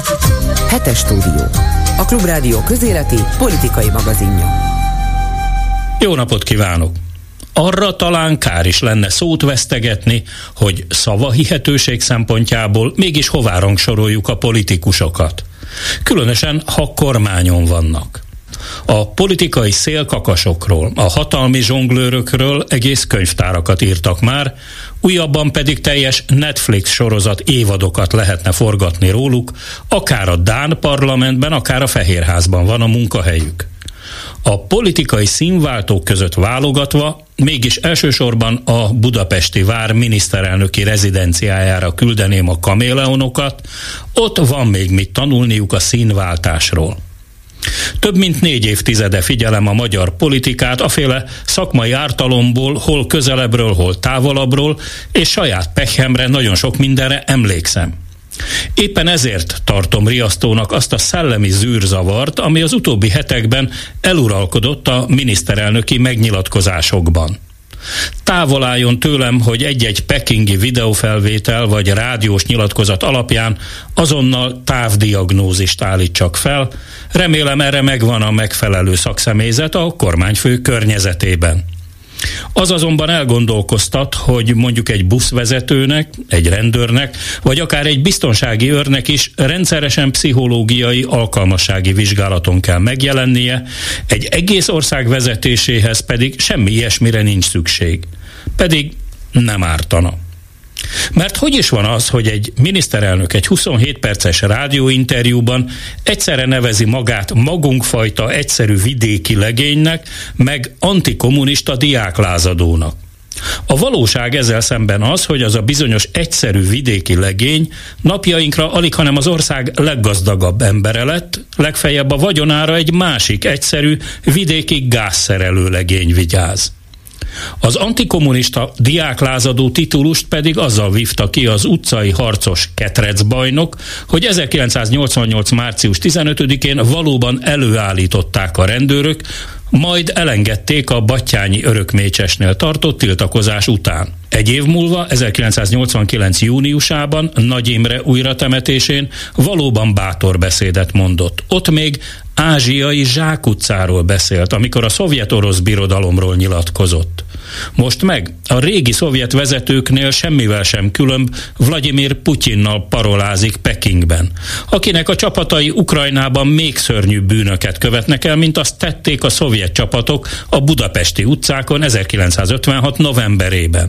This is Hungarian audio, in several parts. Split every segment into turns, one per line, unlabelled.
Hetes stúdió. A Klubrádió közéleti politikai magazinja.
Jó napot kívánok! Arra talán kár is lenne szót vesztegetni, hogy szavahihetőség szempontjából mégis hová rangsoroljuk a politikusokat. Különösen, ha kormányon vannak. A politikai szélkakasokról, a hatalmi zsonglőrökről egész könyvtárakat írtak már, újabban pedig teljes Netflix sorozat évadokat lehetne forgatni róluk, akár a dán parlamentben, akár a Fehérházban van a munkahelyük. A politikai színváltók között válogatva mégis elsősorban a budapesti vár miniszterelnöki rezidenciájára küldeném a kaméleonokat, ott van még mit tanulniuk a színváltásról. Több mint 4 évtizede figyelem a magyar politikát, aféle szakmai ártalomból, hol közelebbről, hol távolabbról, és saját pehemre nagyon sok mindenre emlékszem. Éppen ezért tartom riasztónak azt a szellemi zűrzavart, ami az utóbbi hetekben eluralkodott a miniszterelnöki megnyilatkozásokban. Távol álljon tőlem, hogy egy-egy pekingi videófelvétel vagy rádiós nyilatkozat alapján azonnal távdiagnózist állítsak fel. Remélem, erre megvan a megfelelő szakszemélyzet a kormányfő környezetében. Az azonban elgondolkoztat, hogy mondjuk egy buszvezetőnek, egy rendőrnek, vagy akár egy biztonsági őrnek is rendszeresen pszichológiai alkalmassági vizsgálaton kell megjelennie, egy egész ország vezetéséhez pedig semmi ilyesmire nincs szükség. Pedig nem ártana. Mert hogy is van az, hogy egy miniszterelnök egy 27 perces rádióinterjúban egyszerre nevezi magát magunkfajta egyszerű vidéki legénynek, meg antikommunista diáklázadónak? A valóság ezzel szemben az, hogy az a bizonyos egyszerű vidéki legény napjainkra alighanem az ország leggazdagabb embere lett, legfeljebb a vagyonára egy másik egyszerű vidéki gázszerelő legény vigyáz. Az antikommunista diáklázadó titulust pedig azzal vívta ki az utcai harcos ketrecbajnok, hogy 1988. március 15-én valóban előállították a rendőrök, majd elengedték a Battyányi Örökmécsesnél tartott tiltakozás után. Egy év múlva, 1989. júniusában Nagy Imre újratemetésén valóban bátor beszédet mondott. Ott még ázsiai zsákutcáról beszélt, amikor a szovjet-orosz birodalomról nyilatkozott. Most meg a régi szovjet vezetőknél semmivel sem különb Vladimir Putyinnal parolázik Pekingben, akinek a csapatai Ukrajnában még szörnyűbb bűnöket követnek el, mint azt tették a szovjet csapatok a budapesti utcákon 1956. novemberében.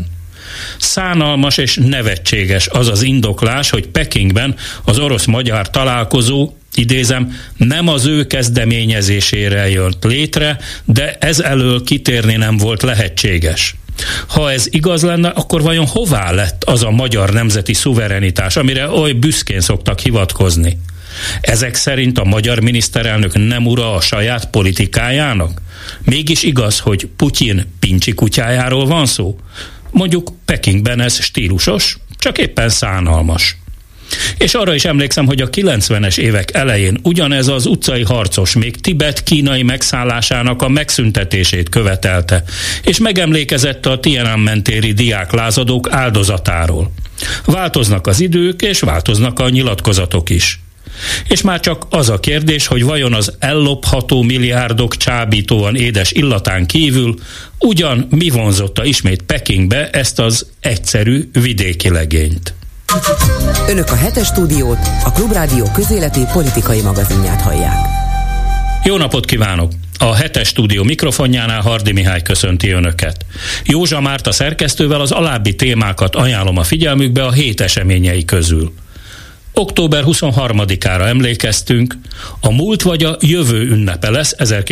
Szánalmas és nevetséges az az indoklás, hogy Pekingben az orosz-magyar találkozó, idézem, nem az ő kezdeményezésére jött létre, de ez elől kitérni nem volt lehetséges. Ha ez igaz lenne, akkor vajon hová lett az a magyar nemzeti szuverenitás, amire oly büszkén szoktak hivatkozni? Ezek szerint a magyar miniszterelnök nem ura a saját politikájának? Mégis igaz, hogy Putyin pincsi kutyájáról van szó? Mondjuk Pekingben ez stílusos, csak éppen szánalmas. És arra is emlékszem, hogy a 90-es évek elején ugyanez az utcai harcos még Tibet kínai megszállásának a megszüntetését követelte, és megemlékezett a Tiananmen-téri diáklázadók áldozatáról. Változnak az idők, és változnak a nyilatkozatok is. És már csak az a kérdés, hogy vajon az ellopható milliárdok csábítóan édes illatán kívül ugyan mi vonzotta ismét Pekingbe ezt az egyszerű vidéki legényt.
Önök a Hetes stúdiót, a Klubrádió közéleti politikai magazinját hallják.
Jó napot kívánok! A Hetes stúdió mikrofonjánál Hardy Mihály köszönti Önöket. Józsa Márta szerkesztővel az alábbi témákat ajánlom a figyelmükbe a hét eseményei közül. Október 23-ára emlékeztünk, a múlt vagy a jövő ünnepe lesz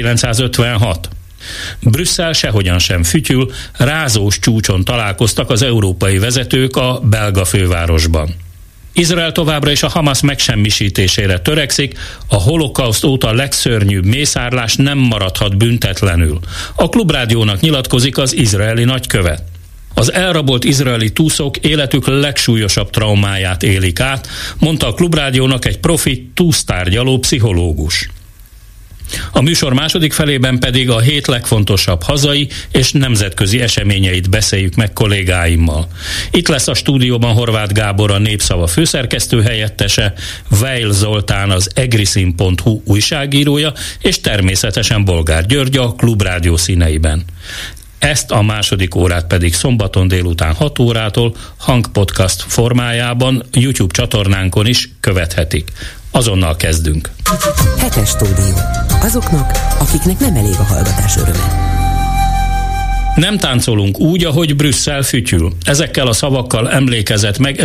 1956. Brüsszel sehogyan sem fütyül, rázós csúcson találkoztak az európai vezetők a belga fővárosban. Izrael továbbra is a Hamas megsemmisítésére törekszik, a holokauszt óta legszörnyűbb mészárlás nem maradhat büntetlenül. A Klubrádiónak nyilatkozik az izraeli nagykövet. Az elrabolt izraeli túszok életük legsúlyosabb traumáját élik át, mondta a Klubrádiónak egy profi túsztárgyaló pszichológus. A műsor második felében pedig a hét legfontosabb hazai és nemzetközi eseményeit beszéljük meg kollégáimmal. Itt lesz a stúdióban Horváth Gábor, a Népszava főszerkesztő helyettese, Weil Zoltán, az egriszin.hu újságírója, és természetesen Bolgár György a Klubrádió színeiben. Ezt a második órát pedig szombaton délután 6 órától hangpodcast formájában YouTube csatornánkon is követhetik. Azonnal kezdünk.
Hetes stúdió. Azoknak, akiknek nem elég a hallgatás öröme.
Nem táncolunk úgy, ahogy Brüsszel fütyül. Ezekkel a szavakkal emlékezett meg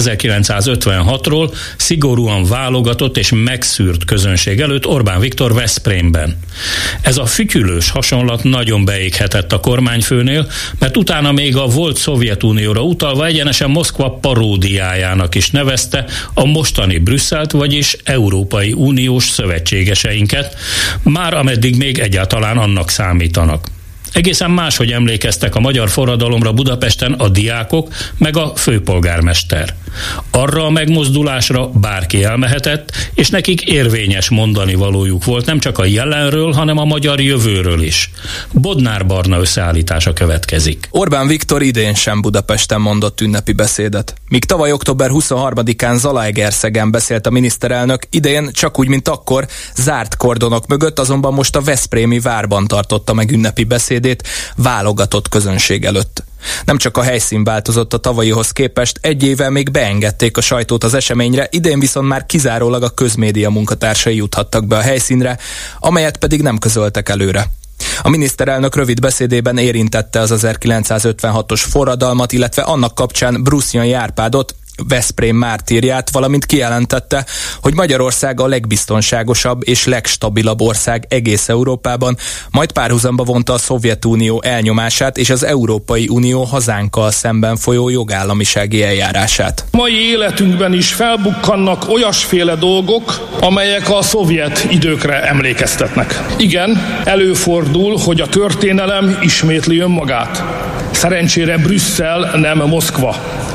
1956-ról szigorúan válogatott és megszűrt közönség előtt Orbán Viktor Veszprémben. Ez a fütyülős hasonlat nagyon beéghetett a kormányfőnél, mert utána még a volt Szovjetunióra utalva egyenesen Moszkva paródiájának is nevezte a mostani Brüsszelt, vagyis Európai Uniós szövetségeseinket, már ameddig még egyáltalán annak számítanak. Egészen máshogy emlékeztek a magyar forradalomra Budapesten a diákok meg a főpolgármester. Arra a megmozdulásra bárki elmehetett, és nekik érvényes mondani valójuk volt nem csak a jelenről, hanem a magyar jövőről is. Bodnár Barna összeállítása következik.
Orbán Viktor idén sem Budapesten mondott ünnepi beszédet. Míg tavaly október 23-án Zalaegerszegen beszélt a miniszterelnök, idén csak úgy, mint akkor, zárt kordonok mögött, azonban most a veszprémi várban tartotta meg ünnepi beszédét válogatott közönség előtt. Nem csak a helyszín változott a tavalyihoz képest, egy éve még beengedték a sajtót az eseményre, idén viszont már kizárólag a közmédia munkatársai juthattak be a helyszínre, amelyet pedig nem közöltek előre. A miniszterelnök rövid beszédében érintette az 1956-os forradalmat, illetve annak kapcsán Brusziai Árpádot, Veszprém mártírját, valamint kijelentette, hogy Magyarország a legbiztonságosabb és legstabilabb ország egész Európában, majd párhuzamba vonta a Szovjetunió elnyomását és az Európai Unió hazánkkal szemben folyó jogállamisági eljárását.
Mai életünkben is felbukkannak olyasféle dolgok, amelyek a szovjet időkre emlékeztetnek. Igen, előfordul, hogy a történelem ismétli önmagát. Szerencsére Brüsszel nem Moszkva.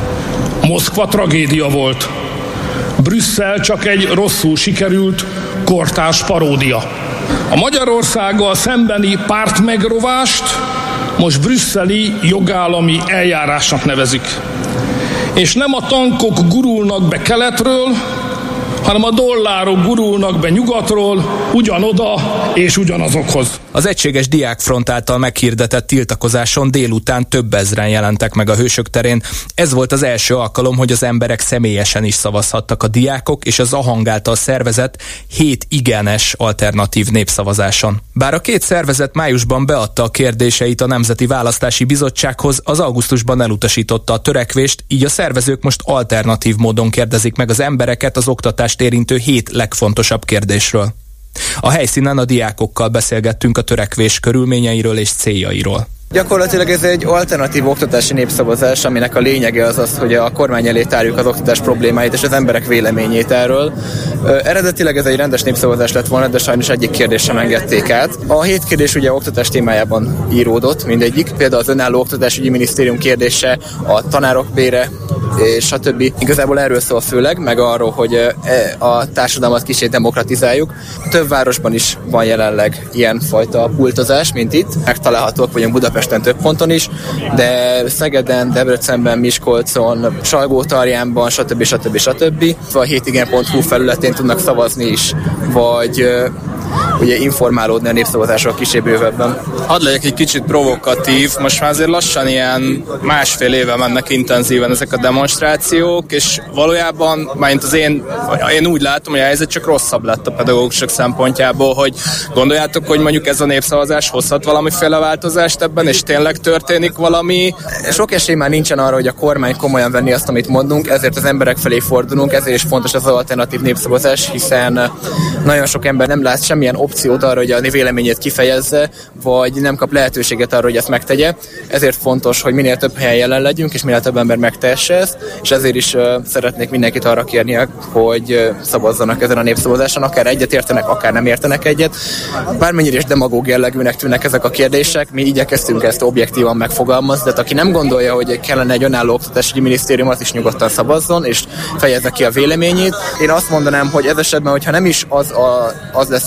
Moszkva tragédia volt. Brüsszel csak egy rosszul sikerült kortárs paródia. A Magyarországgal szembeni pártmegrovást most brüsszeli jogállami eljárásnak nevezik. És nem a tankok gurulnak be keletről, hanem a dollárok gurulnak be nyugatról, ugyanoda és ugyanazokhoz.
Az Egységes Diákfront által meghirdetett tiltakozáson délután több ezren jelentek meg a Hősök terén. Ez volt az első alkalom, hogy az emberek személyesen is szavazhattak a diákok és az AHANG által szervezett 7 igenes alternatív népszavazáson. Bár a két szervezet májusban beadta a kérdéseit a Nemzeti Választási Bizottsághoz, az augusztusban elutasította a törekvést, így a szervezők most alternatív módon kérdezik meg az embereket az oktatást érintő 7 legfontosabb kérdésről. A helyszínen a diákokkal beszélgettünk a törekvés körülményeiről és céljairól.
Gyakorlatilag ez egy alternatív oktatási népszavazás, aminek a lényege az, hogy a kormány elé tárjuk az oktatás problémáit és az emberek véleményét erről. Eredetileg ez egy rendes népszavazás lett volna, de sajnos egyik kérdést sem engedték át. A 7 kérdés ugye oktatás témájában íródott mindegyik, például az önálló oktatásügyi minisztérium kérdése, a tanárok bére, és stb. Igazából erről szól főleg, meg arról, hogy a társadalmat kicsit demokratizáljuk. Több városban is van jelenleg ilyenfajta pultozás, mint itt. Megtalálhatók vagyunk Budapesten több ponton is, de Szegeden, Debrecenben, Miskolcon, Salgótarjánban, stb. A hétigen.hu felületén tudnak szavazni is, vagy ugye informálódni a népszavazásról kisebb bővebben.
Hadd legyek egy kicsit provokatív, most már azért lassan ilyen másfél éve mennek intenzíven ezek a demonstrációk, és valójában, mint az én úgy látom, hogy a helyzet csak rosszabb lett a pedagógusok szempontjából, hogy gondoljátok, hogy mondjuk ez a népszavazás hozhat valamiféle változást ebben, és tényleg történik valami.
Sok esély már nincsen arra, hogy a kormány komolyan venni azt, amit mondunk, ezért az emberek felé fordulunk, ezért is fontos az alternatív népszavazás, hiszen nagyon sok ember nem lát semmilyen opciót arra, hogy a véleményét kifejezze, vagy nem kap lehetőséget arra, hogy ezt megtegye. Ezért fontos, hogy minél több helyen jelen legyünk, és minél több ember megtehesse ezt, és ezért is szeretnék mindenkit arra kérni, hogy szavazzanak ezen a népszavazáson, akár egyet értenek, akár nem értenek egyet. Bármennyire is demagóg jellegűnek tűnnek ezek a kérdések, mi igyekeztünk ezt objektívan megfogalmazni, de aki nem gondolja, hogy kellene egy önálló oktatási minisztérium, az is nyugodtan szavazzon, és fejezze ki a véleményét. Én azt mondanám, hogy ez esetben, hogyha nem is az lesz ennek a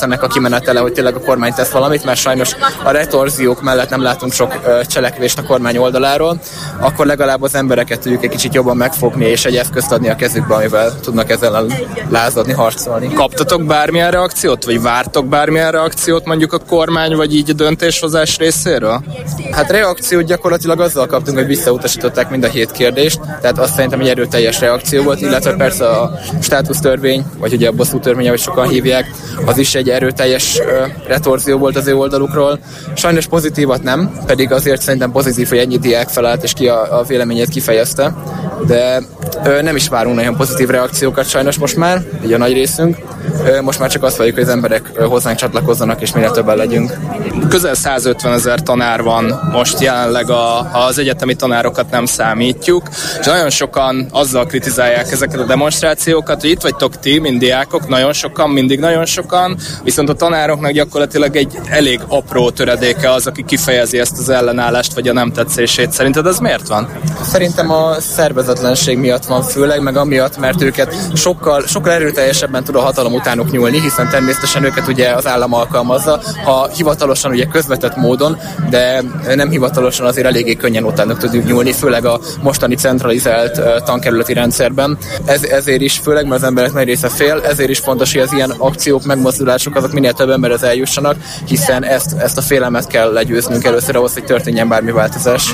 kimenetele, hogy tényleg a kormány tesz valamit, mert sajnos a retorziók mellett nem látunk sok cselekvést a kormány oldaláról, akkor legalább az embereket tudjuk egy kicsit jobban megfogni, és egy eszközt adni a kezükbe, amivel tudnak ezzel lázadni, harcolni.
Kaptatok bármilyen reakciót, vagy vártok bármilyen reakciót mondjuk a kormány, vagy így a döntéshozás részéről?
Hát reakciót gyakorlatilag azzal kaptunk, hogy visszautasították mind a 7 kérdést, tehát azt szerintem egy erőteljes reakció volt, illetve persze a státusztörvény, vagy ugye a bosszútörvény, ahogy sokan hívják, az is egy erőteljes retorzió volt az ő oldalukról. Sajnos pozitívat nem, pedig azért szerintem pozitív, hogy ennyi diák felállt és ki a véleményét kifejezte, de nem is várunk nagyon pozitív reakciókat sajnos most már, így a nagy részünk. Most már csak azt várjuk, hogy az emberek hozzánk csatlakozzanak, és minél többen legyünk.
Közel 150 000 tanár van most jelenleg, ha az egyetemi tanárokat nem számítjuk, és nagyon sokan azzal kritizálják ezeket a demonstrációkat, hogy itt vagytok ti, mint diákok, nagyon sokan, mindig nagyon sokan, viszont a tanároknak gyakorlatilag egy elég apró töredéke az, aki kifejezi ezt az ellenállást, vagy a nem tetszését. Szerinted ez miért van?
Szerintem a szervezetlenség miatt van főleg, meg amiatt, mert őket sokkal erőteljesebben tud a hatalom utánuk nyúlni, hiszen természetesen őket ugye az állam alkalmazza, ha hivatalosan ugye közvetett módon, de nem hivatalosan azért eléggé könnyen utánuk tudjuk nyúlni, főleg a mostani centralizált tankerületi rendszerben. Ezért is főleg, mert az emberek nagy része fél, ezért is fontos, hogy az ilyen akciók, megmozdulások azok minél több emberhez eljussanak, hiszen ezt a félelmet kell legyőznünk először ahhoz, hogy történjen bármi változás.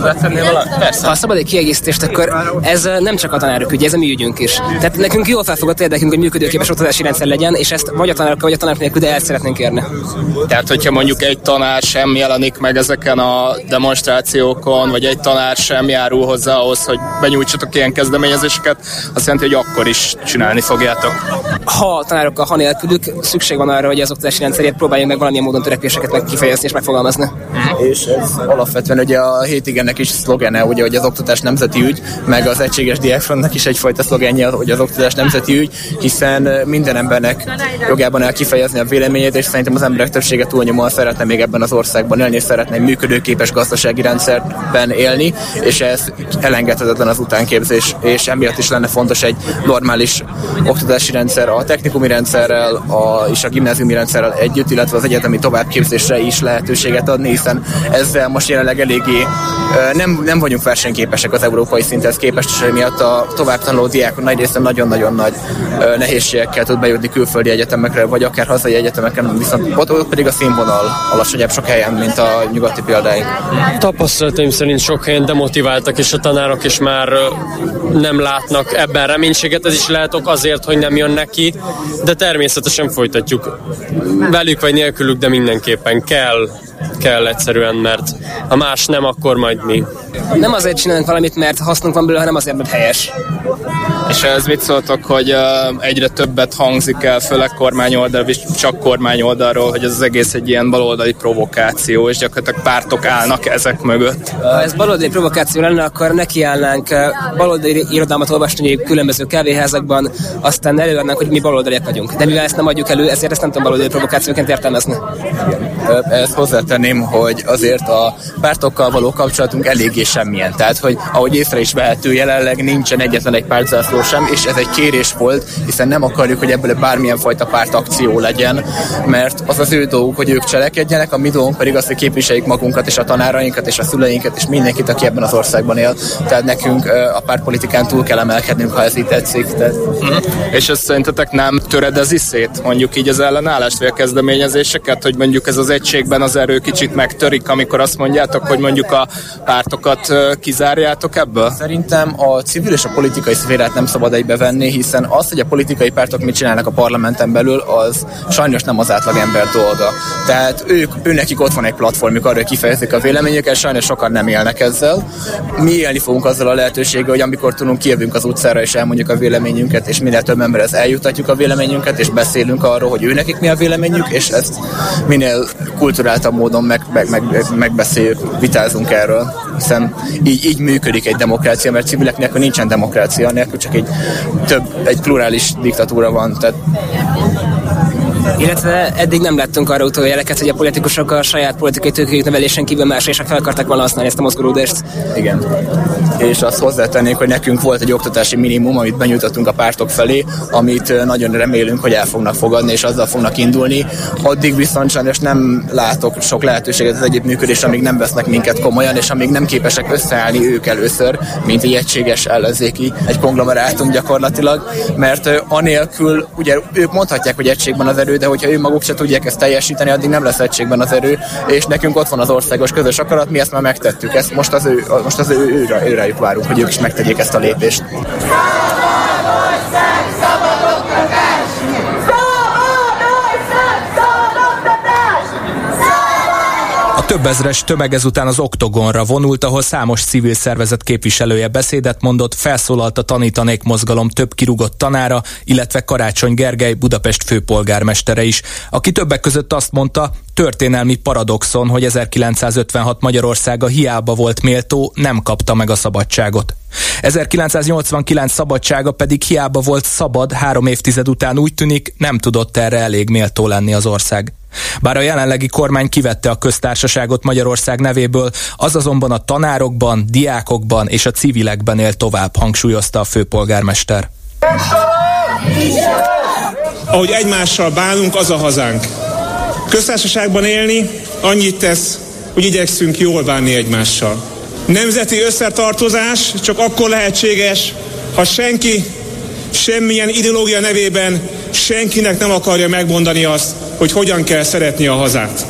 Ha szabad egy kiegészítést, akkor ez nem csak a tanárok ügye, ez a mi ügyünk is. Tehát nekünk jól felfogott érdekünk, hogy működőképes oktatási rendszer legyen, és ezt vagy a tanárokkal, vagy a tanárok nélkül, de el szeretnénk érni.
Tehát, hogyha mondjuk egy tanár sem jelenik meg ezeken a demonstrációkon, vagy egy tanár sem járul hozzá ahhoz, hogy benyújtsatok ilyen kezdeményezéseket, azt jelenti, hogy akkor is csinálni fogjátok.
Ha a tanárokkal, ha nélkülük, szükség van arra, hogy az oktatási rendszerét próbáljunk meg valamilyen módon törekvéseket meg kifejezni és megfogalmazni.
És ez alapvetően ugye a 7 igennek is szlogene, ugye, hogy az oktatás nemzeti ügy, meg az Egységes Diákfrontnak is egyfajta szlogenje, hogy az oktatás nemzeti ügy, hiszen minden embernek jogában el kifejezni a véleményét, és szerintem az emberek többsége túlnyomóan szeretne még ebben az országban élni, és szeretne egy működőképes gazdasági rendszerben élni, és ez elengedhetetlen az utánképzés, és emiatt is lenne fontos egy normális oktatási rendszer a technikumi rendszerrel és a gimnáziumi rendszerrel együtt, illetve az egyetemi továbbképzésre is lehetőséget adni, hiszen ezzel most jelenleg eléggé nem vagyunk versenyképesek az európai szinthez képest, és emiatt a továbbtanuló diákok nagy része nagyon-nagyon nagy nehézségekkel tud bejutni külföldi egyetemekre, vagy akár hazai egyetemeken, viszont ott pedig a színvonal alacsonyabb sok helyen, mint a nyugati példáink.
Tapasztalataim szerint sok helyen demotiváltak, és a tanárok is már nem látnak ebben reménységet. Ez is lehet ok azért, hogy nem jönnek ki, de természetesen folytatjuk velük vagy nélkülük, de mindenképpen kell egyszerűen, mert ha más nem, akkor majd mi.
Nem azért csinálunk valamit, mert hasznunk van belőle, hanem azért, mert helyes.
És ez mit szóltok, hogy egyre többet hangzik el, főleg kormányoldalról, és csak kormányoldalról, hogy ez az egész egy ilyen baloldali provokáció, és gyakorlatilag pártok állnak ezek mögött?
Ha ez baloldali provokáció lenne, akkor nekiállnánk baloldali irodalmat olvasni különböző kávéházakban, aztán előadnánk, hogy mi baloldaliak vagyunk. De mivel ezt nem adjuk elő, ezért ezt nem tudom baloldali provokációként értelmezni.
Ezt hozzátenném, hogy azért a pártokkal való kapcsolatunk eléggé semmilyen. Tehát, hogy ahogy észre is vehető, jelenleg nincsen egyetlen egy pártzászló sem, és ez egy kérés volt, hiszen nem akarjuk, hogy ebből bármilyen fajta pártakció legyen, mert az az ő dolguk, hogy ők cselekedjenek, a mi dolgunk pedig az, hogy képviseljük magunkat, és a tanárainkat, és a szüleinket, és mindenkit, aki ebben az országban él. Tehát nekünk a pártpolitikán túl kell emelkednünk, ha ez így tetszik.
És ez szerintetek nem töredezi szét, mondjuk így az ellenállást, vagy a kezdeményezéseket, hogy mondjuk ez az egységben az erő kicsit megtörik, amikor azt mondjátok, hogy mondjuk a pártokat kizárjátok ebből?
Szerintem a civil és a politikai szférát nem szabad egybevenni, hiszen az, hogy a politikai pártok mit csinálnak a parlamenten belül, az sajnos nem az átlagember dolga. Tehát őnekik ott van egy platformjuk arra, hogy kifejezik a véleményüket, sajnos sokan nem élnek ezzel. Mi élni fogunk azzal a lehetőséggel, hogy amikor tudunk, kijövünk az utcára és elmondjuk a véleményünket, és minél több emberhez eljutatjuk a véleményünket, és beszélünk arról, hogy őnekik mi a véleményük, és ezt minél kulturáltabb módon megbeszéljük, vitázunk erről, hiszen így működik egy demokrácia, mert civilek nélkül nincsen demokrácia, nélkül csak egy plurális diktatúra van. Tehát
Illetve eddig nem láttunk arra utójeleket, hogy a politikusok a saját politikai tőkéjük növelésen kívül másra is fel akartak volna használni ezt a mozgolódást.
Igen. És azt hozzátennék, hogy nekünk volt egy oktatási minimum, amit benyújtottunk a pártok felé, amit nagyon remélünk, hogy el fognak fogadni, és azzal fognak indulni. Addig viszont sajnos nem látok sok lehetőséget az együttműködésre, amíg nem vesznek minket komolyan, és amíg nem képesek összeállni ők először, mint egy egységes ellenzéki, egy konglomerátum gyakorlatilag, mert anélkül, ugye ők mondhatják, hogy egységben az erő, de hogyha ők maguk se tudják ezt teljesíteni, addig nem lesz egységben az erő, és nekünk ott van az országos közös akarat, mi ezt már megtettük, ezt most az őrájuk várunk, hogy ők is megtegyék ezt a lépést.
A több ezres tömeg ezután az Oktogonra vonult, ahol számos civil szervezet képviselője beszédet mondott, felszólalt a Tanítanék mozgalom több kirúgott tanára, illetve Karácsony Gergely, Budapest főpolgármestere is, aki többek között azt mondta, történelmi paradoxon, hogy 1956 Magyarországa hiába volt méltó, nem kapta meg a szabadságot. 1989 szabadsága pedig hiába volt szabad, 3 évtized után úgy tűnik, nem tudott erre elég méltó lenni az ország. Bár a jelenlegi kormány kivette a köztársaságot Magyarország nevéből, az azonban a tanárokban, diákokban és a civilekben él tovább, hangsúlyozta a főpolgármester.
Ahogy egymással bánunk, az a hazánk. Köztársaságban élni annyit tesz, hogy igyekszünk jól bánni egymással. Nemzeti összetartozás csak akkor lehetséges, ha senki semmilyen ideológia nevében senkinek nem akarja megmondani azt, hogy hogyan kell szeretni a hazát.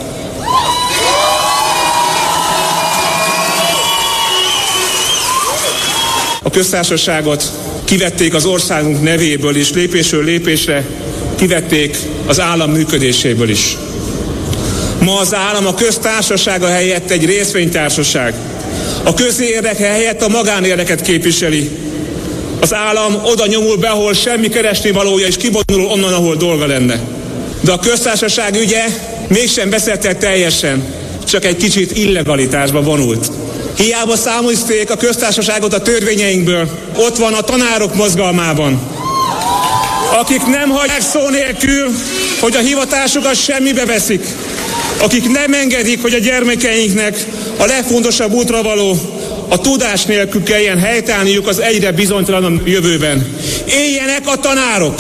A köztársaságot kivették az országunk nevéből, és lépésről lépésre kivették az állam működéséből is. Ma az állam a köztársasága helyett egy részvénytársaság. A közérdek helyett a magánérdeket képviseli. Az állam oda nyomul be, ahol semmi keresnivalója, és kivonul onnan, ahol dolga lenne. De a köztársaság ügye mégsem beszéltek teljesen, csak egy kicsit illegalitásba vonult. Hiába számozték a köztársaságot a törvényeinkből, ott van a tanárok mozgalmában, akik nem hagyják szó nélkül, hogy a hivatásukat semmibe veszik, akik nem engedik, hogy a gyermekeinknek a legfontosabb útra való, a tudás nélkül kelljen helytállniuk az egyre bizonytalanabb jövőben. Éljenek a tanárok!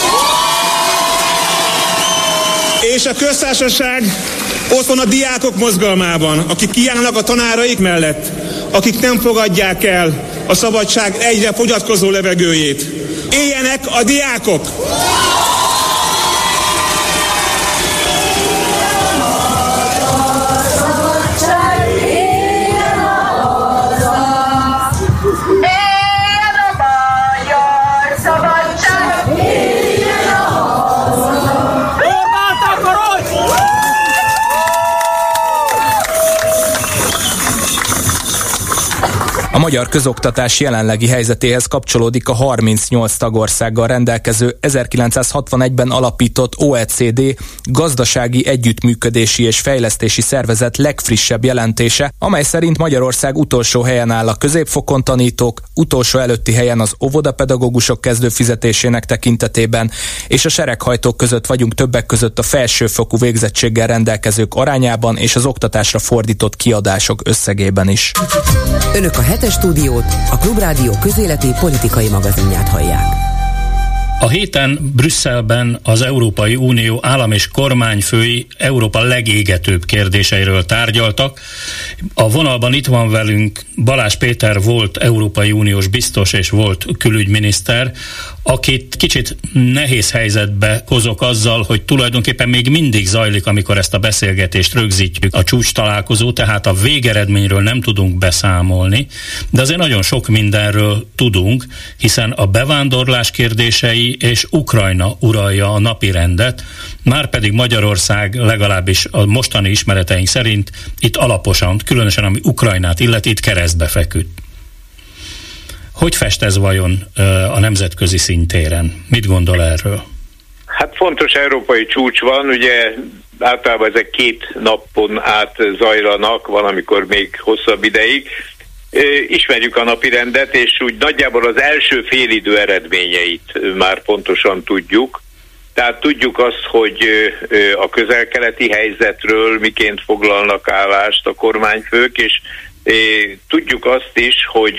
És a köztársaság ott van a diákok mozgalmában, akik kiállnak a tanáraik mellett, akik nem fogadják el a szabadság egyre fogyatkozó levegőjét. Éljenek a diákok!
A magyar közoktatás jelenlegi helyzetéhez kapcsolódik a 38 tagországgal rendelkező 1961-ben alapított OECD gazdasági együttműködési és fejlesztési szervezet legfrissebb jelentése, amely szerint Magyarország utolsó helyen áll a középfokon tanítók, utolsó előtti helyen az óvodapedagógusok kezdőfizetésének tekintetében, és a sereghajtók között vagyunk többek között a felsőfokú végzettséggel rendelkezők arányában és az oktatásra fordított kiadások összegében is.
Önök a Hetes Stúdiót, a Klubrádió közéleti politikai magazinját hallják.
A héten Brüsszelben az Európai Unió állam- és kormányfői Európa legégetőbb kérdéseiről tárgyaltak. A vonalban itt van velünk Balázs Péter volt Európai Uniós biztos és volt külügyminiszter, akit kicsit nehéz helyzetbe hozok azzal, hogy tulajdonképpen még mindig zajlik, amikor ezt a beszélgetést rögzítjük, a csúcs találkozó, tehát a végeredményről nem tudunk beszámolni, de azért nagyon sok mindenről tudunk, hiszen a bevándorlás kérdései és Ukrajna uralja a napirendet, márpedig Magyarország legalábbis a mostani ismereteink szerint itt alaposan, különösen ami Ukrajnát illeti, itt keresztbe feküdt. Hogy fest ez vajon a nemzetközi szintéren? Mit gondol erről?
Hát fontos európai csúcs van, ugye általában ezek 2 napon át zajlanak, van amikor még hosszabb ideig. Ismerjük a napirendet, és úgy nagyjából az első félidő eredményeit már pontosan tudjuk. Tehát tudjuk azt, hogy a közel-keleti helyzetről miként foglalnak állást a kormányfők, és tudjuk azt is, hogy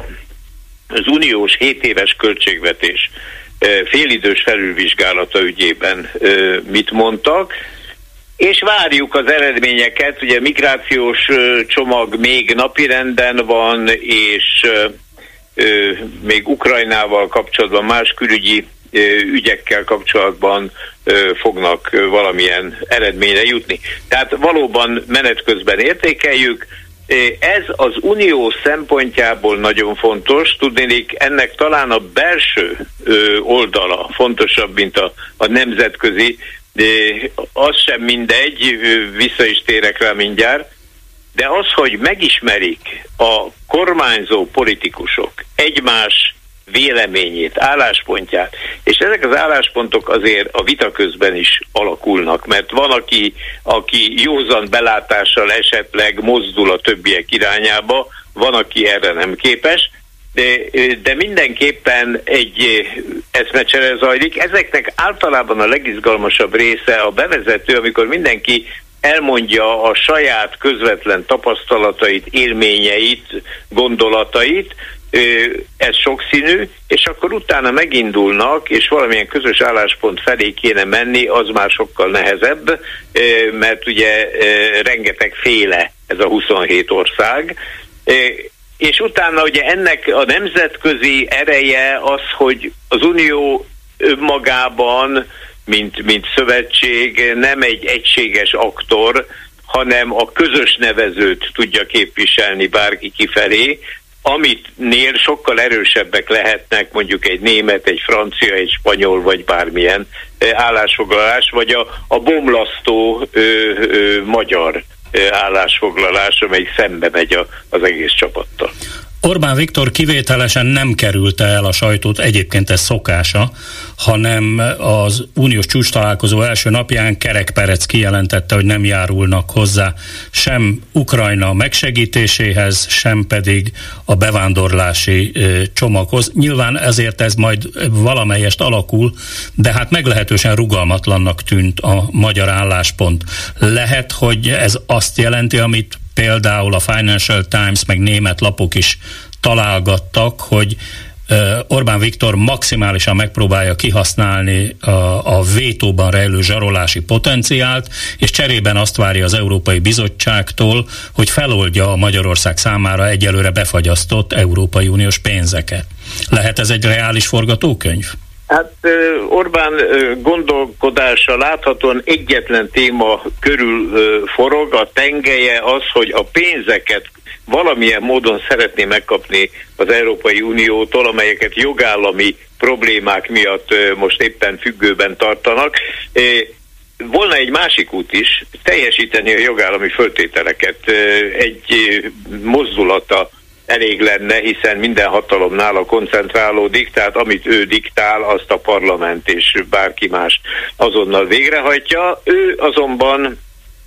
az uniós 7 éves költségvetés félidős felülvizsgálata ügyében mit mondtak, és várjuk az eredményeket. Ugye migrációs csomag még napirenden van, és még Ukrajnával kapcsolatban, más külügyi ügyekkel kapcsolatban fognak valamilyen eredményre jutni. Tehát valóban menet közben értékeljük. Ez az unió szempontjából nagyon fontos, tudnék, ennek talán a belső oldala fontosabb, mint a nemzetközi, de az sem mindegy, vissza is térek rá mindjárt, de az, hogy megismerik a kormányzó politikusok egymás véleményét, álláspontját, és ezek az álláspontok azért a vita közben is alakulnak, mert van, aki józan belátással esetleg mozdul a többiek irányába, van, aki erre nem képes, de mindenképpen egy eszmecsere zajlik. Ezeknek általában a legizgalmasabb része a bevezető, amikor mindenki elmondja a saját közvetlen tapasztalatait, élményeit, gondolatait, ez sokszínű, és akkor utána megindulnak, és valamilyen közös álláspont felé kéne menni, az már sokkal nehezebb, mert ugye rengeteg féle ez a 27 ország, és utána ugye ennek a nemzetközi ereje az, hogy az Unió önmagában, mint szövetség nem egy egységes aktor, hanem a közös nevezőt tudja képviselni bárki kifelé, amitnél sokkal erősebbek lehetnek mondjuk egy német, egy francia, egy spanyol, vagy bármilyen állásfoglalás, vagy a bomlasztó magyar állásfoglalás, amely szembe megy az egész csapattal.
Orbán Viktor kivételesen nem kerülte el a sajtót, egyébként ez szokása, hanem az uniós csúcstalálkozó első napján Kerek Perec kijelentette, hogy nem járulnak hozzá sem Ukrajna megsegítéséhez, sem pedig a bevándorlási csomaghoz. Nyilván ezért ez majd valamelyest alakul, de hát meglehetősen rugalmatlannak tűnt a magyar álláspont. Lehet, hogy ez azt jelenti, amit például a Financial Times meg német lapok is találgattak, hogy Orbán Viktor maximálisan megpróbálja kihasználni a vétóban rejlő zsarolási potenciált, és cserében azt várja az Európai Bizottságtól, hogy feloldja a Magyarország számára egyelőre befagyasztott Európai Uniós pénzeket. Lehet ez egy reális forgatókönyv?
Hát Orbán gondolkodása láthatóan egyetlen téma körül forog, a tengelye az, hogy a pénzeket valamilyen módon szeretné megkapni az Európai Uniótól, amelyeket jogállami problémák miatt most éppen függőben tartanak. Volna egy másik út is, teljesíteni a jogállami föltételeket, egy mozdulata elég lenne, hiszen minden hatalom nála koncentrálódik, tehát amit ő diktál, azt a parlament és bárki más azonnal végrehajtja. Ő azonban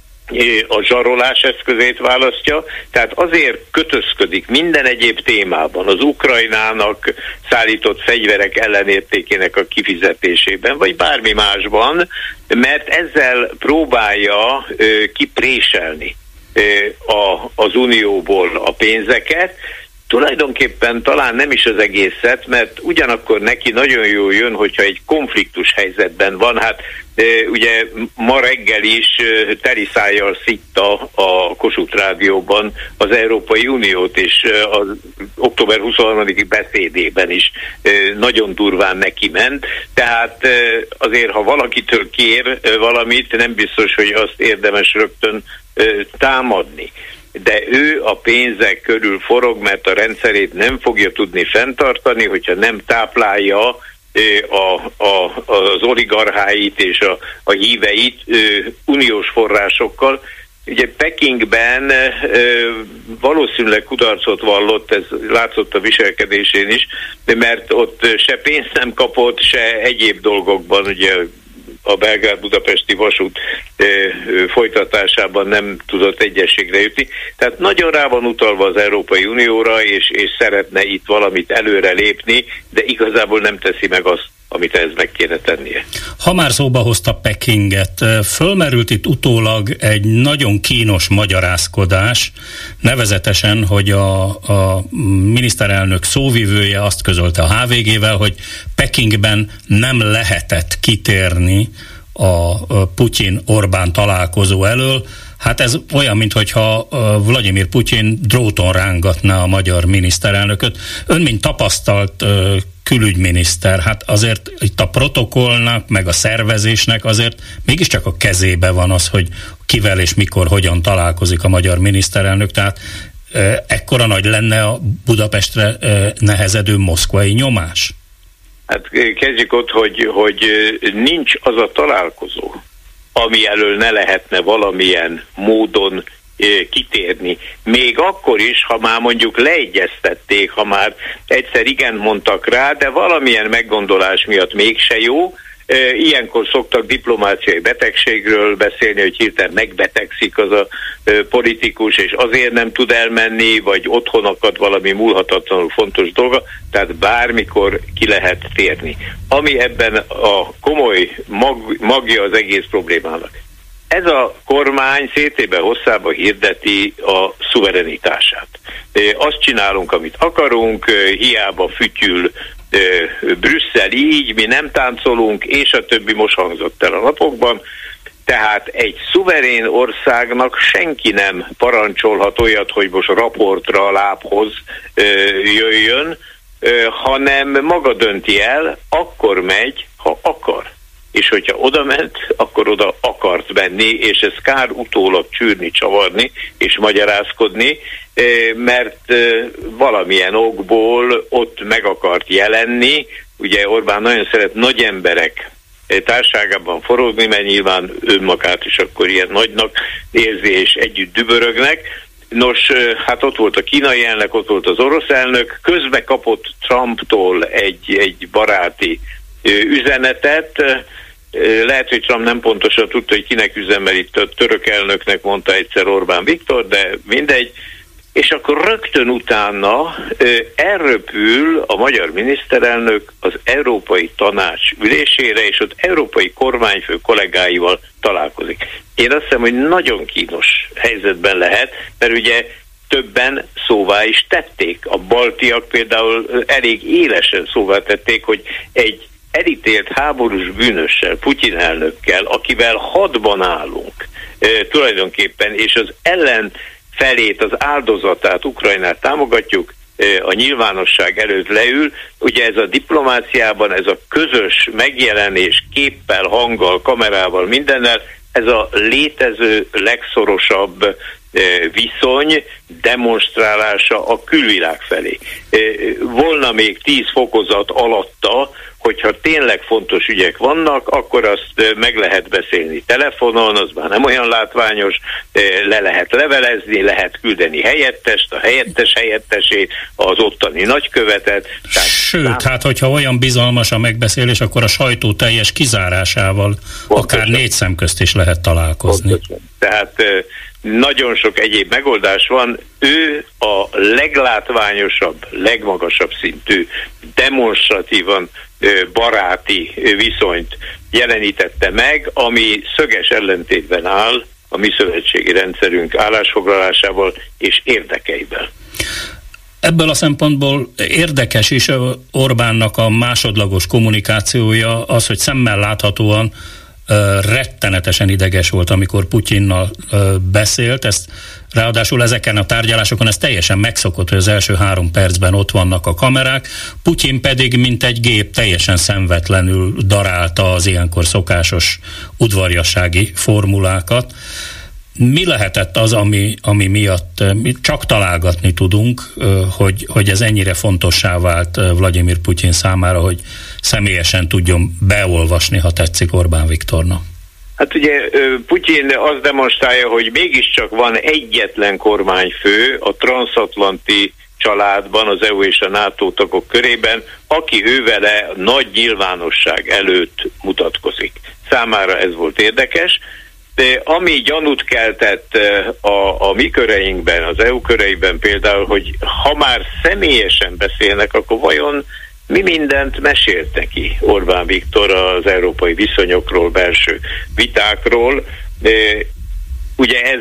a zsarolás eszközét választja, tehát azért kötözködik minden egyéb témában, az Ukrajnának szállított fegyverek ellenértékének a kifizetésében, vagy bármi másban, mert ezzel próbálja kipréselni az unióból a pénzeket. Tulajdonképpen talán nem is az egészet, mert ugyanakkor neki nagyon jól jön, hogyha egy konfliktus helyzetben van. Hát ugye ma reggel is teli szájjal szitta a Kossuth Rádióban az Európai Uniót, és az október 23-i beszédében is nagyon durván neki ment. Tehát azért, ha valakitől kér valamit, nem biztos, hogy azt érdemes rögtön támadni. De ő a pénzek körül forog, mert a rendszerét nem fogja tudni fenntartani, hogyha nem táplálja az oligarcháit és a híveit uniós forrásokkal. Ugye Pekingben valószínűleg kudarcot vallott, ez látszott a viselkedésén is, mert ott se pénzt nem kapott, se egyéb dolgokban, ugye a Belgrád-Budapesti vasút folytatásában nem tudott egyességre jutni. Tehát nagyon rá van utalva az Európai Unióra, és szeretne itt valamit előre lépni, de igazából nem teszi meg azt, amit ehhez meg kéne tennie.
Ha már szóba hozta Pekinget, fölmerült itt utólag egy nagyon kínos magyarázkodás, nevezetesen, hogy a miniszterelnök szóvivője azt közölte a HVG-vel, hogy Pekingben nem lehetett kitérni a Putyin-Orbán találkozó elől. Hát ez olyan, mintha Vladimir Putyin dróton rángatná a magyar miniszterelnököt. Ön, mint tapasztalt külügyminiszter, hát azért itt a protokollnak, meg a szervezésnek azért mégiscsak a kezébe van az, hogy kivel és mikor, hogyan találkozik a magyar miniszterelnök, tehát ekkora nagy lenne a Budapestre nehezedő moszkvai nyomás?
Hát kezdjük ott, hogy nincs az a találkozó, ami elől ne lehetne valamilyen módon kitérni. Még akkor is, ha már mondjuk leegyeztették, ha már egyszer igen mondtak rá, de valamilyen meggondolás miatt mégse jó. Ilyenkor szoktak diplomáciai betegségről beszélni, hogy hirtelen megbetegszik az a politikus, és azért nem tud elmenni, vagy otthon akad valami múlhatatlanul fontos dolga, tehát bármikor ki lehet térni. Ami ebben a komoly magja az egész problémának. Ez a kormány szétébe hosszába hirdeti a szuverenitását. Azt csinálunk, amit akarunk, hiába fütyül Brüsszel így, mi nem táncolunk, és a többi most hangzott el a napokban. Tehát egy szuverén országnak senki nem parancsolhat olyat, hogy most raportra, lábhoz jöjjön, hanem maga dönti el, akkor megy, ha akar. És hogyha oda ment, akkor oda akart menni, és ez kár utólag csűrni, csavarni és magyarázkodni, mert valamilyen okból ott meg akart jelenni. Ugye Orbán nagyon szeret nagy emberek társágában forogni, mert nyilván önmagát is akkor ilyen nagynak érzi, és együtt dübörögnek. Nos, hát ott volt a kínai elnök, ott volt az orosz elnök, közbe kapott Trumptól egy baráti üzenetet. Lehet, hogy Trump nem pontosan tudta, hogy kinek üzen, mert itt a török elnöknek mondta egyszer Orbán Viktor, de mindegy. És akkor rögtön utána elröpül a magyar miniszterelnök az Európai Tanács ülésére, és ott európai kormányfő kollégáival találkozik. Én azt hiszem, hogy nagyon kínos helyzetben lehet, mert ugye többen szóvá is tették. A baltiak például elég élesen szóvá tették, hogy egy elítélt háborús bűnössel, Putyin elnökkel, akivel hadban állunk tulajdonképpen, és az ellenfelét, az áldozatát, Ukrajnát támogatjuk, a nyilvánosság előtt leül. Ugye ez a diplomáciában, ez a közös megjelenés képpel, hanggal, kamerával, mindennel, ez a létező legszorosabb viszony demonstrálása a külvilág felé. Volna még 10 fokozat alatta, hogyha tényleg fontos ügyek vannak, akkor azt meg lehet beszélni telefonon, az már nem olyan látványos, le lehet levelezni, lehet küldeni helyettest, a helyettes helyettesét, az ottani nagykövetet.
Sőt, hát hogyha olyan bizalmas a megbeszélés, akkor a sajtó teljes kizárásával pontosan, akár 4 szem közt is lehet találkozni. Pontosan.
Tehát nagyon sok egyéb megoldás van. Ő a leglátványosabb, legmagasabb szintű, demonstratívan baráti viszonyt jelenítette meg, ami szöges ellentétben áll a mi szövetségi rendszerünk állásfoglalásával és érdekeivel.
Ebből a szempontból érdekes is Orbánnak a másodlagos kommunikációja az, hogy szemmel láthatóan rettenetesen ideges volt, amikor Putyinnal beszélt. Ezt ráadásul ezeken a tárgyalásokon ez teljesen megszokott, hogy az első 3 percben ott vannak a kamerák, Putyin pedig mint egy gép teljesen szenvedlenül darálta az ilyenkor szokásos udvariassági formulákat. Mi lehetett az, ami miatt csak találgatni tudunk, hogy ez ennyire fontossá vált Vladimir Putyin számára, hogy személyesen tudjon beolvasni, ha tetszik, Orbán Viktornak?
Hát ugye Putyin azt demonstrálja, hogy mégiscsak van egyetlen kormányfő a transatlanti családban, az EU és a NATO tagok körében, aki ővele nagy nyilvánosság előtt mutatkozik. Számára ez volt érdekes. De ami gyanút keltett a mi köreinkben, az EU köreiben például, hogy ha már személyesen beszélnek, akkor vajon mi mindent mesélt neki Orbán Viktor az európai viszonyokról, belső vitákról. Ugye ez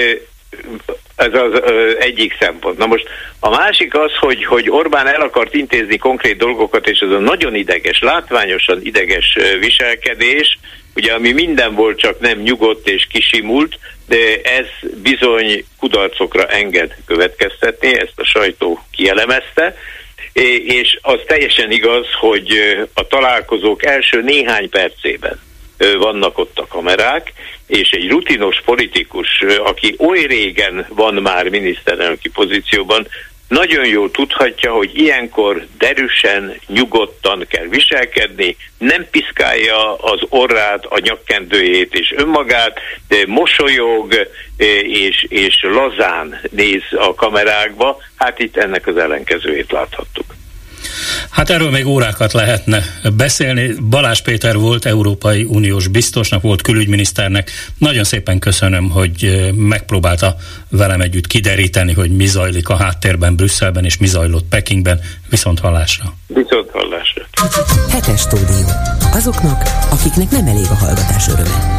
az egyik szempont. Na most a másik az, hogy Orbán el akart intézni konkrét dolgokat, és ez a nagyon ideges, látványosan ideges viselkedés, ugye ami minden volt, csak nem nyugodt és kisimult, de ez bizony kudarcokra enged következtetni, ezt a sajtó kielemezte, és az teljesen igaz, hogy a találkozók első néhány percében vannak ott a kamerák, és egy rutinos politikus, aki oly régen van már miniszterelnöki pozícióban, nagyon jól tudhatja, hogy ilyenkor derűsen, nyugodtan kell viselkedni, nem piszkálja az orrát, a nyakkendőjét és önmagát, de mosolyog és lazán néz a kamerákba. Hát itt ennek az ellenkezőjét láthattuk.
Hát erről még órákat lehetne beszélni. Balázs Péter volt Európai Uniós biztosnak, volt külügyminiszternek. Nagyon szépen köszönöm, hogy megpróbálta velem együtt kideríteni, hogy mi zajlik a háttérben Brüsszelben és mi zajlott Pekingben. Viszont hallásra.
Viszont hallásra.
Hetes stúdió. Azoknak, akiknek nem elég a hallgatás öröme.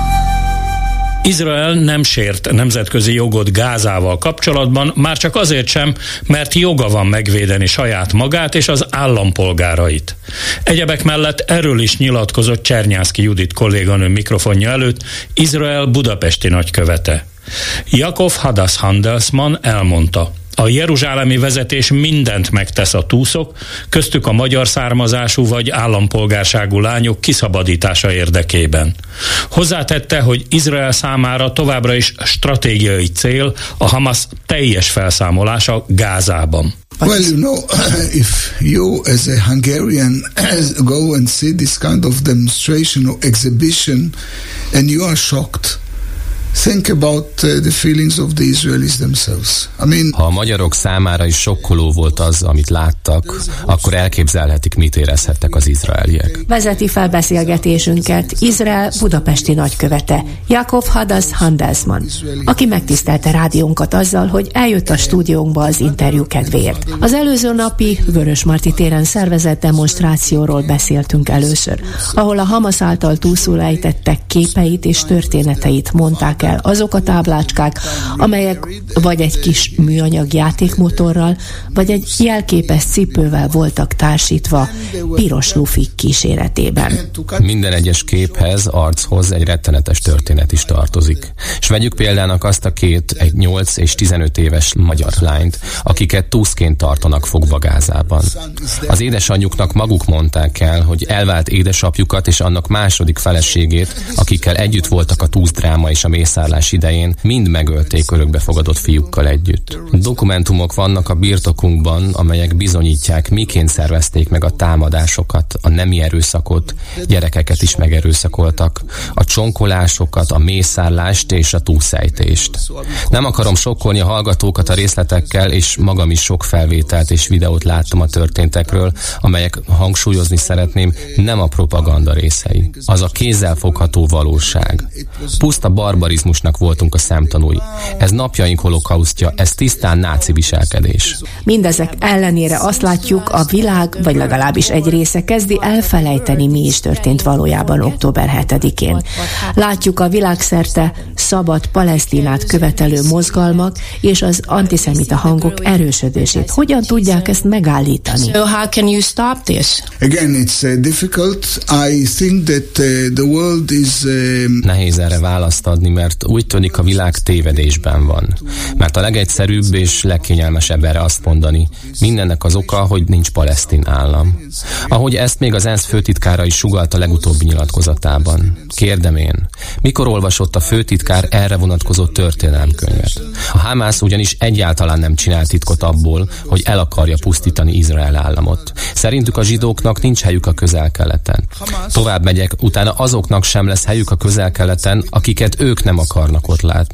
Izrael nem sért nemzetközi jogot Gázával kapcsolatban, már csak azért sem, mert joga van megvédeni saját magát és az állampolgárait. Egyebek mellett erről is nyilatkozott Csernyánszky Judit kolléganő mikrofonja előtt Izrael budapesti nagykövete. Jakov Hadas Handelsman elmondta: a jeruzsálemi vezetés mindent megtesz a túszok, köztük a magyar származású vagy állampolgárságú lányok kiszabadítása érdekében. Hozzátette, hogy Izrael számára továbbra is stratégiai cél a Hamas teljes felszámolása Gázában.
Well, you know, if you as a Hungarian go and see this kind of demonstration or exhibition and you are shocked, think about the feelings of the Israelis themselves. I mean,
ha a magyarok számára is sokkoló volt az, amit láttak, akkor elképzelhetik, mit érezhettek az izraeliek.
Vezeti fel beszélgetésünket Izrael budapesti nagykövete, Jakov Hadas Handelsman, aki megtisztelte rádiónkat azzal, hogy eljött a stúdiónkba az interjú kedvéért. Az előző napi Vörösmarty téren szervezett demonstrációról beszéltünk először, ahol a Hamas által túlszul ejtettek képeit és történeteit mondták el azok a táblácskák, amelyek vagy egy kis műanyag játékmotorral, vagy egy jelképes cipővel voltak társítva piros lufik kíséretében.
Minden egyes képhez, archoz egy rettenetes történet is tartozik. És vegyük példának azt a egy 8 és 15 éves magyar lányt, akiket túszként tartanak fogva Gázában. Az édesanyjuknak maguk mondták el, hogy elvált édesapjukat és annak második feleségét, akikkel együtt voltak a túszdráma és a mészárlás idején, mind megölték örökbefogadott fiúkkal együtt. Dokumentumok vannak a birtokunkban, amelyek bizonyítják, miként szervezték meg a támadásokat, a nemi erőszakot, gyerekeket is megerőszakoltak, a csonkolásokat, a mészárlást és a túlszejtést. Nem akarom sokkolni a hallgatókat a részletekkel, és magam is sok felvételt és videót láttam a történtekről, amelyek, hangsúlyozni szeretném, nem a propaganda részei. Az a kézzelfogható valóság. Puszta barbarizmusnak voltunk a szemtanúi. Ez napjaink holokausztja, ez tisztán náci viselkedés.
Mindezek ellenére azt látjuk, a világ, vagy legalábbis egy része kezdi elfelejteni, mi is történt valójában október 7-én. Látjuk a világszerte szabad Palesztinát követelő mozgalmak és az antiszemita hangok erősödését. Hogyan tudják ezt megállítani?
So how can you stop this?
Again, it's difficult. I think that the world is
nehéz erre választ adni, mert úgy tűnik, a világ tévedésben van. Mert a legegyszerűbb és legkényelmesebb erre azt mondani, mindennek az oka, hogy nincs palesztin állam. Ahogy ezt még az ENSZ főtitkára is sugalt a legutóbbi nyilatkozatában. Kérdem én, mikor olvasott a főtitkár erre vonatkozó történelemkönyvet? A Hamász ugyanis egyáltalán nem csinál titkot abból, hogy el akarja pusztítani Izrael államot. Szerintük a zsidóknak nincs helyük a Közel-Keleten. Tovább megyek, utána azoknak sem lesz helyük a Közel-Keleten, akiket ők nem akarnak ott látni.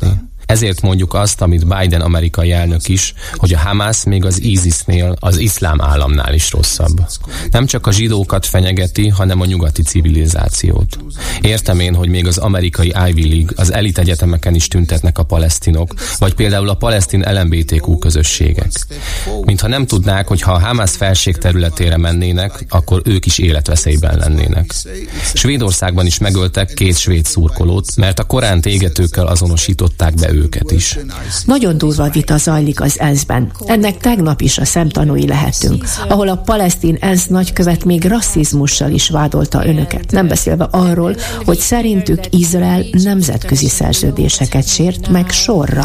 Ezért mondjuk azt, amit Biden amerikai elnök is, hogy a Hamász még az ISIS-nél, az iszlám államnál is rosszabb. Nem csak a zsidókat fenyegeti, hanem a nyugati civilizációt. Értem én, hogy még az amerikai Ivy League, az elit egyetemeken is tüntetnek a palesztinok, vagy például a palesztin LMBTQ közösségek. Mintha nem tudnák, hogy ha a Hamász felség területére mennének, akkor ők is életveszélyben lennének. Svédországban is megöltek 2 svéd szurkolót, mert a Koránt égetőkkel azonosították be őket is.
Nagyon durva vita zajlik az ENSZ-ben. Ennek tegnap is a szemtanúi lehetünk, ahol a palesztin ENSZ nagykövet még rasszizmussal is vádolta önöket, nem beszélve arról, hogy szerintük Izrael nemzetközi szerződéseket sért meg sorra.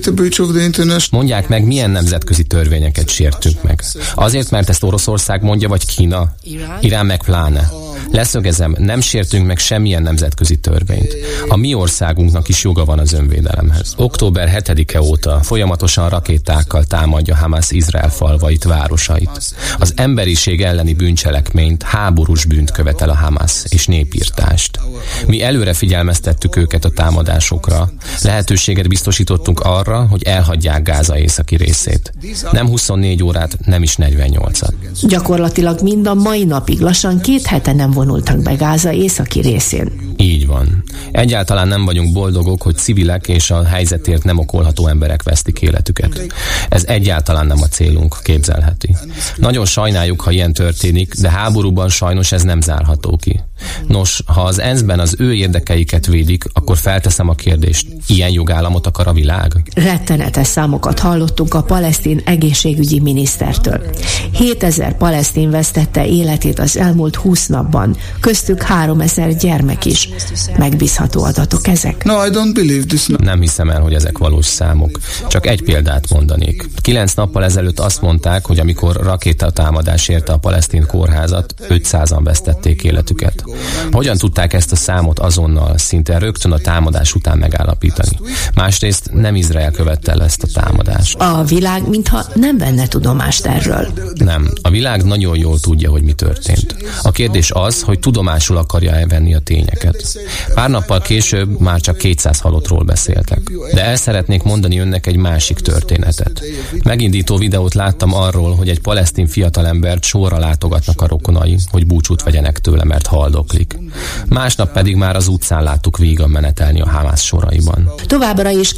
Mondják meg, milyen nemzetközi törvényeket sértünk meg. Azért, mert ezt Oroszország mondja, vagy Kína? Irán meg pláne. Leszögezem, nem sértünk meg semmilyen nemzetközi törvényt. A mi országunknak is joga van az önvédelemhez. Október 7-e óta folyamatosan rakétákkal támadja Hamász Izrael falvait, városait. Az emberiség elleni bűncselekményt, háborús bűnt követel a Hamász és népírtást. Mi előre figyelmeztettük őket a támadásokra. Lehetőséget biztosítottunk arra, hogy elhagyják Gáza északi részét. Nem 24 órát, nem is 48-at.
Gyakorlatilag mind a mai napig lassan 2 hete nem vonultak be Gáza északi részén.
Így van. Egyáltalán nem vagyunk boldogok, hogy civilek és a helyzetért nem okolható emberek vesztik életüket. Ez egyáltalán nem a célunk, képzelheti. Nagyon sajnáljuk, ha ilyen történik, de háborúban sajnos ez nem zárható ki. Nos, ha az ENSZ-ben az ő érdekeiket védik, akkor felteszem a kérdést, ilyen jogállamot akar a világ?
Rettenetes számokat hallottunk a palesztin egészségügyi minisztertől. 7000 palesztin vesztette életét az elmúlt 20 napban, köztük 3000 gyermek is. Megbízható adatok ezek?
No, I don't believe this.
Nem hiszem el, hogy ezek valós számok. Csak egy példát mondanék. 9 nappal ezelőtt azt mondták, hogy amikor rakétatámadás érte a palesztin kórházat, 500-an vesztették életüket. Hogyan tudták ezt a számot azonnal, szinte rögtön a támadás után megállapítani? Másrészt nem Izrael követte el ezt a támadást.
A világ mintha nem venne tudomást erről.
Nem. A világ nagyon jól tudja, hogy mi történt. A kérdés az, hogy tudomásul akarja venni a tényeket. Pár nappal később már csak 200 halottról beszéltek. De el szeretnék mondani önnek egy másik történetet. Megindító videót láttam arról, hogy egy palesztin fiatalembert sorra látogatnak a rokonai, hogy búcsút vegyenek tőle, mert haldoklik. Másnap pedig már az utcán láttuk vígan menetelni a Hamász soraiban.
Továbbra is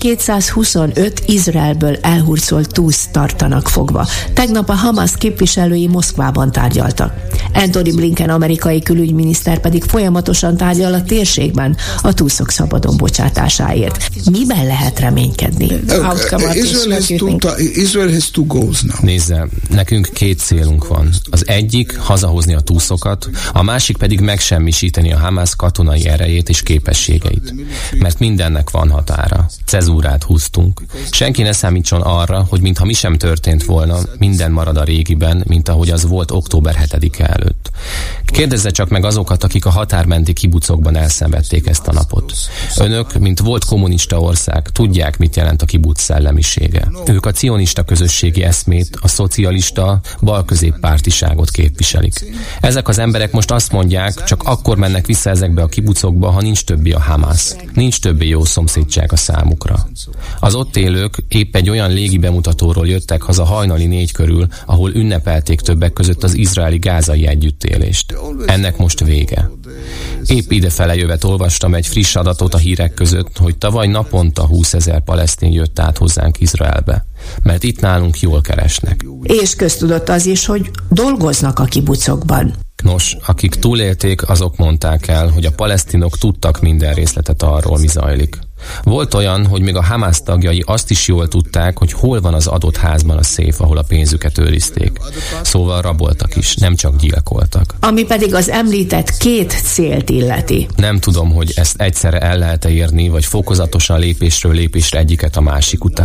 225 Izraelből elhurcolt túsz tartanak fogva. Tegnap a Hamász képviselői Moszkvában tárgyaltak. Antony Blinken amerikai külügyminiszter pedig folyamatosan tárgyal a térségben a túszok szabadon bocsátásáért. Miben lehet reménykedni?
Israel has 2 goals now.
Nézze, nekünk 2 célunk van. Az egyik hazahozni a túszokat, a másik pedig megsemmisíteni a Hamász katonai erejét és képességeit. Mert mindennek van határa. Cezúrát húztunk. Senki ne számítson arra, hogy mintha mi sem történt volna, minden marad a régiben, mint ahogy az volt október 7-e előtt. Kérdezze csak meg azokat, akik a határmenti kibucokban elszenvedték ezt a napot. Önök, mint volt kommunista ország, tudják, mit jelent a kibuc szellemisége. Ők a cionista közösségi eszmét, a szocialista, balközéppártiságot képviselik. Ezek az emberek most azt mondják, csak akkor mennek vissza ezekbe a kibucokba, ha nincs többé a Hamász. Nincs többé jó szomszédság a számukra. Az ott élők épp egy olyan légi bemutatóról jöttek haza hajnali 4 körül, ahol ünnepelték többek között az izraeli-gázai együttélést. Ennek most vége. Épp idefele jövet olvastam egy friss adatot a hírek között, hogy tavaly naponta 20 000 palesztin jött át hozzánk Izraelbe, mert itt nálunk jól keresnek.
És köztudott az is, hogy dolgoznak a kibucokban.
Nos, akik túlélték, azok mondták el, hogy a palesztinok tudtak minden részletet arról, mi zajlik. Volt olyan, hogy még a Hamász tagjai azt is jól tudták, hogy hol van az adott házban a széf, ahol a pénzüket őrizték. Szóval raboltak is, nem csak gyilkoltak.
Ami pedig az említett 2 célt illeti.
Nem tudom, hogy ezt egyszerre el lehet-e érni, vagy fokozatosan lépésről lépésre egyiket a másik után.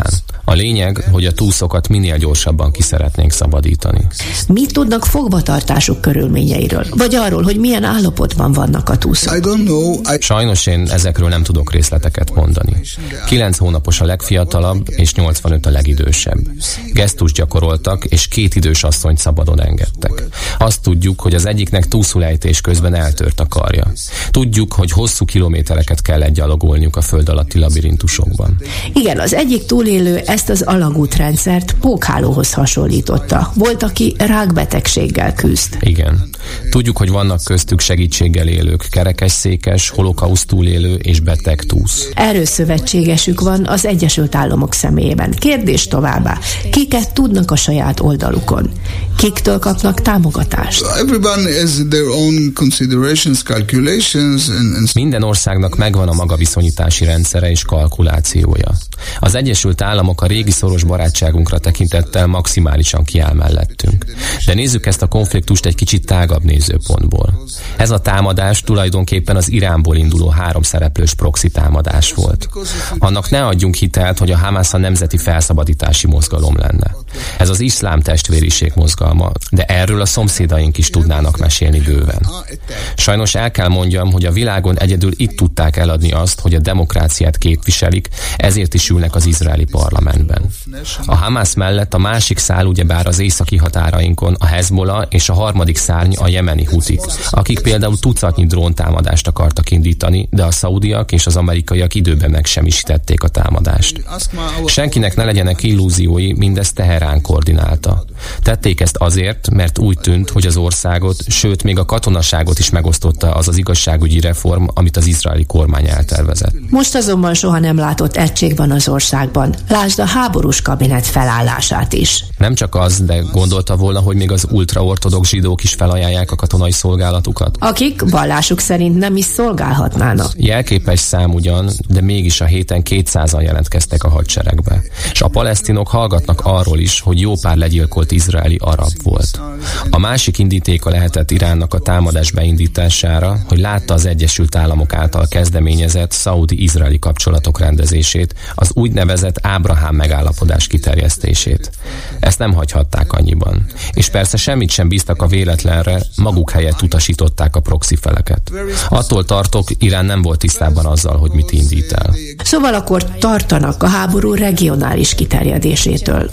A lényeg, hogy a túszokat minél gyorsabban ki szeretnénk szabadítani.
Mit tudnak fogvatartásuk körülményeiről? Vagy arról, hogy milyen állapotban vannak a túszok?
Sajnos én ezekről nem tudok részleteket mondani. 9 hónapos a legfiatalabb, és 85 a legidősebb. Gesztust gyakoroltak, és 2 idős asszonyt szabadon engedtek. Azt tudjuk, hogy az egyiknek túszulejtés közben eltört a karja. Tudjuk, hogy hosszú kilométereket kellett gyalogolniuk a föld alatti labirintusokban.
Igen, az egyik túlélő ezt az alagútrendszert pókhálóhoz hasonlította. Volt, aki rákbetegséggel küzd.
Igen. Tudjuk, hogy vannak köztük segítséggel élők, kerekesszékes, holokauszt túlélő és beteg túsz.
Erőszövetségesük van az Egyesült Államok személyében. Kérdés továbbá, kiket tudnak a saját oldalukon? Kiktől kapnak támogatást?
Minden országnak megvan a maga viszonyítási rendszere és kalkulációja. Az Egyesült Államok a régi szoros barátságunkra tekintettel maximálisan kiáll mellettünk. De nézzük ezt a konfliktust egy kicsit tágabb nézőpontból. Ez a támadás tulajdonképpen az Iránból induló 3 szereplős proxy támadás volt. Annak ne adjunk hitelt, hogy a Hamász a nemzeti felszabadítási mozgalom lenne. Ez az iszlám testvériség mozgalma, de erről a szomszédaink is tudnának mesélni bőven. Sajnos el kell mondjam, hogy a világon egyedül itt tudták eladni azt, hogy a demokráciát képviselik, ezért is ülnek az izraeli parlamentben. A Hamász mellett a másik szál ugyebár az északi határainkon a Hezbollah és a harmadik szárny a jemeni hutik, akik például tucatnyi dróntámadást akartak indítani, de a szaudiak és az amerikaiak időben megsemmisítették a támadást. Senkinek ne legyenek illúziói, mindezt Teherán koordinálta. Tették ezt azért, mert úgy tűnt, hogy az országot, sőt még a katonaságot is megosztotta az igazságügyi reform, amit az izraeli kormány eltervezett.
Most azonban soha nem látott egység van az országban. Lásd a háborús kabinet felállását is.
Nem csak az, de gondolta volna, hogy még az ultraortodox zsidók is felajánlják a katonai szolgálatukat?
Akik vallásuk szerint nem is szolgálhatnának.
Jelképes szám ugyan, de mégis a héten 200-an jelentkeztek a hadseregbe. És a palesztinok hallgatnak arról is, hogy jó pár legyilkolt izraeli arab volt. A másik indítéka lehetett Iránnak a támadás beindítására, hogy látta az Egyesült Államok által kezdeményezett szaudi-izraeli kapcsolatok rendezését, az úgynevezett Ábrahám megállapodás kiterjesztését. Ezt nem hagyhatták annyiban. És persze semmit sem bíztak a véletlenre, maguk helyett utasították a proxy feleket. Attól tartok, Irán nem volt tisztában azzal, hogy mit indít el.
Szóval akkor tartanak a háború regionális kiterjedésétől.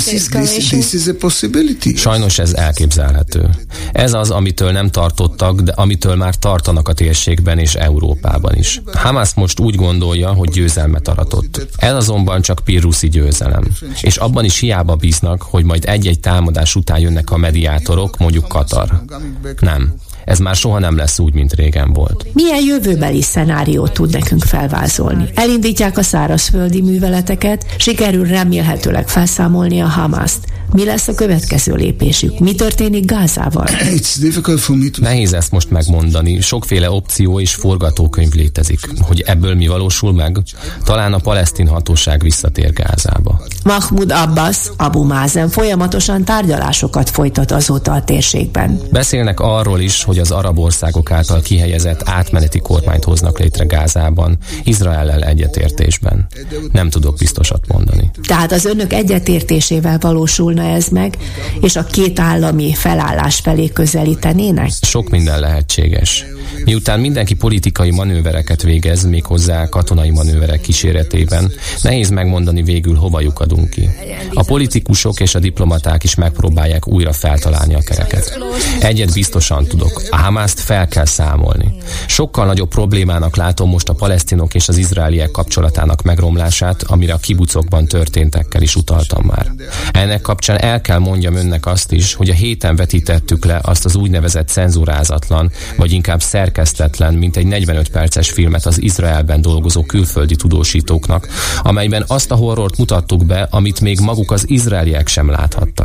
Sajnos ez elképzelhető. Ez az, amitől nem tartottak, de amitől már tartanak a térségben és Európában is. Hamász most úgy gondolja, hogy győzelmet aratott. Ez azonban csak pirruszi győzelem. És abban is hiába bíznak, hogy majd egy-egy támadás után jönnek a mediátorok, mondjuk Katar. Nem. Ez már soha nem lesz úgy, mint régen volt.
Milyen jövőbeli szenáriót tud nekünk felvázolni? Elindítják a szárazföldi műveleteket, sikerül remélhetőleg felszámolni a Hamászt. Mi lesz a következő lépésük? Mi történik Gázával?
Nehéz ezt most megmondani. Sokféle opció és forgatókönyv létezik. Hogy ebből mi valósul meg? Talán a palesztin hatóság visszatér Gázába.
Mahmoud Abbas, Abu Mazen folyamatosan tárgyalásokat folytat azóta a térségben.
Beszélnek arról is, hogy az arab országok által kihelyezett átmeneti kormányt hoznak létre Gázában, Izraellel egyetértésben. Nem tudok biztosat mondani.
Tehát az önök egyetértésével valósulna ez meg, és a két állami felállás felé közelítenének?
Sok minden lehetséges. Miután mindenki politikai manővereket végez, méghozzá katonai manőverek kíséretében, nehéz megmondani végül, hova lyukadunk ki. A politikusok és a diplomaták is megpróbálják újra feltalálni a kereket. Egyet biztosan tudok, a Hamászt fel kell számolni. Sokkal nagyobb problémának látom most a palesztinok és az izraeliek kapcsolatának megromlását, amire a kibucokban történtekkel is utaltam már. Ennek kapcsán el kell mondjam önnek azt is, hogy a héten vetítettük le azt az úgynevezett cenzúrázatlan, vagy inkább szerkesztetlen, mint egy 45 perces filmet az Izraelben dolgozó külföldi tudósítóknak, amelyben azt a horrort mutattuk be, amit még maguk az izraeliek sem láthattak.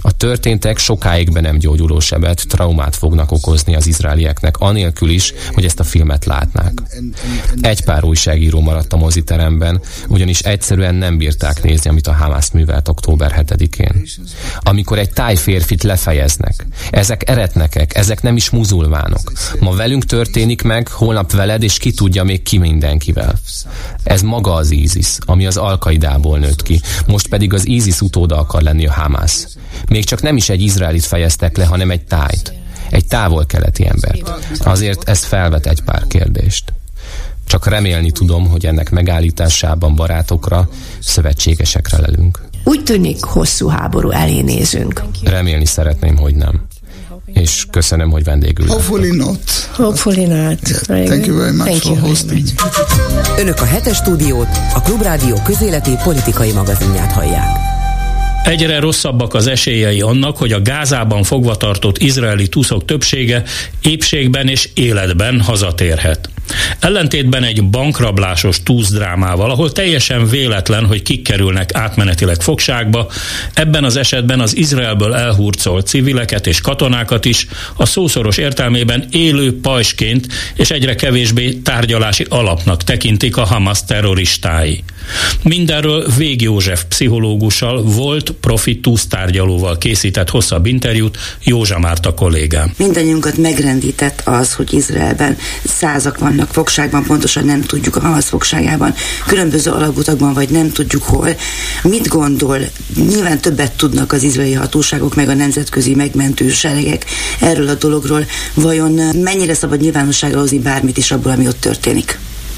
A történtek sokáig be nem gyógyuló sebet, traumát fognak okozni az izraelieknek, anélkül is, hogy ezt a filmet látnák. Egy pár újságíró maradt a moziteremben, ugyanis egyszerűen nem bírták nézni, amit a Hamász művelt október 7-én. Amikor egy táj férfit lefejeznek, ezek eretnekek, ezek nem is muzulmánok. Ma velünk történik meg, holnap veled, és ki tudja még ki mindenkivel. Ez maga az ISIS, ami az Al-Qaidából nőtt ki, most pedig az ISIS utóda akar lenni a Hamász. Még csak nem is egy izraelit fejeztek le, hanem egy tájt. Egy távol-keleti embert. Azért ez felvet egy pár kérdést. Csak remélni tudom, hogy ennek megállításában barátokra, szövetségesekre lelünk.
Úgy tűnik, hosszú háború elé nézünk.
Remélni szeretném, hogy nem. És köszönöm, hogy vendégül láttak.
Hopefully not.
Hopefully not.
Yeah. Thank you very much for hosting.
Önök a Hetes Stúdiót, a Klubrádió közéleti politikai magazinját hallják.
Egyre rosszabbak az esélyei annak, hogy a Gázában fogvatartott izraeli túszok többsége épségben és életben hazatérhet. Ellentétben egy bankrablásos túszdrámával, ahol teljesen véletlen, hogy kik kerülnek átmenetileg fogságba, ebben az esetben az Izraelből elhurcolt civileket és katonákat is a szószoros értelmében élő pajsként és egyre kevésbé tárgyalási alapnak tekintik a Hamász terroristái. Mindenről Vég József pszichológussal, volt profi túsztárgyalóval készített hosszabb interjút Józsa Márta kollégám.
Mindannyiunkat megrendített az, hogy Izraelben százak vannak fogságban, pontosan nem tudjuk a Hamász fogságában, különböző alagutakban, vagy nem tudjuk hol. Mit gondol? Nyilván többet tudnak az izraeli hatóságok, meg a nemzetközi megmentő seregek erről a dologról. Vajon mennyire szabad nyilvánosságra hozni bármit is abból, ami ott történik?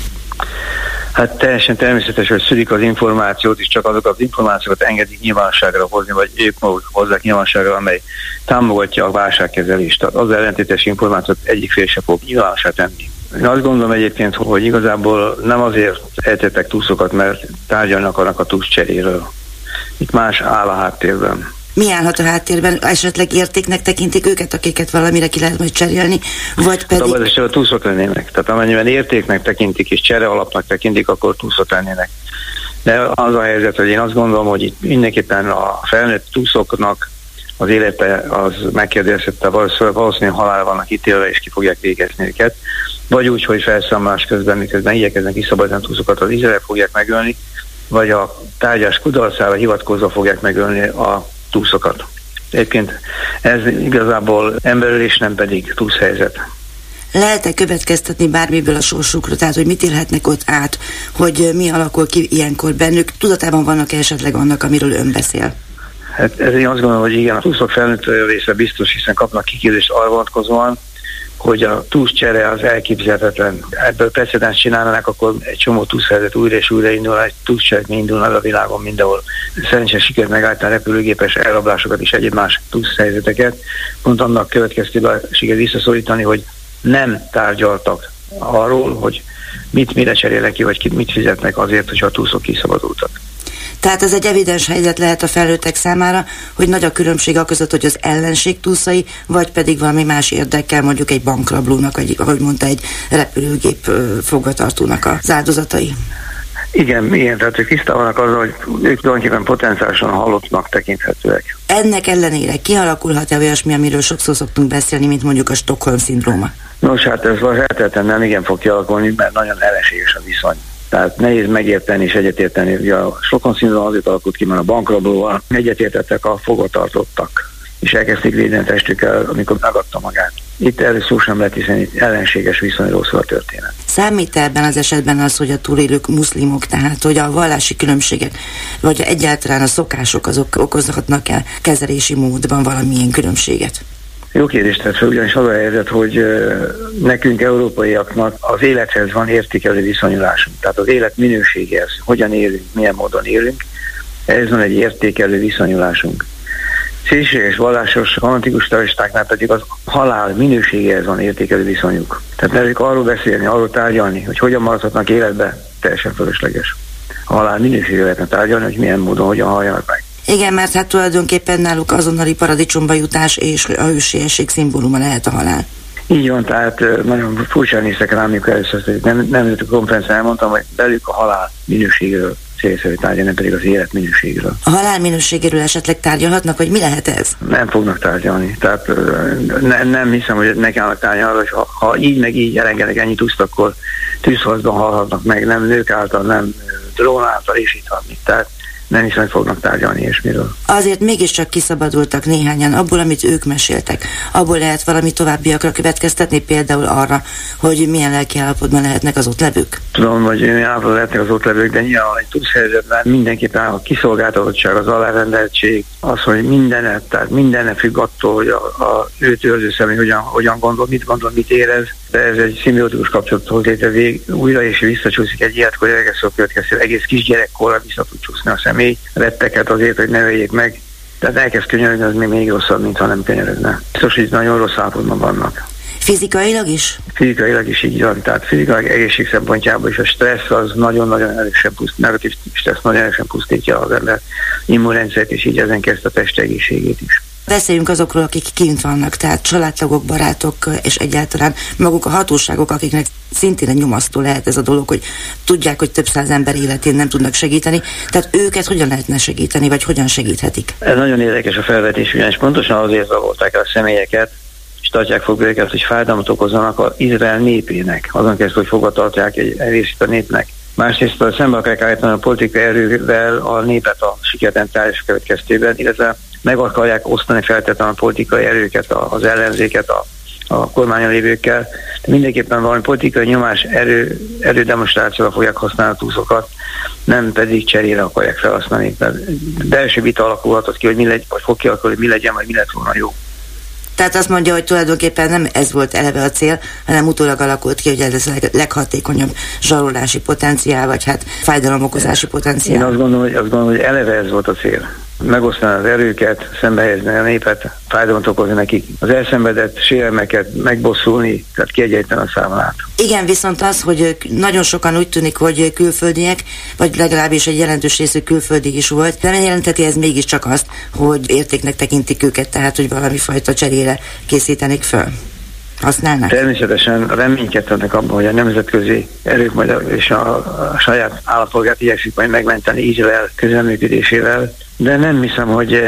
Hát teljesen természetes, hogy szülik az információt, és csak azok az információkat engedik nyilvánosságra hozni, vagy ők maguk hozzák nyilvánosságra, amely támogatja a válságkezelést. Tehát az ellentétes információt egyik fél se fog nyilvánossá tenni. Én azt gondolom egyébként, hogy igazából nem azért eltettek túszokat, mert tárgyalni akarnak a túszcseréről. Itt más áll a háttérben.
Mi állhat a háttérben? Esetleg értéknek tekintik őket, akiket valamire ki lehet majd cserélni, vagy pedig...
Abban esetben túszok lennének. Tehát amennyiben értéknek tekintik és csere alapnak tekintik, akkor túszok lennének. De az a helyzet, hogy én azt gondolom, hogy itt mindenképpen a felnőtt túszoknak az élete az megkérdezhette, valószínűleg halálra vannak ítélve, és ki fogják végezni őket. Vagy úgy, hogy felszámolás közben, miközben igyekeznek kiszabadítani túszokat, az Izrael fogják megölni, vagy a tárgyás kudarcára hivatkozva fogják megölni a túszokat. Egyébként ez igazából emberölés, nem pedig túszhelyzet.
Lehet-e következtetni bármiből a sorsukra, tehát hogy mit élhetnek ott át, hogy mi alakul ki ilyenkor bennük, tudatában vannak esetleg annak, amiről ön beszél?
Hát ez én azt gondolom, hogy igen, a túszok felnőtt része biztos, hiszen kapnak kiképzést arra vonatkozóan, hogy a túszcsere az elképzelhetetlen. Ebből precedens csinálnának, akkor egy csomó túszhelyzet újra és újra indul, egy túszcselekmény indulna a világon mindenhol. Szerencsére sikerült megállítani repülőgépes elrablásokat és egyéb más túszhelyzeteket. Pont annak következtében sikerült visszaszorítani, hogy nem tárgyaltak arról, hogy mire cserélnek ki, vagy mit fizetnek azért, hogyha a túszok kiszabadultak.
Tehát ez egy evidens helyzet lehet a felnőttek számára, hogy nagy a különbség között, hogy az ellenség túszai, vagy pedig valami más érdekkel, mondjuk egy bankrablónak, vagy ahogy mondta, egy repülőgép fogvatartónak az áldozatai.
Igen, tehát ők tisztában vannak azzal, hogy ők tulajdonképpen potenciálisan halottnak tekinthetőek.
Ennek ellenére kialakulhat-e olyasmi, amiről sokszor szoktunk beszélni, mint mondjuk a Stockholm-szindróma?
Nos, hát ez valószínűleg nem igen fog kialakulni, mert nagyon ellenséges a viszony. Tehát nehéz megérteni és egyetérteni. Ugye a Stockholm-szindróma azért alakult ki, mert a bankrablóval egyetértettek a fogvatartottak, és elkezdték védeni testükkel, amikor megadta magát. Itt erről szó sem lehet, hiszen itt ellenséges viszonyról szól a történet.
Számít ebben az esetben az, hogy a túlélők muszlimok, tehát hogy a vallási különbségek, vagy egyáltalán a szokások azok okozhatnak-e kezelési módban valamilyen különbséget?
Jó kérdést tett fel, ugyanis az a helyzet, hogy nekünk, európaiaknak az élethez van értékelő viszonyulásunk. Tehát az élet minőségéhez, hogyan élünk, milyen módon élünk, ehhez van egy értékelő viszonyulásunk. Szélsőséges vallásos fanatikus terroristáknál pedig az halál minőségéhez van értékelő viszonyuk. Tehát nevük arról beszélni, arról tárgyalni, hogy hogyan maradhatnak életbe, teljesen fölösleges. A halál minőségével lehetne tárgyalni, hogy milyen módon, hogyan haljanak meg.
Igen, mert hát tulajdonképpen náluk azonnali paradicsomba jutás és a hősiesség szimbóluma lehet a halál.
Így van, tehát nagyon furcsán néztek rám, amikor először nemzeti konferencián elmondtam, hogy belük a halál minőségéről célszerű tárgyalni, nem pedig az élet minőségéről.
A halál minőségéről esetleg tárgyalhatnak, vagy mi lehet ez?
Nem fognak tárgyalni. Tehát nem hiszem, hogy neki állnak tárgyalni, hogy ha így meg így elengednek ennyi tuszt, akkor tűzharcban halhatnak meg, nem nők által, nem drón által, és itt hadni. Tehát nem hiszem, hogy fognak tárgyalni ilyesmiről.
Azért mégiscsak kiszabadultak néhányan abból, amit ők meséltek. Abból lehet valami továbbiakra következtetni, például arra, hogy milyen lelki állapotban lehetnek az ott levők.
Tudom, hogy milyen állapotban lehetnek az ott levők, de nyilván egy túlszhelyzetben mindenképpen a kiszolgáltatottság, az alárendeltség, az, hogy mindenne függ attól, hogy a őt őrző személy hogyan gondol, mit érez, de ez egy szimbiotikus kapcsolatot hoz létre, újra és visszacsúszik egy életkor érkező következő, egész kisgyerekkorra vissza tud csúszni a személy, retteket azért, hogy ne öljék meg, tehát elkezd könyörögni, az még rosszabb, mintha nem könyörögne. Biztos, hogy nagyon rossz állapotban vannak.
Fizikailag is?
Fizikailag is így van, tehát fizikailag egészség szempontjából is a stressz az nagyon-nagyon erősen negatív stressz nagyon erősen pusztítja az ember immunrendszert, és így ezen kezd a test egészségét is.
Beszéljünk azokról, akik kint vannak, tehát családtagok, barátok, és egyáltalán maguk a hatóságok, akiknek szintén egy nyomasztó lehet ez a dolog, hogy tudják, hogy több száz ember életén nem tudnak segíteni. Tehát őket hogyan lehetne segíteni, vagy hogyan segíthetik?
Ez nagyon érdekes a felvetés, ugyanis pontosan azért zavarták el a személyeket, és tartják fogva őket, hogy fájdalmat okozzanak az Izrael népének. Azon keresztül, hogy fogva tartják egy részét a népnek. Másrészt szembe akarják állítani a politikai erővel a népet a sikertelen tárgyalás következtében, illetve meg akarják osztani feltétlenül a politikai erőket, az ellenzéket a kormányon lévőkkel. De mindenképpen valami politikai nyomás erődemonstrációra fogják használni a túszokat, nem pedig cserére akarják felhasználni. Belső vita alakulhatott ki, hogy mi legyen, vagy fog kialakulni, hogy mi legyen, vagy mi lett volna jó.
Tehát azt mondja, hogy tulajdonképpen nem ez volt eleve a cél, hanem utólag alakult ki, hogy ez a leghatékonyabb zsarolási potenciál, vagy hát fájdalomokozási potenciál.
Én azt gondolom, hogy eleve ez volt a cél. Megosztani az erőket, szembehelyezni a népet, fájdalmat okozni nekik, az elszenvedett sérelmeket megbosszulni, tehát kiegyenlíteni a számlát.
Igen, viszont az, hogy nagyon sokan úgy tűnik, hogy külföldiek, vagy legalábbis egy jelentős részük külföldi is volt, de nem jelenteti ez mégiscsak azt, hogy értéknek tekintik őket, tehát hogy valami fajta cserére készítenik föl. Használnak?
Természetesen reménykedhetnek abban, hogy a nemzetközi erők majd és a saját állampolgárt igyekszik majd megmenteni Izrael közreműködésével, de nem hiszem, hogy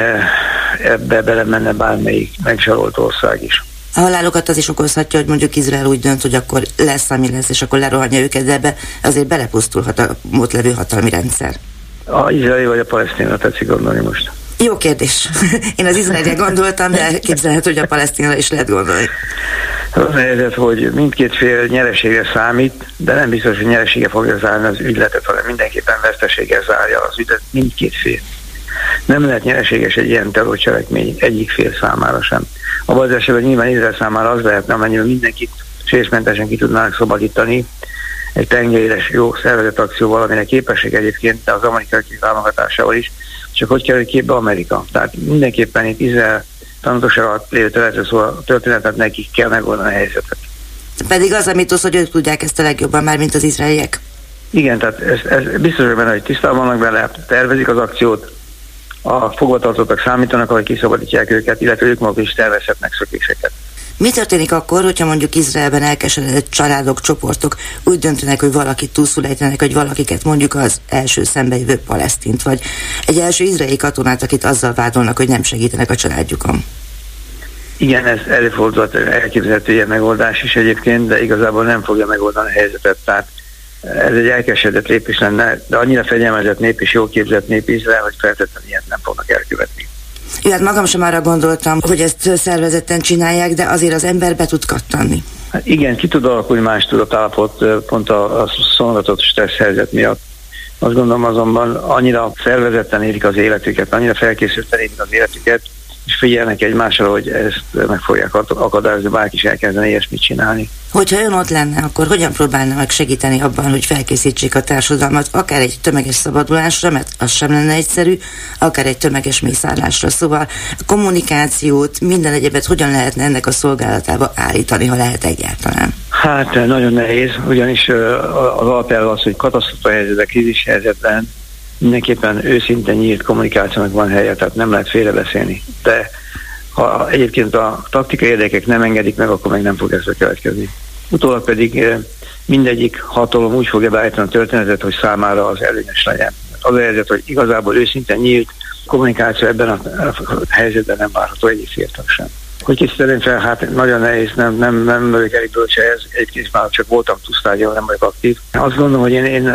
ebbe belemenne bármelyik megzsarolt ország is.
A halálokat az is okozhatja, hogy mondjuk Izrael úgy dönt, hogy akkor lesz, ami lesz, és akkor lerohanja őket, de ebbe azért belepusztulhat a ott levő hatalmi rendszer.
A izraeli vagy a palesztinra tetszik gondolni most?
Jó kérdés. Én az izraelre gondoltam, de képzelhető, hogy a palesztinra is lehet gondolni.
Az a helyzet, hogy mindkét fél nyeresége számít, de nem biztos, hogy nyeresége fogja zárni az ügyletet, hanem mindenképpen veszteséggel zárja az ügylet mindkét fél. Nem lehet nyereséges egy ilyen terrorcselekmény egyik fél számára sem. Abban az esetben nyilván Izrael számára az lehetne, amennyiben mindenkit sérülésmentesen ki tudnának szabadítani egy tengeréres jó szervezett akcióval, aminek képesség egyébként az amerikai támogatásával is, csak hogy kerül képbe Amerika. Tehát mindenképpen itt Izrael tanultóság alatt lévő területre, szóval a történetet nekik kell megoldani a helyzetet.
Pedig az, amit hogy ők tudják ezt a legjobban már, mint az izraeliek.
Igen, tehát ez biztos, hogy benne, hogy tisztában vannak vele, tervezik az akciót, a fogvatartottak számítanak, ahogy kiszabadítják őket, illetve ők maguk is tervezhetnek szökéseket.
Mi történik akkor, hogyha mondjuk Izraelben elkeseredett családok, csoportok úgy döntenek, hogy valakit túlszul ejtenek, hogy valakiket mondjuk az első szembejövő palesztint, vagy egy első izraeli katonát, akit azzal vádolnak, hogy nem segítenek a családjukon?
Igen, ez előfordulhat, elképzelhető ilyen megoldás is egyébként, de igazából nem fogja megoldani a helyzetet. Tehát ez egy elkeseredett lépés lenne, de annyira fegyelmezett nép és jól képzett nép Izrael, hogy feltétlenül ilyet nem fognak elkövetni.
Hát magam sem arra gondoltam, hogy ezt szervezetten csinálják, de azért az ember be tud kattanni.
Hát igen, ki tud alakulni más tudatállapot pont a szolgáltatott stressz helyzet miatt. Azt gondolom azonban annyira szervezetten élik az életüket, annyira felkészülten élik az életüket, és figyelnek egymásra, hogy ezt meg fogják akadályozni, bárki is elkezdeni ilyesmit csinálni.
Hogyha ön ott lenne, akkor hogyan próbálna meg segíteni abban, hogy felkészítsék a társadalmat, akár egy tömeges szabadulásra, mert az sem lenne egyszerű, akár egy tömeges mészárlásra. Szóval a kommunikációt, minden egyebet hogyan lehetne ennek a szolgálatába állítani, ha lehet egyáltalán?
Hát nagyon nehéz, ugyanis az alapelv az, hogy katasztrófa helyzetben, krízis helyzetben mindenképpen őszintén nyílt kommunikációnak van helye, tehát nem lehet félrebeszélni. De ha egyébként a taktikai érdekek nem engedik meg, akkor meg nem fog ez következni. Utólag pedig mindegyik hatalom úgy fogja beállítani a történetet, hogy számára az előnyös legyen. Az a helyzet, hogy igazából őszintén nyílt kommunikáció ebben a helyzetben nem várható egyébként sem. Hogy készítenem fel, hát nagyon nehéz, nem vagyok elég bölcs ehhez, egyébként már csak voltam tusztárgyon, nem vagyok aktív. Azt gondolom, hogy én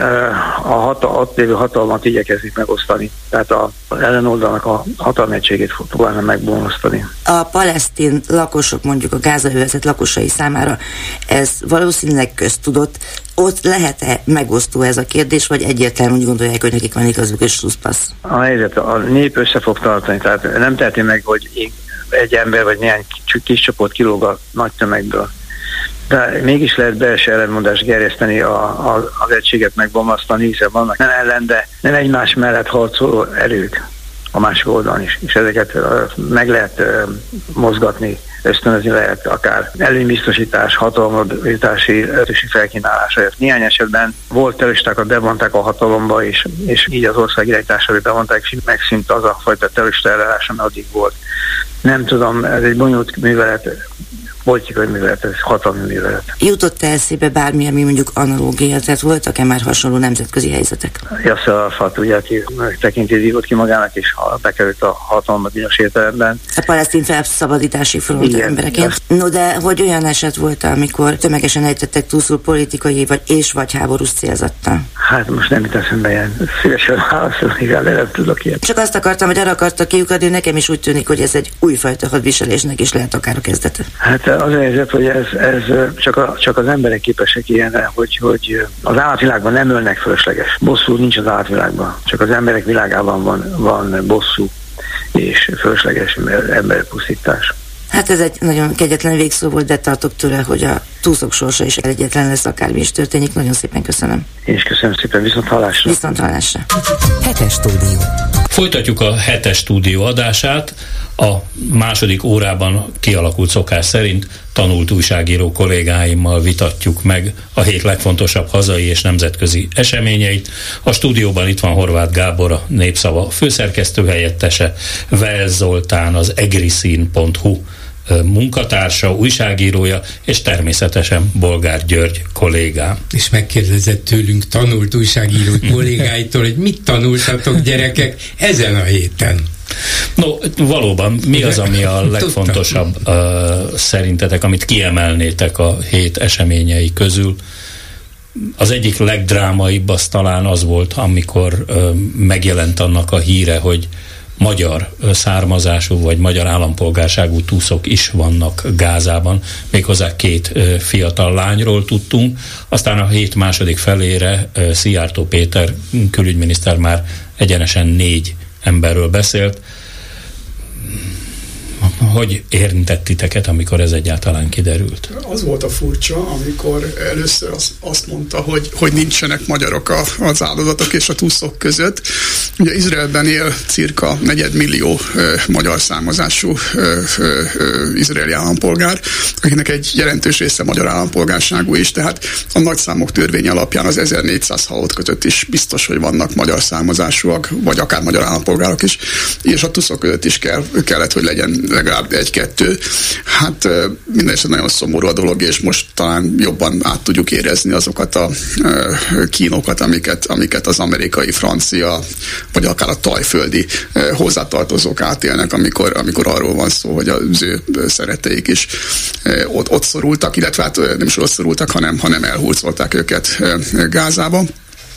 ott lévő hatalmat igyekeznék megosztani, tehát az ellenoldalnak a hatalmi egységét próbálnám megbomlasztani.
A palesztin lakosok, mondjuk a Gázaövezet lakosai számára ez valószínűleg köztudott. Ott lehet-e megosztó ez a kérdés, vagy egyértelműen úgy gondolják, hogy nekik van igazuk és slusszpassz?
A helyzet, a nép össze fog tartani, tehát nem teheti meg, hogy egy ember vagy néhány kis csoport kilóg a nagy tömegből. De mégis lehet belső ellenmondást gerjeszteni, az egységet megbomlasztani, hiszen vannak nem ellen, de nem egymás mellett harcoló erők a másik oldalon is. És ezeket meg lehet mozgatni, ösztönözni lehet, akár előnybiztosítás, hatalomabítási felkínálása. Néhány esetben volt terroristákat bevonták a hatalomba, és így az ország irányítását bevonták, megszűnt az a fajta terrorista ellenállás, ami addig volt. Nem tudom, ez egy bonyolult művelet, politikai művelet, ez hatalmi művelet.
Jutott-e eszébe bármi, ami mondjuk analógia, tehát voltak-e már hasonló nemzetközi helyzetek?
Yasser Arafat, ugye, aki tekintélyt írott ki magának, és bekerült a hatalomba bizonyos értelemben.
A palesztin felszabadítási front embereként. No, de hogy olyan eset volt, amikor tömegesen ejtettek túlszul politikai vagy háborús célzattal?
Hát most nem jut eszembe ilyen szívesen válaszolni, de nem tudok ilyet.
Csak azt akartam, hogy arra akartak kiukadni, nekem is úgy tűnik, hogy ez egy újfajta hadviselésnek is lehet akár a kezdete.
Hát az a helyzet, hogy ez csak az emberek képesek ilyenre, hogy az állatvilágban nem ölnek fölösleges. Bosszú nincs az állatvilágban, csak az emberek világában van bosszú és fölösleges emberpusztítás.
Hát ez egy nagyon kegyetlen végszó volt, de tartok tőle, hogy a túszok sorsa is egyetlen lesz, akármi is történik. Nagyon szépen köszönöm.
Én is köszönöm szépen, viszont hallásra.
Viszont hallásra.
Hetes stúdió.
Folytatjuk a hetes stúdió adását. A második órában kialakult szokás szerint tanult újságíró kollégáimmal vitatjuk meg a hét legfontosabb hazai és nemzetközi eseményeit. A stúdióban itt van Horváth Gábor, a Népszava főszerkesztő helyettese, Wells Zoltán, az egriszín.hu munkatársa, újságírója, és természetesen Bolgár György kollégám.
És megkérdezett tőlünk tanult újságíró kollégáitól, hogy mit tanultatok, gyerekek, ezen a héten?
No, valóban, mi az, ami a legfontosabb szerintetek, amit kiemelnétek a hét eseményei közül? Az egyik legdrámaibb az talán az volt, amikor megjelent annak a híre, hogy magyar származású vagy magyar állampolgárságú túszok is vannak Gázában, méghozzá 2 fiatal lányról tudtunk. Aztán a hét második felére Szijjártó Péter külügyminiszter már egyenesen 4 emberről beszélt. Hogy érintett titeket, amikor ez egyáltalán kiderült?
Az volt a furcsa, amikor először azt mondta, hogy nincsenek magyarok az áldozatok és a túszok között. Ugye Izraelben él cirka 4 millió magyar származású izraeli állampolgár, akinek egy jelentős része magyar állampolgárságú is, tehát a nagyszámok törvény alapján az 1400 halott között is biztos, hogy vannak magyar származásúak, vagy akár magyar állampolgárok is, és a túszok között is kellett, hogy legyen legalább 1-2. Hát minden esetben nagyon szomorú a dolog, és most talán jobban át tudjuk érezni azokat a kínokat, amiket az amerikai, francia, vagy akár a tajföldi hozzátartozók átélnek, amikor arról van szó, hogy az ő szeretteik is ott szorultak, illetve hát nem is ott szorultak, hanem elhurcolták őket Gázába.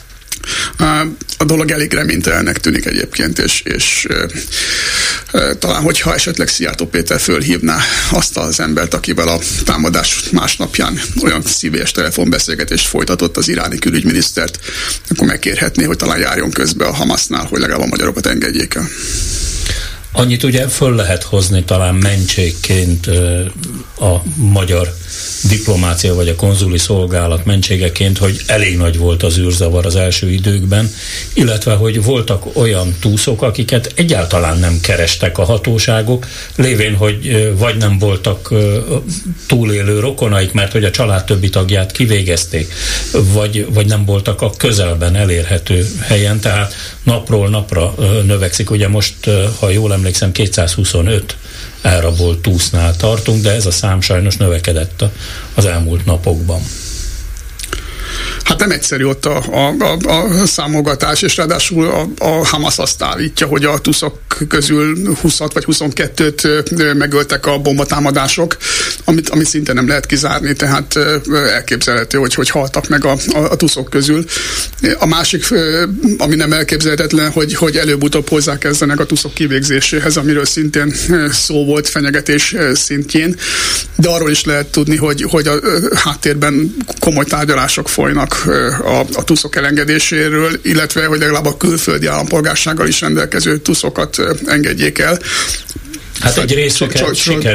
A dolog elég reménytelennek tűnik egyébként, és talán, hogyha esetleg Szijjártó Péter fölhívná azt az embert, akivel a támadás másnapján olyan szívélyes telefonbeszélgetést folytatott, az iráni külügyminisztert, akkor megkérhetné, hogy talán járjon közbe a Hamasnál, hogy legalább a magyarokat engedjék el.
Annyit ugye föl lehet hozni talán mentségként a magyar diplomácia vagy a konzuli szolgálat mentségeként, hogy elég nagy volt az űrzavar az első időkben, illetve hogy voltak olyan túszok, akiket egyáltalán nem kerestek a hatóságok, lévén, hogy vagy nem voltak túlélő rokonaik, mert hogy a család többi tagját kivégezték, vagy nem voltak a közelben elérhető helyen, tehát napról napra növekszik. Ugye most, ha jól emlékszem, 225 elrabolt túsznál tartunk, de ez a szám sajnos növekedett az elmúlt napokban.
Hát nem egyszerű ott a számolgatás, és ráadásul a Hamas azt állítja, hogy a tuszok közül 20 vagy 22-t megöltek a bombatámadások, amit szinte nem lehet kizárni, tehát elképzelhető, hogy haltak meg a tuszok közül. A másik, ami nem elképzelhetetlen, hogy előbb-utóbb hozzákezdenek a tuszok kivégzéséhez, amiről szintén szó volt fenyegetés szintjén, de arról is lehet tudni, hogy a háttérben komoly tárgyalások folynak a tuszok elengedéséről, illetve hogy legalább a külföldi állampolgársággal is rendelkező tuszokat engedjék el.
Hát egy részüket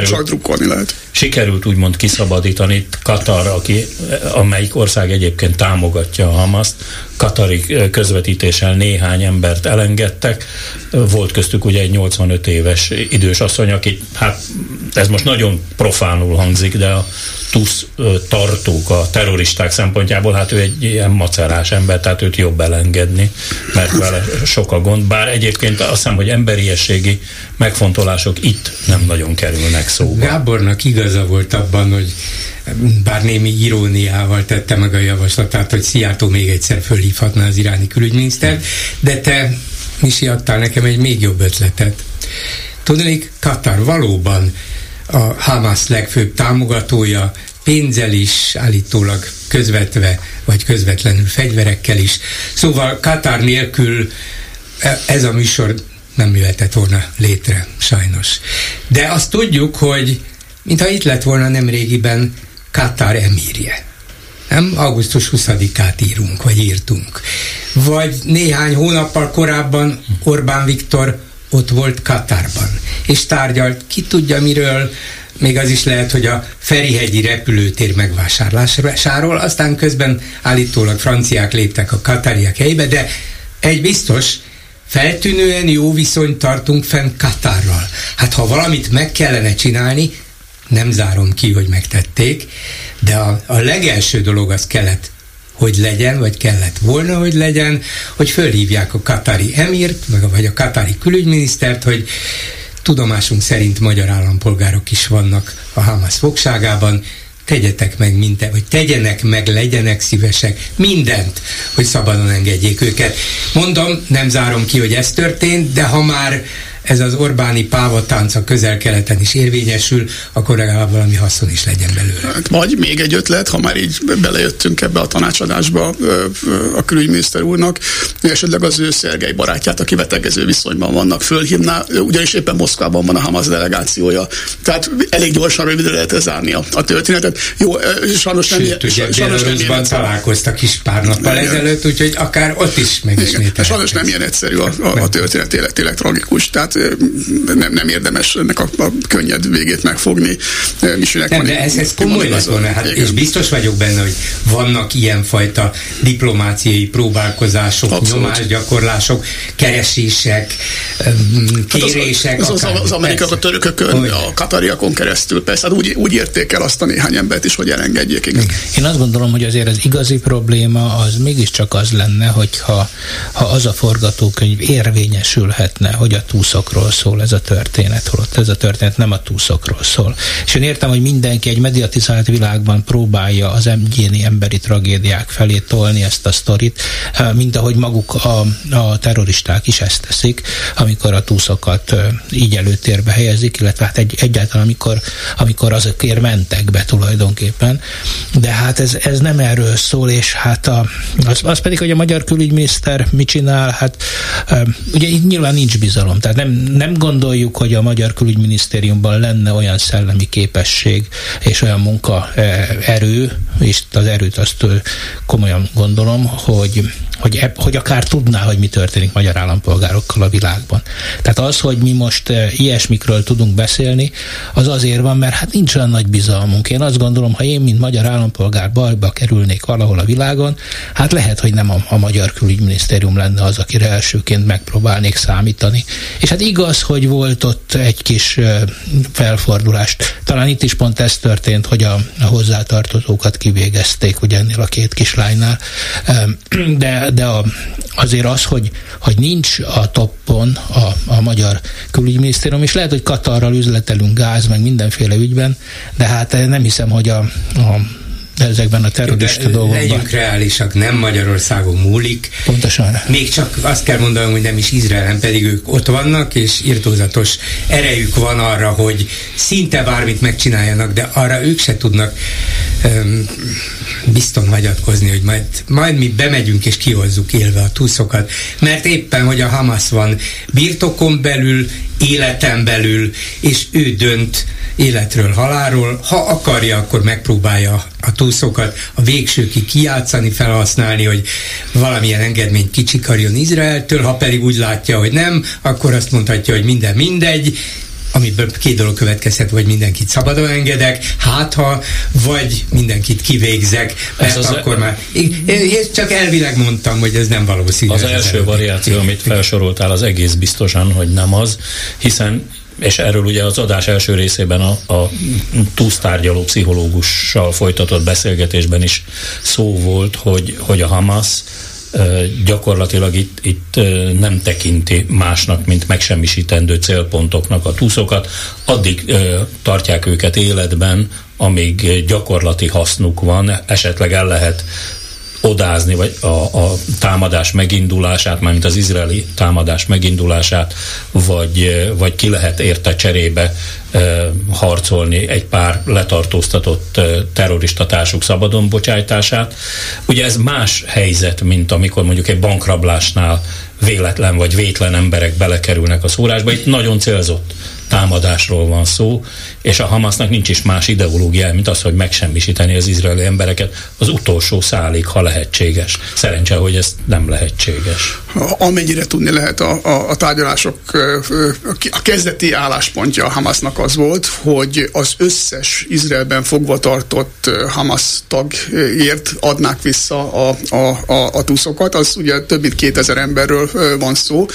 sikerült úgymond kiszabadítani. Katar, amelyik ország egyébként támogatja a Hamaszt, katari közvetítéssel néhány embert elengedtek. Volt köztük ugye egy 85 éves idős asszony, aki, hát ez most nagyon profánul hangzik, de a TUSZ tartók, a terroristák szempontjából, hát ő egy ilyen macerás ember, tehát őt jobb elengedni, mert vele sok a gond. Bár egyébként azt hiszem, hogy emberiességi megfontolások itt nem nagyon kerülnek szóba.
Gábornak igaza volt abban, hogy bár némi iróniával tette meg a javaslatát, hogy Szijjártó még egyszer fölhívhatná az iráni külügyminisztert, de te, Misi, adtál nekem egy még jobb ötletet. Tudnék, Katar valóban a Hamas legfőbb támogatója, pénzzel is, állítólag közvetve, vagy közvetlenül fegyverekkel is. Szóval Katar nélkül ez a műsor nem jöhetett volna létre, sajnos. De azt tudjuk, hogy mintha itt lett volna nemrégiben Katar emírje. Nem? Augusztus 20-át írunk, vagy írtunk. Vagy néhány hónappal korábban Orbán Viktor ott volt Katarban, és tárgyalt, ki tudja miről, még az is lehet, hogy a Ferihegyi repülőtér megvásárlásáról, aztán közben állítólag franciák léptek a katariak helyébe, de egy biztos, feltűnően jó viszonyt tartunk fenn Katarral. Hát ha valamit meg kellene csinálni, nem zárom ki, hogy megtették, de a legelső dolog az kellett, hogy legyen, vagy kellett volna, hogy legyen, hogy fölhívják a katari emírt, vagy a katari külügyminisztert, hogy tudomásunk szerint magyar állampolgárok is vannak a Hamas fogságában, tegyetek meg mindent, vagy tegyenek meg, legyenek szívesek, mindent, hogy szabadon engedjék őket. Mondom, nem zárom ki, hogy ez történt, de ha már ez az Orbáni pávatánc a Közel-Keleten is érvényesül, akkor legalább valami haszon is legyen belőle.
Vagy még egy ötlet, ha már így belejöttünk ebbe a tanácsadásba a külügyminiszter úrnak, esetleg az ő Szergej barátját, aki betegező viszonyban vannak, fölhívná, ugyanis éppen Moszkvában van a Hamas delegációja. Tehát elég gyorsan, rövidre lehet zárni a történetet. Jó, sajnos nem ilyen.
Belarusban találkoztak is pár nappal ezelőtt, úgyhogy akár ott is megismételhetek.
Sajnos nem ilyen egyszerű a történet, tényleg tragikus. Tehát nem érdemes ennek a könnyed végét megfogni.
Nem, de ez komoly lett volna, hát, és biztos vagyok benne, hogy vannak ilyenfajta diplomáciai próbálkozások,
abszolút.
Nyomásgyakorlások, keresések, kérések.
Hát az amerikaiak a törökökön, a katariakon keresztül, persze, hát úgy érték el azt a néhány embert is, hogy elengedjék.
Én azt gondolom, hogy azért az igazi probléma az mégiscsak az lenne, hogyha az a forgatókönyv érvényesülhetne, hogy a túszokról szól ez a történet, holott ez a történet nem a túszokról szól. És én értem, hogy mindenki egy mediatizált világban próbálja az egyéni emberi tragédiák felé tolni ezt a sztorit, mint ahogy maguk a terroristák is ezt teszik, amikor a túszokat így előtérbe helyezik, illetve hát egyáltalán amikor azokért mentek be tulajdonképpen. De hát ez nem erről szól, és hát az pedig, hogy a magyar külügyminiszter mit csinál, hát ugye itt nyilván nincs bizalom, tehát nem gondoljuk, hogy a magyar külügyminisztériumban lenne olyan szellemi képesség és olyan munkaerő, és az erőt azt komolyan gondolom, hogy akár tudná, hogy mi történik magyar állampolgárokkal a világban. Tehát az, hogy mi most ilyesmikről tudunk beszélni, az azért van, mert hát nincs olyan nagy bizalmunk. Én azt gondolom, ha én, mint magyar állampolgár bajba kerülnék valahol a világon, hát lehet, hogy nem a magyar külügyminisztérium lenne az, akire elsőként megpróbálnék számítani. És hát igaz, hogy volt ott egy kis felfordulást. Talán itt is pont ez történt, hogy a hozzátartozókat kivégezték ugye ennél a két kislánynál. De azért az, hogy nincs a toppon a magyar külügyminisztérium, és lehet, hogy Katarral üzletelünk gáz, meg mindenféle ügyben, de hát nem hiszem, hogy a De ezekben a terrorista dolgokban.
Legyünk reálisak, nem Magyarországon múlik.
Pontosan.
Még csak azt kell mondanom, hogy nem is Izraelen, pedig ők ott vannak, és irtózatos erejük van arra, hogy szinte bármit megcsináljanak, de arra ők se tudnak bizton hagyatkozni, hogy majd mi bemegyünk és kihozzuk élve a túszokat, mert éppen, hogy a Hamas van birtokon belül, életen belül, és ő dönt életről, halálról. Ha akarja, akkor megpróbálja a túszokat a végsőkig kijátszani, felhasználni, hogy valamilyen engedményt kicsikarjon Izraeltől, ha pedig úgy látja, hogy nem, akkor azt mondhatja, hogy minden mindegy, amiből két dolog következhet, vagy mindenkit szabadon engedek, vagy mindenkit kivégzek, mert akkor már... Én csak elvileg mondtam, hogy ez nem valószínű.
Az első variáció, amit felsoroltál, az egész biztosan, hogy nem az, hiszen és erről ugye az adás első részében a túsztárgyaló pszichológussal folytatott beszélgetésben is szó volt, hogy a Hamas gyakorlatilag itt nem tekinti másnak, mint megsemmisítendő célpontoknak a túszokat. Addig tartják őket életben, amíg gyakorlati hasznuk van, esetleg el lehet odázni, vagy a támadás megindulását, mármint az izraeli támadás megindulását, vagy ki lehet érte cserébe harcolni egy pár letartóztatott terrorista társuk szabadon bocsájtását. Ugye ez más helyzet, mint amikor mondjuk egy bankrablásnál véletlen vagy vétlen emberek belekerülnek a szórásba. Itt nagyon célzott támadásról van szó, és a Hamasnak nincs is más ideológiája, mint az, hogy megsemmisíteni az izraeli embereket az utolsó szálig, ha lehetséges. Szerencse, hogy ez nem lehetséges.
Amennyire tudni lehet, a tárgyalások a kezdeti álláspontja a Hamasnak az volt, hogy az összes Izraelben fogva tartott Hamas tagért adnák vissza a túszokat. Az ugye több mint 2000 emberről van szó,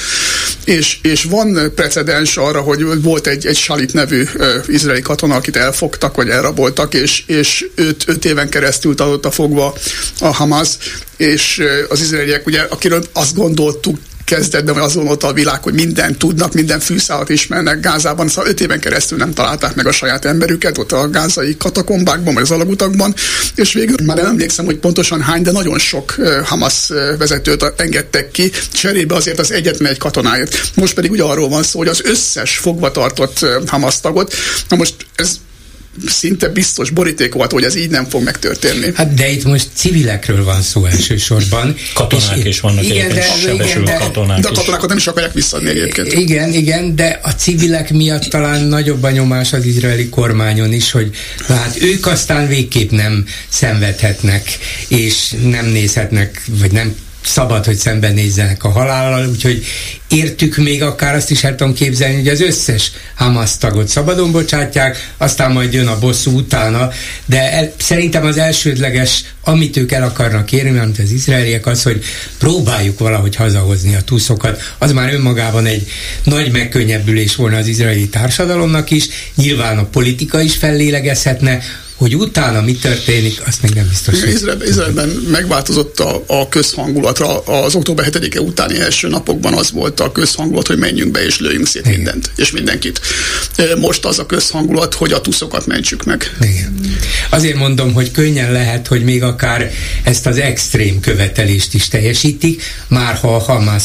és van precedens arra, hogy volt egy Shalit nevű izraeli katona, akit elfogtak, vagy elraboltak, és 5 éven keresztül tartotta fogva a Hamas, és az izraeliek, ugye, akiről azt gondoltuk kezdetben, vagy azt gondolta a világ, hogy mindent tudnak, minden fűszálat ismernek Gázában, szóval 5 éven keresztül nem találták meg a saját emberüket ott a gázai katakombákban, vagy az alagutakban, és végül már nem emlékszem, hogy pontosan hány, de nagyon sok Hamas vezetőt engedtek ki, cserébe azért az egyetlen egy katonáért. Most pedig ugye arról van szó, hogy az összes fogvatartott Hamas tagot, na most ez szinte biztos borítékolható, hogy ez így nem fog megtörténni.
Hát de itt most civilekről van szó elsősorban.
Katonák is vannak, sebesült katonák.
De a katonákat nem is akarják visszadni egyébként.
Igen, de a civilek miatt talán nagyobb a nyomás az izraeli kormányon is, hogy hát ők aztán végképp nem szenvedhetnek, és nem nézhetnek, vagy nem szabad, hogy szembenézzenek a halállal, úgyhogy értük még akár azt is el tudom képzelni, hogy az összes Hamas tagot szabadon bocsátják, aztán majd jön a bosszú utána, de szerintem az elsődleges, amit ők el akarnak érni, mert az izraeliek az, hogy próbáljuk valahogy hazahozni a túszokat, az már önmagában egy nagy megkönnyebbülés volna az izraeli társadalomnak is, nyilván a politika is fellélegezhetne, hogy utána mi történik, azt még nem biztos.
Izraelben megváltozott a közhangulatra. Az október 7-e utáni első napokban az volt a közhangulat, hogy menjünk be és lőjünk szét mindent, és mindenkit. Most az a közhangulat, hogy a tuszokat mentsük meg.
Igen. Azért mondom, hogy könnyen lehet, hogy még akár ezt az extrém követelést is teljesítik, már ha a Hamas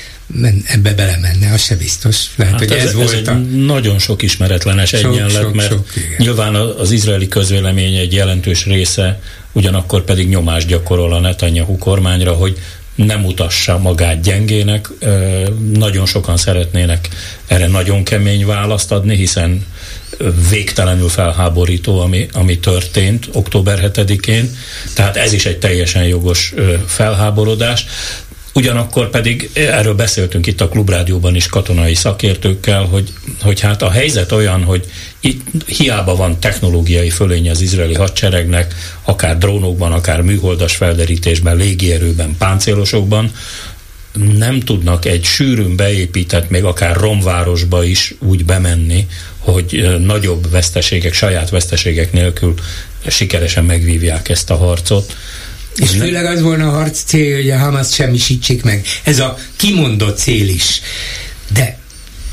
ebbe belemenne, az se biztos. Lehet, hogy ez volt
nagyon sok ismeretlenes egyenlet, mert nyilván az izraeli közvélemény egy jelentős része ugyanakkor pedig nyomást gyakorol a Netanyahu kormányra, hogy nem mutassa magát gyengének. Nagyon sokan szeretnének erre nagyon kemény választ adni, hiszen végtelenül felháborító, ami történt október 7-én. Tehát ez is egy teljesen jogos felháborodás. Ugyanakkor pedig, erről beszéltünk itt a Klubrádióban is katonai szakértőkkel, hogy hát a helyzet olyan, hogy itt hiába van technológiai fölénye az izraeli hadseregnek, akár drónokban, akár műholdas felderítésben, légierőben, páncélosokban, nem tudnak egy sűrűn beépített, még akár romvárosba is úgy bemenni, hogy nagyobb veszteségek, saját veszteségek nélkül sikeresen megvívják ezt a harcot.
És főleg az volna a harc célja, hogy a Hamas semmisítsék meg. Ez a kimondott cél is. De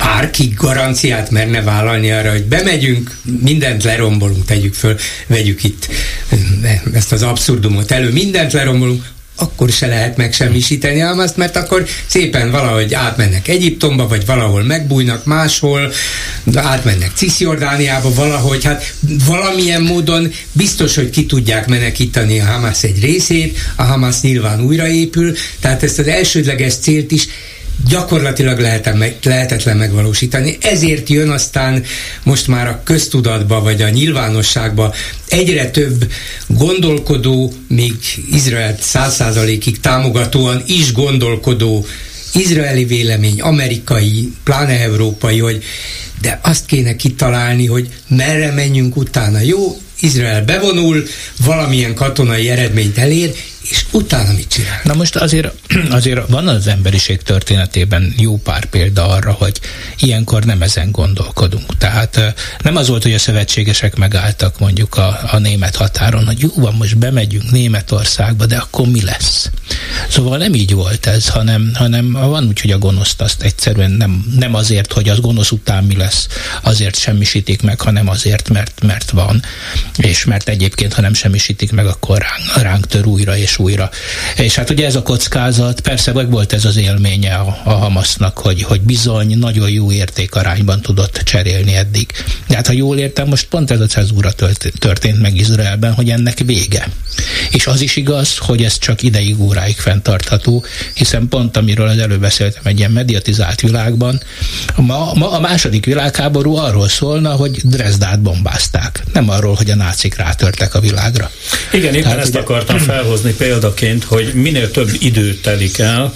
bárki garanciát merne vállalni arra, hogy bemegyünk, mindent lerombolunk, tegyük föl, vegyük itt ezt az abszurdumot elő, mindent lerombolunk, akkor se lehet megsemmisíteni Hamazt, mert akkor szépen valahogy átmennek Egyiptomba, vagy valahol megbújnak máshol, átmennek Cisjordániába valahogy, hát valamilyen módon biztos, hogy ki tudják menekíteni a Hamas egy részét, a Hamas nyilván újraépül, tehát ezt az elsődleges célt is gyakorlatilag lehetetlen megvalósítani. Ezért jön aztán most már a köztudatba, vagy a nyilvánosságba egyre több gondolkodó, még Izraelt 100%-ig támogatóan is gondolkodó izraeli vélemény, amerikai, pláne európai, hogy de azt kéne kitalálni, hogy merre menjünk utána. Jó, Izrael bevonul, valamilyen katonai eredményt elér, és utána mit csinál?
Na most azért van az emberiség történetében jó pár példa arra, hogy ilyenkor nem ezen gondolkodunk. Tehát nem az volt, hogy a szövetségesek megálltak mondjuk a német határon, hogy jó van, most bemegyünk Németországba, de akkor mi lesz? Szóval nem így volt ez, hanem van úgy, hogy a gonoszt azt egyszerűen nem azért, hogy az gonosz után mi lesz, azért semmisítik meg, hanem azért, mert van, és mert egyébként, ha nem semmisítik meg, akkor ránk tör újra és újra. És hát ugye ez a kockázat, persze meg volt ez az élménye a Hamasnak, hogy bizony nagyon jó értékarányban tudott cserélni eddig. De hát ha jól értem, most pont ez a cezúra történt meg Izraelben, hogy ennek vége. És az is igaz, hogy ez csak ideig, óráig fenntartható, hiszen pont amiről az előbb beszéltem, egy ilyen mediatizált világban, ma a második világháború arról szólna, hogy Dresdát bombázták. Nem arról, hogy a nácik rátörtek a világra.
Igen, éppen ezt akartam felhozni példaként, hogy minél több idő telik el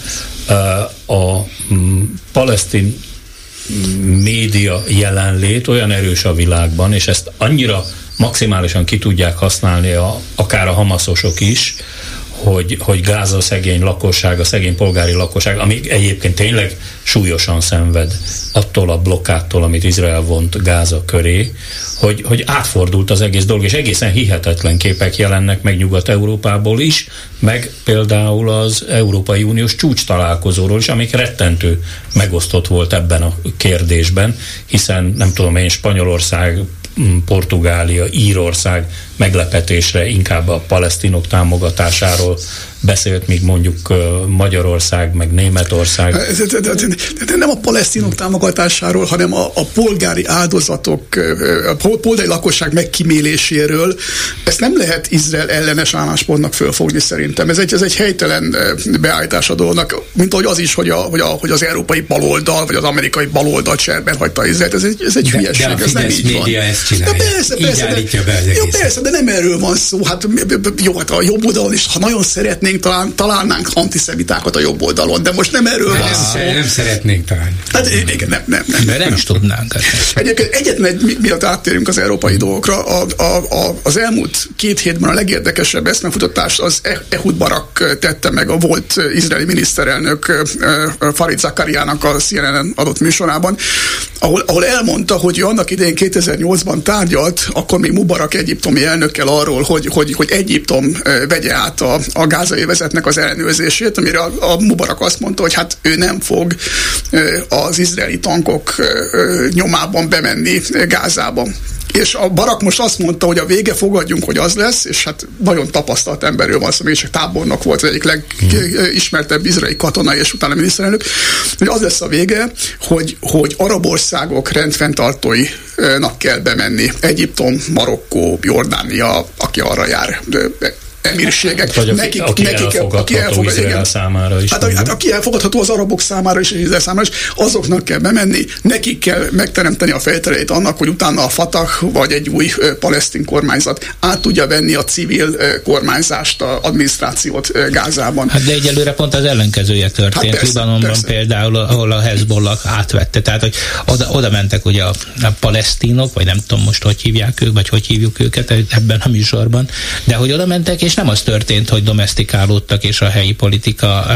a palesztin média jelenlét olyan erős a világban, és ezt annyira maximálisan ki tudják használni akár a hamaszosok is, hogy Gáza szegény lakossága, szegény polgári lakosság, ami egyébként tényleg súlyosan szenved attól a blokkádtól, amit Izrael vont Gáza köré, hogy átfordult az egész dolog, és egészen hihetetlen képek jelennek meg Nyugat-Európából is, meg például az Európai Uniós csúcs találkozóról is, amik rettentő megosztott volt ebben a kérdésben, hiszen nem tudom én, Spanyolország, Portugália, Írország meglepetésre inkább a palesztinok támogatásáról beszélt, míg mondjuk Magyarország, meg Németország.
De nem a palesztinok támogatásáról, hanem a polgári áldozatok, a polgári lakosság megkíméléséről. Ezt nem lehet Izrael ellenes álláspontnak fölfogni szerintem. Ez egy helytelen beállítás a dolognak, mint ahogy az is, hogy az európai baloldal, vagy az amerikai baloldal cserben hagyta Izraelt. Ez egy hülyeség, ez nem így van.
Ezt csinálja.
Persze, de nem erről van szó. Hát a jobb oldalon is, ha nagyon szeretnénk, találnánk antiszemitákat a jobb oldalon, de most nem erről van szó.
Nem szeretnénk találni.
Hát igen, nem.
De nem is tudnánk.
Egyetlen miatt áttérünk az európai dolgokra, az elmúlt 2 hétben a legérdekesebb eszmefutatást az Ehud Barak tette meg a volt izraeli miniszterelnök Farid Zakariának a CNN-en adott műsorában, ahol elmondta, hogy annak idején 2008-ban tárgyalt, akkor még Mubarak egyiptomi elnökkel arról, hogy Egyiptom vegye át a gázai övezetnek az ellenőrzését, amire a Mubarak azt mondta, hogy hát ő nem fog az izraeli tankok nyomában bemenni Gázába. És a Barak most azt mondta, hogy a vége, fogadjunk, hogy az lesz, és hát nagyon tapasztalt emberről van szó, csak tábornok volt az egyik legismertebb izraeli katona, és utána miniszterelnök, hogy az lesz a vége, hogy arab országok rendfenntartóinak kell bemenni. Egyiptom, Marokkó, Jordánia, aki arra jár, emírségek,
aki elfogadható Izrael számára is.
Hát aki elfogadható az arabok számára is, és Izrael számára is, azoknak kell bemenni, nekik kell megteremteni a fejtereit annak, hogy utána a Fatah vagy egy új palesztin kormányzat át tudja venni a civil kormányzást, az adminisztrációt Gázában.
Hát de egyelőre pont az ellenkezője történt. Libanonban például, ahol a Hezbollah átvette. Tehát, hogy oda mentek ugye a palesztinok, vagy nem tudom most, hogy hívják ők, vagy hogy hívjuk őket ebben a műsorban, de hogy oda mentek, és és nem az történt, hogy domesztikálódtak, és a helyi politika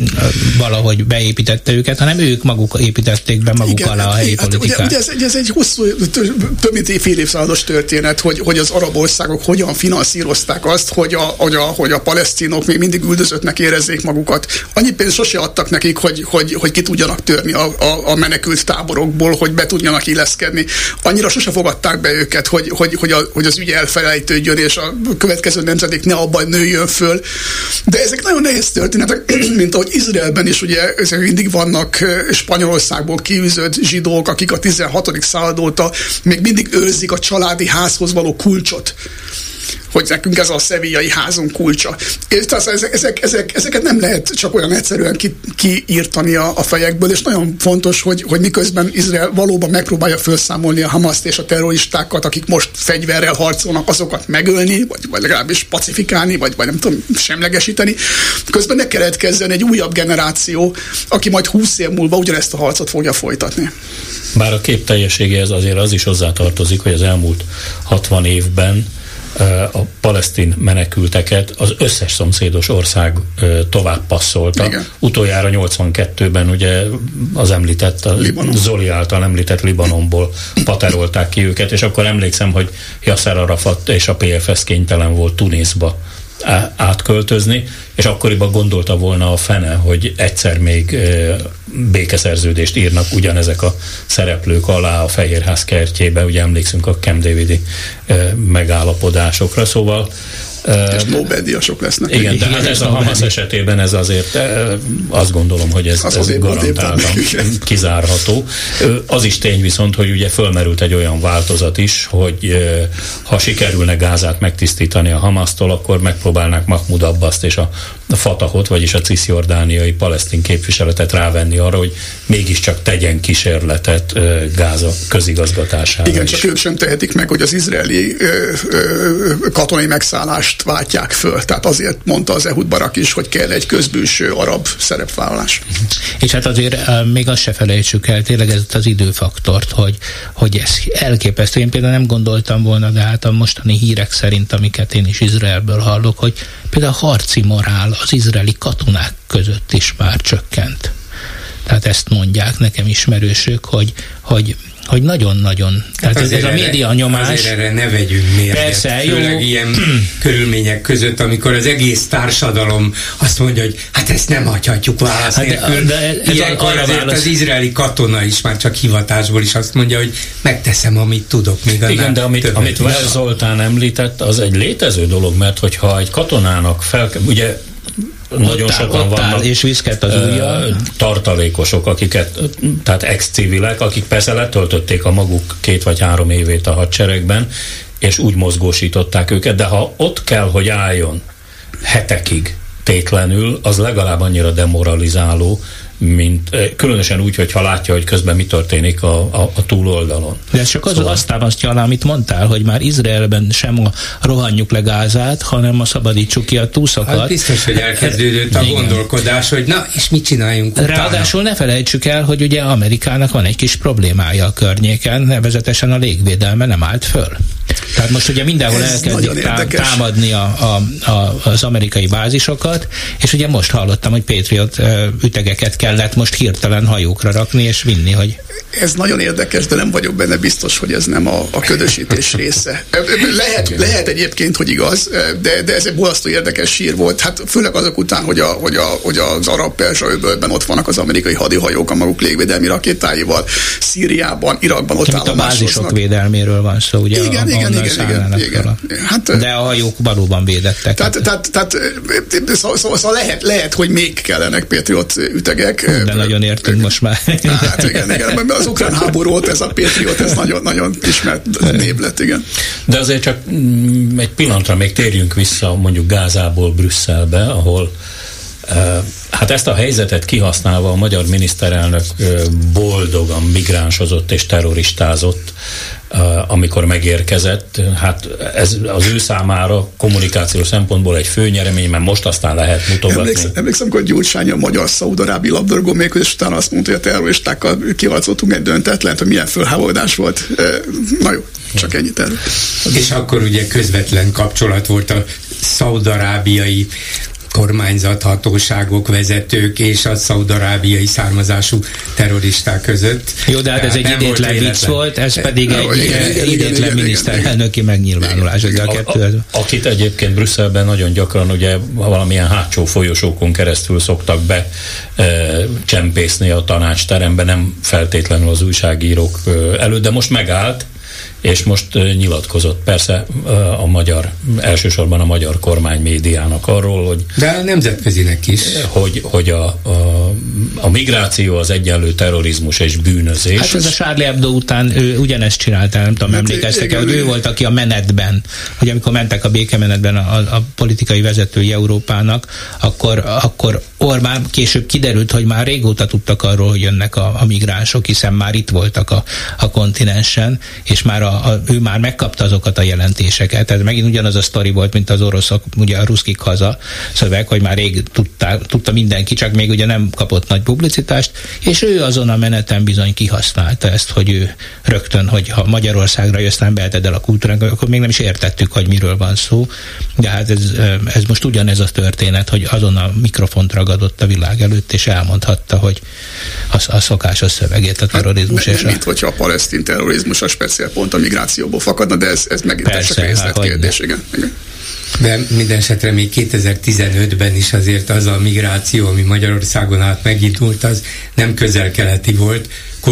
valahogy beépítette őket, hanem ők maguk építették be maguk alá a helyi politikát.
Ugye ez egy hosszú, több mint fél évszázados történet, hogy az arab országok hogyan finanszírozták azt, hogy a palesztinok még mindig üldözöttnek érezzék magukat. Annyi pénzt sose adtak nekik, hogy ki tudjanak törni a menekült táborokból, hogy be tudjanak illeszkedni. Annyira sose fogadták be őket, hogy az ügy elfelejtődjön, és a következő nemzedék ne abban nőjön föl. De ezek nagyon nehéz történetek, mint ahogy Izraelben is ugye ezek mindig vannak Spanyolországból kiűzött zsidók, akik a 16. század óta még mindig őrzik a családi házhoz való kulcsot, hogy nekünk ez a szevillai házunk kulcsa. És ezeket nem lehet csak olyan egyszerűen kiírtani a fejekből, és nagyon fontos, hogy miközben Izrael valóban megpróbálja felszámolni a Hamaszt és a terroristákat, akik most fegyverrel harcolnak, azokat megölni, vagy legalábbis pacifikálni, vagy nem tudom, semlegesíteni. Közben ne keletkezzen egy újabb generáció, aki majd 20 év múlva ugyanezt a harcot fogja folytatni.
Bár a kép teljességéhez azért az is hozzátartozik, hogy az elmúlt 60 évben a palesztin menekülteket az összes szomszédos ország tovább passzolta. Igen. Utoljára 82-ben ugye az említett, Zoli által említett Libanonból paterolták ki őket, és akkor emlékszem, hogy Yasser Arafat és a PFS kénytelen volt Tunisba átköltözni, és akkoriban gondolta volna a fene, hogy egyszer még békeszerződést írnak ugyanezek a szereplők alá a Fehérház kertjébe, ugye emlékszünk a Camp Davidi megállapodásokra, szóval
és Nobel-díjasok lesznek.
Igen, de hát ez a Hamas esetében ez azért azt gondolom, hogy ez garantáltan kizárható. Az is tény viszont, hogy ugye fölmerült egy olyan változat is, hogy ha sikerülne Gázát megtisztítani a Hamasztól, akkor megpróbálnák Mahmoud Abbaszt és a Fatahot, vagyis a cisjordániai palesztin képviseletet rávenni arra, hogy mégiscsak tegyen kísérletet Gáza közigazgatására.
Igen, csak ők sem tehetik meg, hogy az izraeli katonai megszállás váltják föl. Tehát azért mondta az Ehud Barak is, hogy kell egy közbülső arab szerepvállalás.
És hát azért még azt se felejtsük el, tényleg ez az időfaktort, hogy ez elképesztő. Én például nem gondoltam volna, de hát a mostani hírek szerint, amiket én is Izraelből hallok, hogy például a harci morál az izraeli katonák között is már csökkent. Tehát ezt mondják nekem ismerősök, hogy nagyon-nagyon. Tehát ez a média nyomás.
Azért erre ne vegyünk mérget.
Persze,
főleg
jó.
Ilyen körülmények között, amikor az egész társadalom azt mondja, hogy hát ezt nem hagyhatjuk válasz nélkül. Ilyenkor azért az izraeli katona is már csak hivatásból is azt mondja, hogy megteszem, amit tudok. Még
igen, de amit Vel Zoltán említett, az egy létező dolog, mert hogyha egy katonának ugye nagyon sokan vannak
és viszket az ujjal.
Tartalékosok, tehát ex-civilek, akik persze letöltötték a maguk 2 vagy 3 évét a hadseregben, és úgy mozgósították őket, de ha ott kell, hogy álljon hetekig tétlenül, az legalább annyira demoralizáló, mint különösen úgy, hogyha látja, hogy közben mi történik a túloldalon.
De ez csak azt támasztja alá, amit mondtál, hogy már Izraelben sem rohanjuk le Gázát, hanem szabadítsuk ki a túszokat.
Hát biztos, hogy elkezdődött a gondolkodás, hogy na, és mit csináljunk utána?
Ráadásul ne felejtsük el, hogy ugye Amerikának van egy kis problémája a környéken, nevezetesen a légvédelme nem állt föl. Tehát most ugye mindenhol elkezdik támadni az amerikai bázisokat, és ugye most hallottam, hogy Patriot ütegeket kellett most hirtelen hajókra rakni és vinni, hogy...
Ez nagyon érdekes, de nem vagyok benne biztos, hogy ez nem a ködösítés része. Lehet egyébként, hogy igaz, de ez egy borzasztó érdekes hír volt. Hát főleg azok után, hogy az arab-perzsa öbölben ott vannak az amerikai hadihajók a maguk légvédelmi rakétáival, Szíriában, Irakban ott állomásoznak.
A bázisok védelméről van szó, ugye?
Igen.
Hát, de a hajók valóban védettek.
Tehát szóval lehet, hogy még kellenek Patriot ütegek.
De nagyon értünk most már.
Hát igen, az ukrán háború óta ez a Patriot, ez nagyon ismert név lett, igen.
De azért csak egy pillanatra még térjünk vissza mondjuk Gázából Brüsszelbe, ahol hát ezt a helyzetet kihasználva a magyar miniszterelnök boldogan migránsozott és terroristázott, amikor megérkezett. Hát ez az ő számára kommunikációs szempontból egy fő nyeremény, mert most aztán lehet mutogatni.
Emlékszem, hogy Gyurcsány a magyar-szaúd-arábi labdarúgó mérkőzés után azt mondta, hogy a terroristákkal kiharcoltunk egy döntetlent, hogy milyen fölháborodás volt. Na jó, csak ennyit erről.
És akkor ugye közvetlen kapcsolat volt a szaúd-arábiai kormányzathatóságok, vezetők és a szaúd-arábiai származású terroristák között.
Jó, de hát ez egy idétlen vicc volt, ez pedig egy idétlen miniszterelnöki megnyilvánulás.
Akit egyébként Brüsszelben nagyon gyakran ugye valamilyen hátsó folyosókon keresztül szoktak be csempészni a tanácsterembe, nem feltétlenül az újságírók előtt, de most megállt, és most nyilatkozott persze elsősorban a magyar kormány médiának arról, hogy...
De a nemzetközinek is.
Hogy a migráció az egyenlő terrorizmus és bűnözés.
Hát ez a Charlie Hebdo után ő ugyanezt csinálta, nem tudom, emlékeztek el, hogy ő volt, aki a menetben, hogy amikor mentek a békemenetben a politikai vezetői Európának, akkor Orbán később kiderült, hogy már régóta tudtak arról, hogy jönnek a migránsok, hiszen már itt voltak a kontinensen, és már ő már megkapta azokat a jelentéseket. Ez megint ugyanaz a sztori volt, mint az oroszok, ugye a ruszkik haza szöveg, hogy már rég tudta mindenki, csak még ugye nem kapott nagy publicitást, és ő azon a meneten bizony kihasználta ezt, hogy ő rögtön, hogy ha Magyarországra jössz, nem beheted el a kultúránk, akkor még nem is értettük, hogy miről van szó. De hát ez most ugyanez a történet, hogy azon a mikrofont ragadott a világ előtt, és elmondhatta, hogy a szokásos szövegét a terrorizmus.
Hát, mint hogyha a palesztin terrorizmus a speciál pont a migrációból fakadna, de ez megint csak részletkérdés. Igen.
De minden esetre még 2015-ben is azért az a migráció, ami Magyarországon át megindult, az nem közel-keleti volt,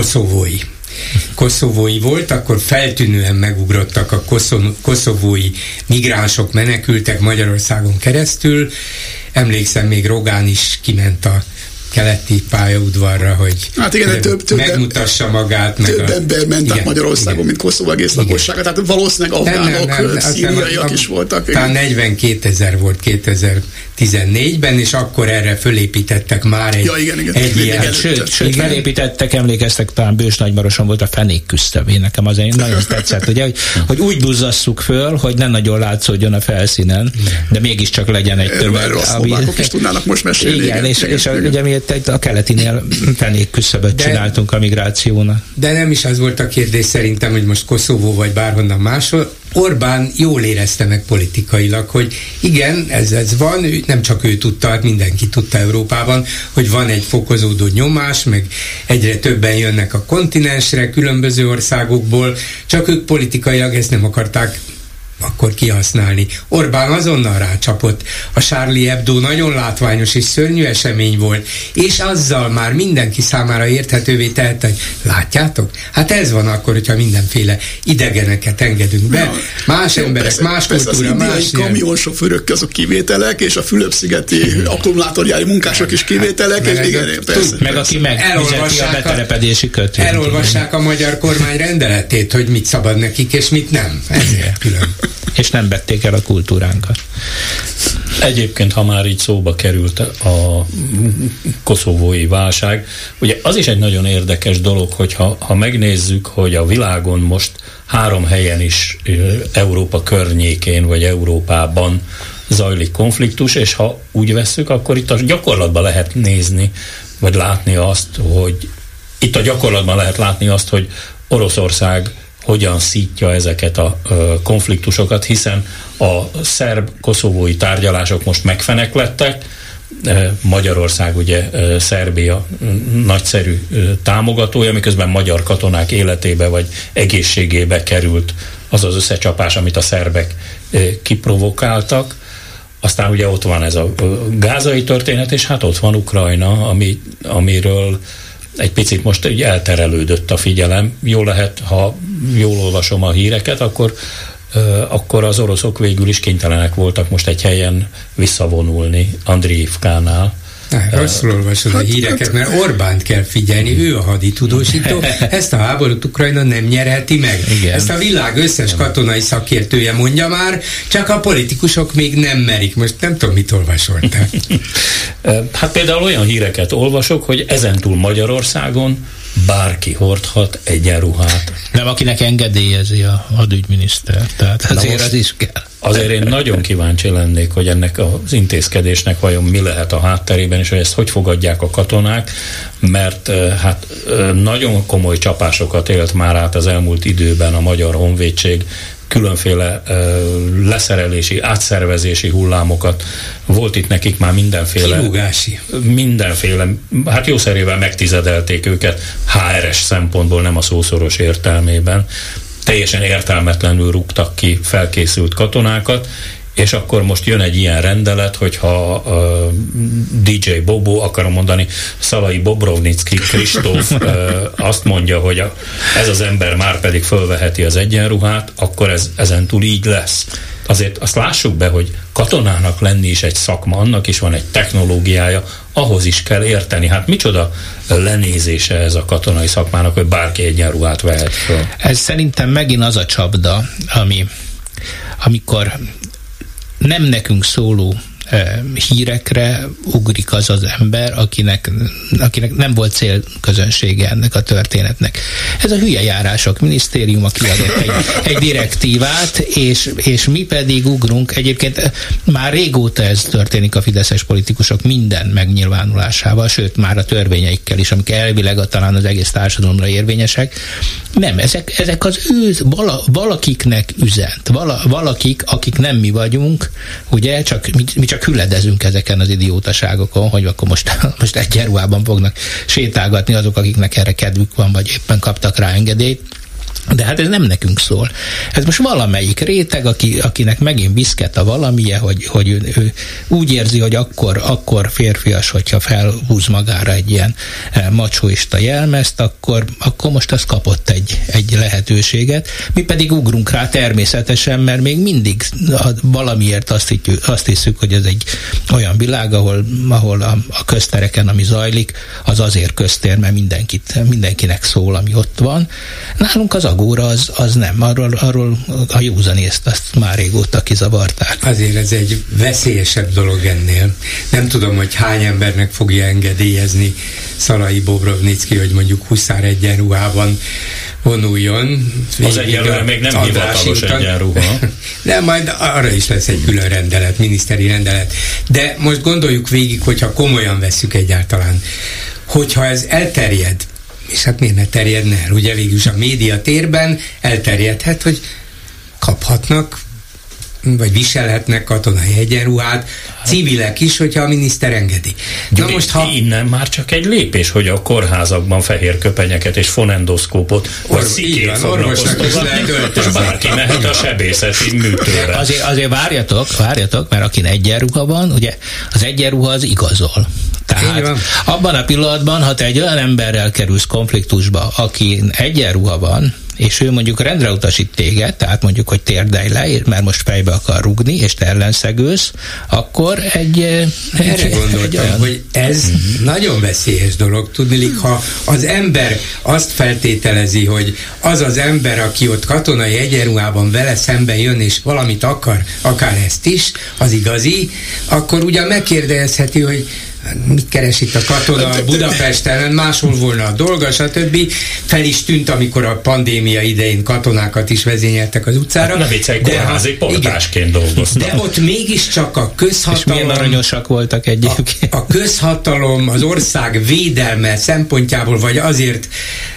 koszovói volt, akkor feltűnően megugrottak a koszovói migránsok, menekültek Magyarországon keresztül. Emlékszem, még Rogán is kiment a keleti pályaudvarra, hogy
hát igen,
megmutassa magát.
Több ember ment Magyarországon, mint Koszovó egész lakossága. Tehát valószínűleg afgánok, szíriaiak is voltak.
Talán 42 000 volt 2014-ben, és akkor erre fölépítettek már egy ilyen.
Sőt, felépítettek, emlékeztek, talán Bős Nagymaroson volt a fenék küszöb. Nekem az nagyon tetszett, ugye, hogy úgy duzzasszuk föl, hogy nem nagyon látszódjon a felszínen, de mégiscsak legyen egy tömeg.
Szlovákok is tudnának most mesélni.
Igen, és ugye mi a keletinél fenék küszöböt csináltunk a migrációnak.
De nem is az volt a kérdés szerintem, hogy most Koszovó vagy bárhonnan máshol. Orbán jól érezte meg politikailag, hogy igen, ez van, nem csak ő tudta, hát mindenki tudta Európában, hogy van egy fokozódó nyomás, meg egyre többen jönnek a kontinensre, különböző országokból, csak ők politikailag ezt nem akarták akkor kihasználni. Orbán azonnal rácsapott. A Charlie Hebdo nagyon látványos és szörnyű esemény volt, és azzal már mindenki számára érthetővé tette, hogy látjátok? Hát ez van akkor, hogyha mindenféle idegeneket engedünk be. Más emberek, más kultúra, más
nyelv. Kamionsofőrök azok kivételek, és a Fülöp-szigeti akkumulátorgyári munkások is kivételek, és igen, persze.
Meg aki megfizeti a betelepedési kötvényt.
Elolvassák a magyar kormány rendeletét, hogy mit szabad nekik, és mit nem. Ezért külön.
És nem vették el a kultúránkat.
Egyébként, ha már így szóba került a koszovói válság, ugye az is egy nagyon érdekes dolog, hogy ha megnézzük, hogy a világon most 3 helyen is Európa környékén, vagy Európában zajlik konfliktus, és ha úgy vesszük, akkor itt a gyakorlatban lehet nézni, vagy látni azt, hogy Oroszország hogyan szítja ezeket a konfliktusokat, hiszen a szerb-koszovói tárgyalások most megfeneklettek, Magyarország ugye Szerbia nagyszerű támogatója, miközben magyar katonák életébe vagy egészségébe került az az összecsapás, amit a szerbek kiprovokáltak. Aztán ugye ott van ez a gázai történet, és hát ott van Ukrajna, amiről egy picit most így elterelődött a figyelem. Jó lehet, ha jól olvasom a híreket, akkor az oroszok végül is kénytelenek voltak most egy helyen visszavonulni, Andriivkánál.
Rosszul olvasod a híreket, mert Orbánt kell figyelni, ő a haditudósító, ezt a háborút Ukrajna nem nyerheti meg. Igen. Ezt a világ összes katonai szakértője mondja már, csak a politikusok még nem merik. Most nem tudom, mit olvasol te.
Hát például olyan híreket olvasok, hogy ezentúl Magyarországon bárki hordhat egyenruhát.
Nem, akinek engedélyezi a hadügyminiszter. Tehát azért az is kell.
Azért én nagyon kíváncsi lennék, hogy ennek az intézkedésnek vajon mi lehet a hátterében, és hogy ezt hogy fogadják a katonák, mert hát nagyon komoly csapásokat élt már át az elmúlt időben a Magyar Honvédség, különféle leszerelési, átszervezési hullámokat. Volt itt nekik már mindenféle, hát jószerével megtizedelték őket HRS szempontból, nem a szószoros értelmében. Teljesen értelmetlenül rúgtak ki felkészült katonákat, és akkor most jön egy ilyen rendelet, hogyha DJ Bobo, akarom mondani, Szalai Bobrovnicki Kristóf azt mondja, hogy ez az ember már pedig fölveheti az egyenruhát, akkor ez ezentúl így lesz. Azért azt lássuk be, hogy katonának lenni is egy szakma, annak is van egy technológiája, ahhoz is kell érteni. Hát micsoda lenézése ez a katonai szakmának, hogy bárki egyenruhát vehet föl.
Ez szerintem megint az a csapda, amikor nem nekünk szóló hírekre ugrik az az ember, akinek nem volt célközönsége ennek a történetnek. Ez a hülye járások minisztériuma kiadott egy direktívát, és mi pedig ugrunk. Egyébként már régóta ez történik a fideszes politikusok minden megnyilvánulásával, sőt már a törvényeikkel is, amik elvileg talán az egész társadalomra érvényesek. Nem, ezek az valakiknek üzent. Valakik, akik nem mi vagyunk, ugye, mi csak hüledezünk ezeken az idiótaságokon, hogy akkor most egyenruhában fognak sétálgatni azok, akiknek erre kedvük van, vagy éppen kaptak rá engedélyt. De hát ez nem nekünk szól. Ez most valamelyik réteg, akinek megint viszket a valamije, hogy ő úgy érzi, hogy akkor férfias, hogyha felhúz magára egy ilyen macsóista jelmezt, akkor most az kapott egy lehetőséget. Mi pedig ugrunk rá természetesen, mert még mindig valamiért azt hiszük, hogy ez egy olyan világ, ahol a köztereken, ami zajlik, az azért köztér, mert mindenkinek szól, ami ott van. Nálunk az agóra az nem. Arról a józanészt azt már régóta kizavarták.
Azért ez egy veszélyesebb dolog ennél. Nem tudom, hogy hány embernek fogja engedélyezni Szalai Bobrovnicki, hogy mondjuk huszár egyenruhában vonuljon.
Az egyenruha még nem hivatalos egyenruha.
De majd arra is lesz egy külön rendelet, miniszteri rendelet. De most gondoljuk végig, hogyha komolyan vesszük egyáltalán, hogyha ez elterjed, és hát miért ne terjedne el? Ugye végülis a média térben elterjedhet, hogy kaphatnak, vagy viselhetnek katonai egyenruhát, civilek is, hogyha a miniszter engedi.
Na most, innen már csak egy lépés, hogy a kórházakban fehér köpenyeket és fonendoszkópot, vagy szikét fognak osztogatni, és bárki mehet a sebészeti műtőbe.
Azért várjatok, mert akin egyenruha van, ugye az egyenruha az igazol. Tehát abban a pillanatban, ha te egy olyan emberrel kerülsz konfliktusba, aki egyenruha van, és ő mondjuk rendre utasít téged, tehát mondjuk, hogy térdelj le, mert most fejbe akar rugni, és te ellenszegülsz, akkor
erre gondoltam, hogy ez nagyon veszélyes dolog, tudnilik, ha az ember azt feltételezi, hogy az az ember, aki ott katonai egyenruhában vele szemben jön, és valamit akar ezt is, az igazi, akkor ugyan megkérdezheti, hogy mit keres itt a katona Budapesten, máshol volna a dolga, stb. Fel is tűnt, amikor a pandémia idején katonákat is vezényeltek az utcára.
Hát nem viccelj, kórházi portásként dolgoztak.
De ott mégiscsak a közhatalom...
És milyen aranyosak voltak egyébként.
A közhatalom, az ország védelme szempontjából, vagy azért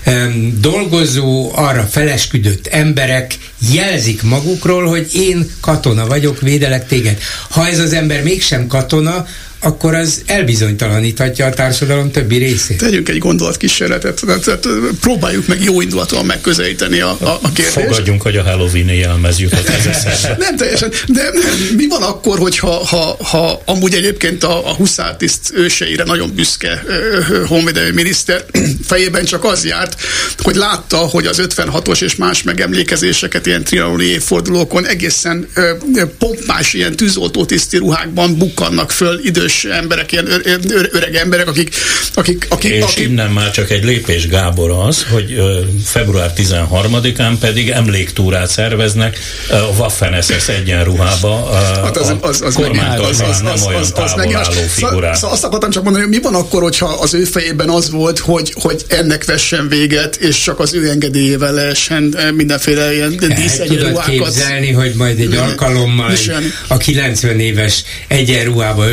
dolgozó, arra felesküdött emberek jelzik magukról, hogy én katona vagyok, védelek téged. Ha ez az ember mégsem katona, akkor az elbizonytalaníthatja a társadalom többi részét.
Tegyünk egy gondolatkísérletet, próbáljuk meg jó indulatúan megközelíteni a kérdést.
Fogadjunk, hogy a Halloween-i jelmez jutott ez eszembe.
Nem teljesen, de mi van akkor, hogyha amúgy egyébként a huszártiszt őseire nagyon büszke honvédelmi miniszter fejében csak az járt, hogy látta, hogy az 56-os és más megemlékezéseket ilyen trianoni évfordulókon egészen pompás ilyen tűzoltótiszti ruhákban bukkannak föl idős emberek, ilyen öreg emberek, akik
innen már csak egy lépés, Gábor, az, hogy február 13-án pedig emléktúrát szerveznek a Waffen-SS egyenruhába a kormánytól nem olyan távol álló figurák.
Szóval azt akartam csak mondani, hogy mi van akkor, hogyha az ő fejében az volt, hogy ennek vessen véget, és csak az ő engedélyével lehessen mindenféle ilyen díszegyenruhákat.
Tudod képzelni, hogy majd egy alkalommal a 90 éves egyenruhába öltözött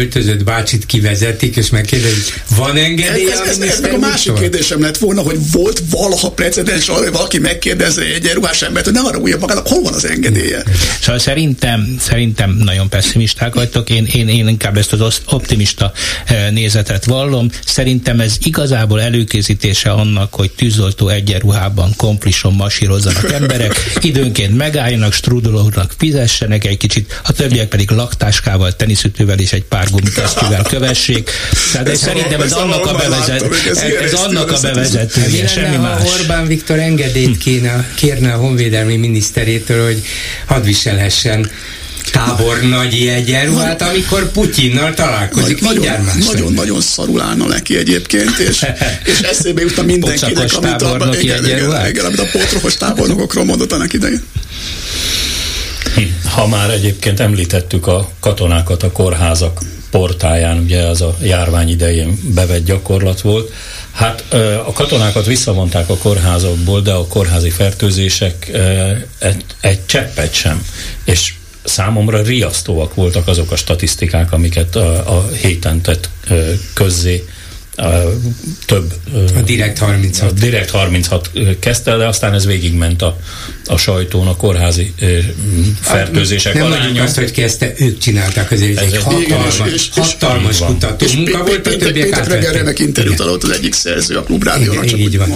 bácsit kivezetik, és megkérdezik, van engedélye a miniszter?
A másik kérdésem lett volna, hogy volt valaha precedens arra, hogy valaki megkérdezze egy egyenruhás embert, hogy ne arra újabb magának, hol van az engedélye?
Szóval szerintem nagyon pessimisták vagytok, én inkább ezt az optimista nézetet vallom. Szerintem ez igazából előkészítése annak, hogy tűzoltó egyenruhában komplison masírozzanak emberek, időnként megálljanak, strudolóknak fizessenek egy kicsit, a többiek pedig laktáskával, teniszütővel és egy pár gumikesztyűvel kövessék. Tehát szerintem ez annak a bevezetője, semmi más.
Orbán Viktor engedélyt kérne a honvédelmi miniszterétől, hogy hadd viselhessen tábornagyi egyenruhát, amikor Putyinnal találkozik.
Nagyon szarul állna neki egyébként, és eszébe jutna mindenkinek, amit a potrohos tábornokokról mondott annak idején.
Ha már egyébként említettük a katonákat a kórházak portáján, ugye az a járvány idején bevett gyakorlat volt. Hát a katonákat visszavonták a kórházakból, de a kórházi fertőzések egy cseppet sem. És számomra riasztóak voltak azok a statisztikák, amiket a héten tett közzé több.
A Direkt 36 kezdte, de aztán ez végigment a sajtón, a kórházi fertőzések aránya. Nem mondjuk azt, hogy kezdte, ők csinálták, azért ez egy hatalmas kutató munka volt, a többiek
Péter reggelrenek interjút adott az egyik szerző a Klubrádiónak.
Így van.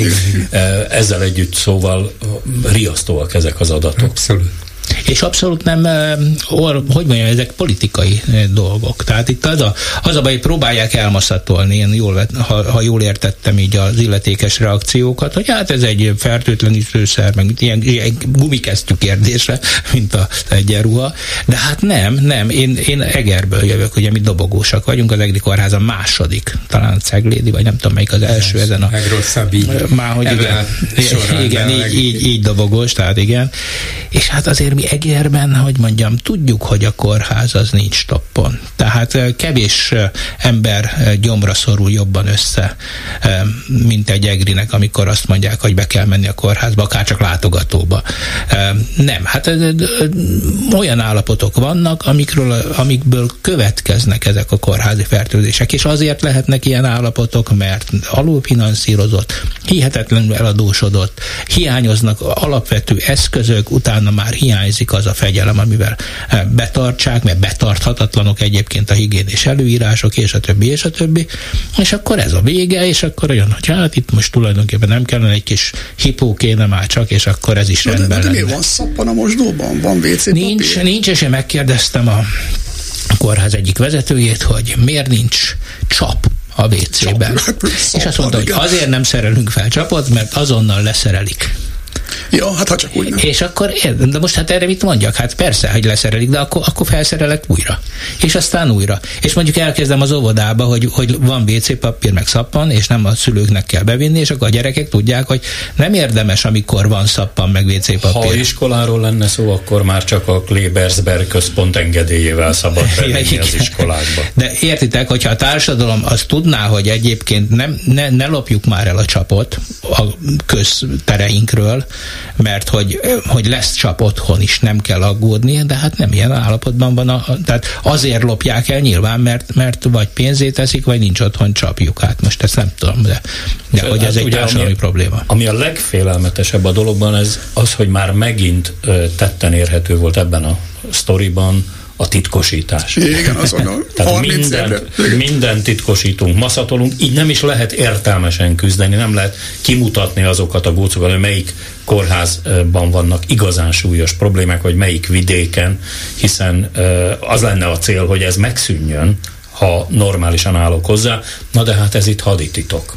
Ezzel együtt szóval riasztóak ezek az adatok.
Abszolút.
És abszolút nem, hogy mondjam, ezek politikai dolgok. Tehát itt az a baj, hogy próbálják elmaszatolni, én ha jól értettem így az illetékes reakciókat, hogy hát ez egy fertőtlenítőszer, meg ilyen gumikesztyű kérdése, mint az egyenruha. De hát nem. Én Egerből jövök, ugye mi dobogósak vagyunk, az Egri Kórház a második, talán Ceglédi, vagy nem tudom melyik az első ezen a...
Legrosszabb így.
Már hogy igen, így dobogós, tehát igen. És hát azért mi Egerben, hogy mondjam, tudjuk, hogy a kórház az nincs toppon. Tehát kevés ember gyomra szorul jobban össze, mint egy egrinek, amikor azt mondják, hogy be kell menni a kórházba, akár csak látogatóba. Nem, hát olyan állapotok vannak, amikből következnek ezek a kórházi fertőzések, és azért lehetnek ilyen állapotok, mert alulfinanszírozott, hihetetlenül eladósodott, hiányoznak alapvető eszközök, utána már hiányzik az a fegyelem, amivel betartsák, mert betarthatatlanok egyébként a higiénés előírások, és a többi, és akkor ez a vége, és akkor olyan, hogy hát itt most tulajdonképpen nem kellene, egy kis hipó kéne már csak, és akkor ez is rendben lenne.
De miért van szappan a mosdóban? Van WC papír?
Nincs, és én megkérdeztem a kórház egyik vezetőjét, hogy miért nincs csap a WC-ben. És azt mondta, hogy azért nem szerelünk fel csapot, mert azonnal leszerelik.
Ja, hát ha csak úgy nem.
És akkor, de most hát erre mit mondjak? Hát persze, hogy leszerelik, de akkor felszerelek újra. És aztán újra. És mondjuk elkezdem az óvodába, hogy van WC papír, meg szappan, és nem a szülőknek kell bevinni, és akkor a gyerekek tudják, hogy nem érdemes, amikor van szappan, meg WC papír.
Ha iskoláról lenne szó, akkor már csak a Klebersberg központ engedélyével szabad bevinni az iskolákba. De
értitek, hogyha a társadalom azt tudná, hogy egyébként ne lopjuk már el a csapot a köztereinkről, mert hogy lesz csap otthon is, nem kell aggódni, de hát nem ilyen állapotban van. Tehát azért lopják el nyilván, mert vagy pénzét teszik, vagy nincs otthon csapjuk. Hát most ezt nem tudom, de hogy ez egy társadalmi probléma.
Ami a legfélelmetesebb a dologban, az, hogy már megint tetten érhető volt ebben a sztoriban a titkosítás.
Igen, azonnal.
Tehát mindent titkosítunk, maszatolunk, így nem is lehet értelmesen küzdeni, nem lehet kimutatni azokat a gócokat, hogy melyik kórházban vannak igazán súlyos problémák, vagy melyik vidéken, hiszen az lenne a cél, hogy ez megszűnjön, ha normálisan állok hozzá, na de hát ez itt hadititok.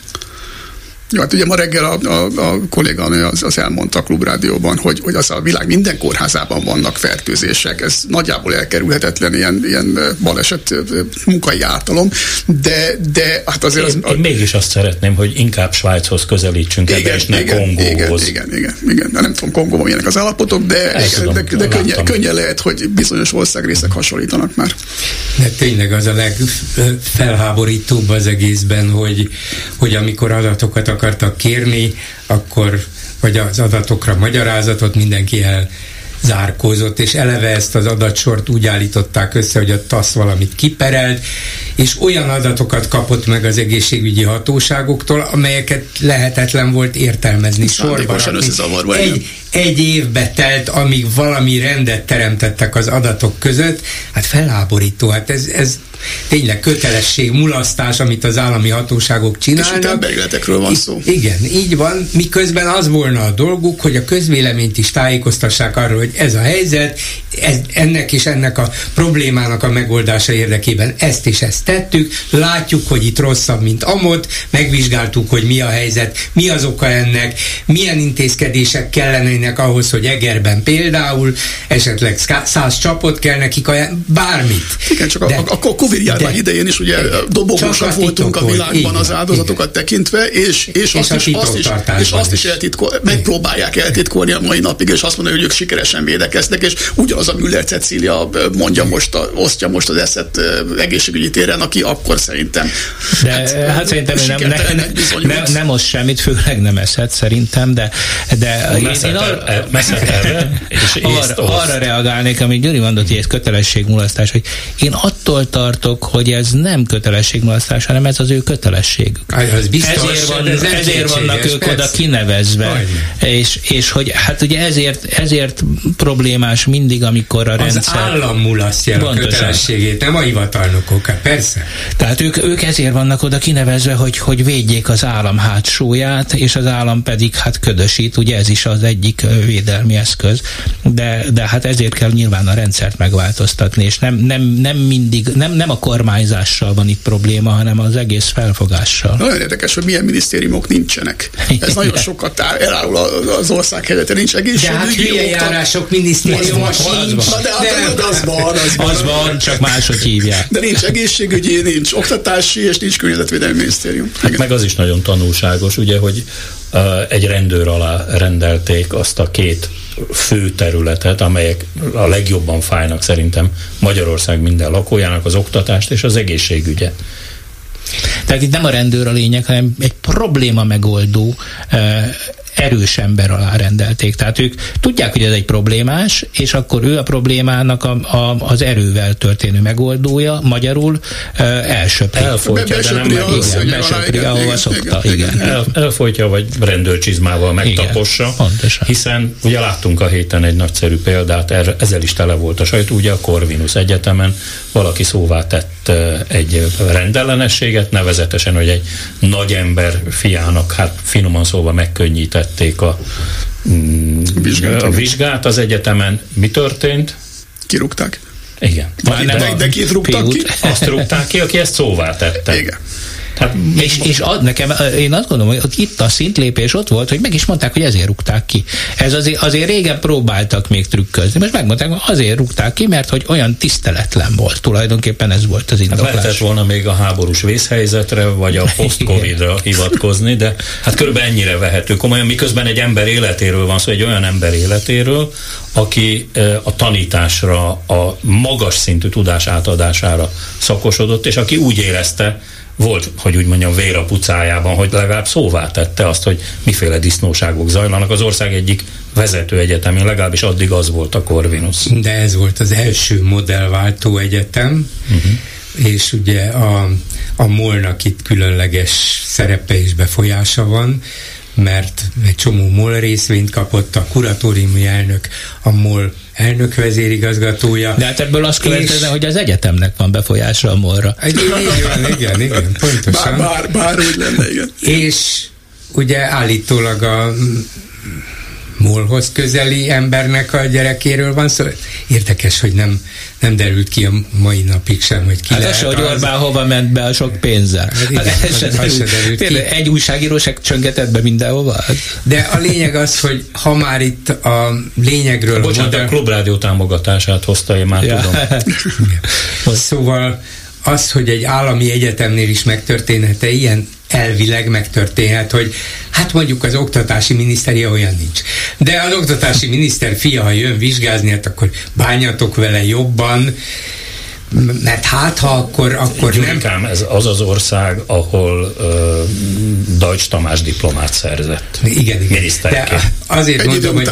Ja, hát ugye ma reggel a kolléganő az elmondta a Klubrádióban, hogy az a világ minden kórházában vannak fertőzések, ez nagyjából elkerülhetetlen ilyen baleset munkai ártalom, de hát azért...
Én mégis azt szeretném, hogy inkább Svájchoz közelítsünk ebbe, és ne Kongóhoz.
Igen, de nem tudom Kongóban milyenek az állapotok, de könnyen lehet, hogy bizonyos országrészek hasonlítanak már.
De tényleg az a legfelháborítóbb az egészben, hogy amikor adatokat akartak kérni, akkor vagy az adatokra magyarázatot mindenki zárkózott, és eleve ezt az adatsort úgy állították össze, hogy a TASZ valamit kiperelt, és olyan adatokat kapott meg az egészségügyi hatóságoktól, amelyeket lehetetlen volt értelmezni, sorban rakni. Egy évbe telt, amíg valami rendet teremtettek az adatok között, hát felháborító, hát ez tényleg kötelesség, mulasztás, amit az állami hatóságok csinálnak. És itt
emberéletekről van szó.
Igen, így van, miközben az volna a dolguk, hogy a közvéleményt is tájékoztassák arról, hogy ez a helyzet, ennek és ennek a problémának a megoldása érdekében ezt és ezt tettük, látjuk, hogy itt rosszabb, mint amott, megvizsgáltuk, hogy mi a helyzet, mi az oka ennek, milyen intézkedések kellenének ahhoz, hogy Egerben például esetleg 100 csapot kell nekik bármit.
Igen, csak a Covid-járvány idején is ugye dobogósak voltunk a világban az áldozatokat tekintve, és azt is megpróbálják eltitkolni a mai napig, és azt mondani, hogy ők sikeresen védekeznek, és ugyanaz a Müller Cecília osztja most az eszet egészségügyi téren, aki akkor szerintem
szerintem nem osz semmit, főleg nem eszed szerintem, de én arra reagálnék, amit Gyuri mondott, hogy ez kötelességmulasztás, hogy én attól tartok, hogy ez nem kötelességmulasztás, hanem ez az ő kötelességük. Ezért vannak ők oda kinevezve, és hogy hát ugye ezért problémás mindig, amikor a rendszer...
Az állam mulasztja a kötelességét, nem a hivatalnokok, persze.
Tehát ők ezért vannak oda kinevezve, hogy védjék az állam hátsóját, és az állam pedig hát ködösít, ugye ez is az egyik védelmi eszköz, de hát ezért kell nyilván a rendszert megváltoztatni, és nem mindig, nem a kormányzással van itt probléma, hanem az egész felfogással.
Nagyon érdekes, hogy milyen minisztériumok nincsenek. Ez nagyon sokat elárul az ország helyzete, nincs egészségügyi.
De hát hülye járások minisztériuma sincs.
Az van, csak máshogy hívják.
De nincs egészségügyi, nincs oktatási, és nincs környezetvédelmi minisztérium.
Hát meg az is nagyon tanulságos, ugye, hogy egy rendőr alá rendelték azt a két fő területet, amelyek a legjobban fájnak szerintem Magyarország minden lakójának, az oktatást és az egészségügyet.
Tehát itt nem a rendőr a lényeg, hanem egy probléma megoldó erős ember alá rendelték. Tehát ők tudják, hogy ez egy problémás, és akkor ő a problémának az erővel történő megoldója, magyarul elsöpri.
Elfolytja, de nem
besöpri, ahova szokta.
Elfolytja, vagy rendőrcsizmával megtapossa, hiszen ugye láttunk a héten egy nagyszerű példát, ezzel is tele volt a sajtó, ugye a Corvinus Egyetemen valaki szóvá tett egy rendellenességet, nevezetesen, hogy egy nagy ember fiának, hát finoman szóval megkönnyítették a vizsgát az egyetemen. Mi történt?
Kirúgták.
Igen.
De kit rúgtak ki?
Azt rúgták ki, aki ezt szóvá tette.
Igen.
Hát, és nekem, én azt gondolom, hogy itt a szintlépés ott volt, hogy meg is mondták, hogy ezért rúgták ki. Ez azért régen próbáltak még trükközni. Most megmondták, hogy azért rúgták ki, mert hogy olyan tiszteletlen volt. Tulajdonképpen ez volt az indoklás.
Lehetett volna még a háborús vészhelyzetre, vagy a post-Covid-ra hivatkozni, de hát körülbelül ennyire vehető komolyan, miközben egy ember életéről van szó, egy olyan ember életéről, aki a tanításra, a magas szintű tudás átadására szakosodott, és aki úgy érezte, volt, hogy úgy mondjam, vér a pucájában, hogy legalább szóvá tette azt, hogy miféle disznóságok zajlanak. Az ország egyik vezető egyetemén, legalábbis addig az volt a Corvinus.
De ez volt az első modellváltó egyetem, és ugye a MOL-nak itt különleges szerepe és befolyása van, mert egy csomó MOL részvényt kapott, a kuratóriumi elnök, a MOL elnök vezérigazgatója.
De hát ebből azt következne, hogy az egyetemnek van befolyása a MOL-ra.
Igen, pontosan.
Bár úgy lenne, igen.
És ugye állítólag a MOL-hoz közeli embernek a gyerekéről van szó. Érdekes, hogy nem derült ki a mai napig sem, hogy ki lehet.
Az, hogy Orbán hova ment be a sok pénzzel. Egy újságíró se csöngetett be mindenhova.
De a lényeg az, hogy ha már itt a lényegről...
Bocsánat, a Klubrádió támogatását hozta, én már tudom.
Szóval az, hogy egy állami egyetemnél is megtörténhet-e ilyen, elvileg megtörténhet, hogy hát mondjuk az oktatási miniszteria olyan nincs. De az oktatási miniszter fia, ha jön vizsgázni, hát akkor bánjatok vele jobban. mert hát, ha akkor
Gyurikám, nem... ez az ország, ahol Deutsch Tamás diplomát szerzett.
Igen.
Miniszterként.
De azért mondom, hogy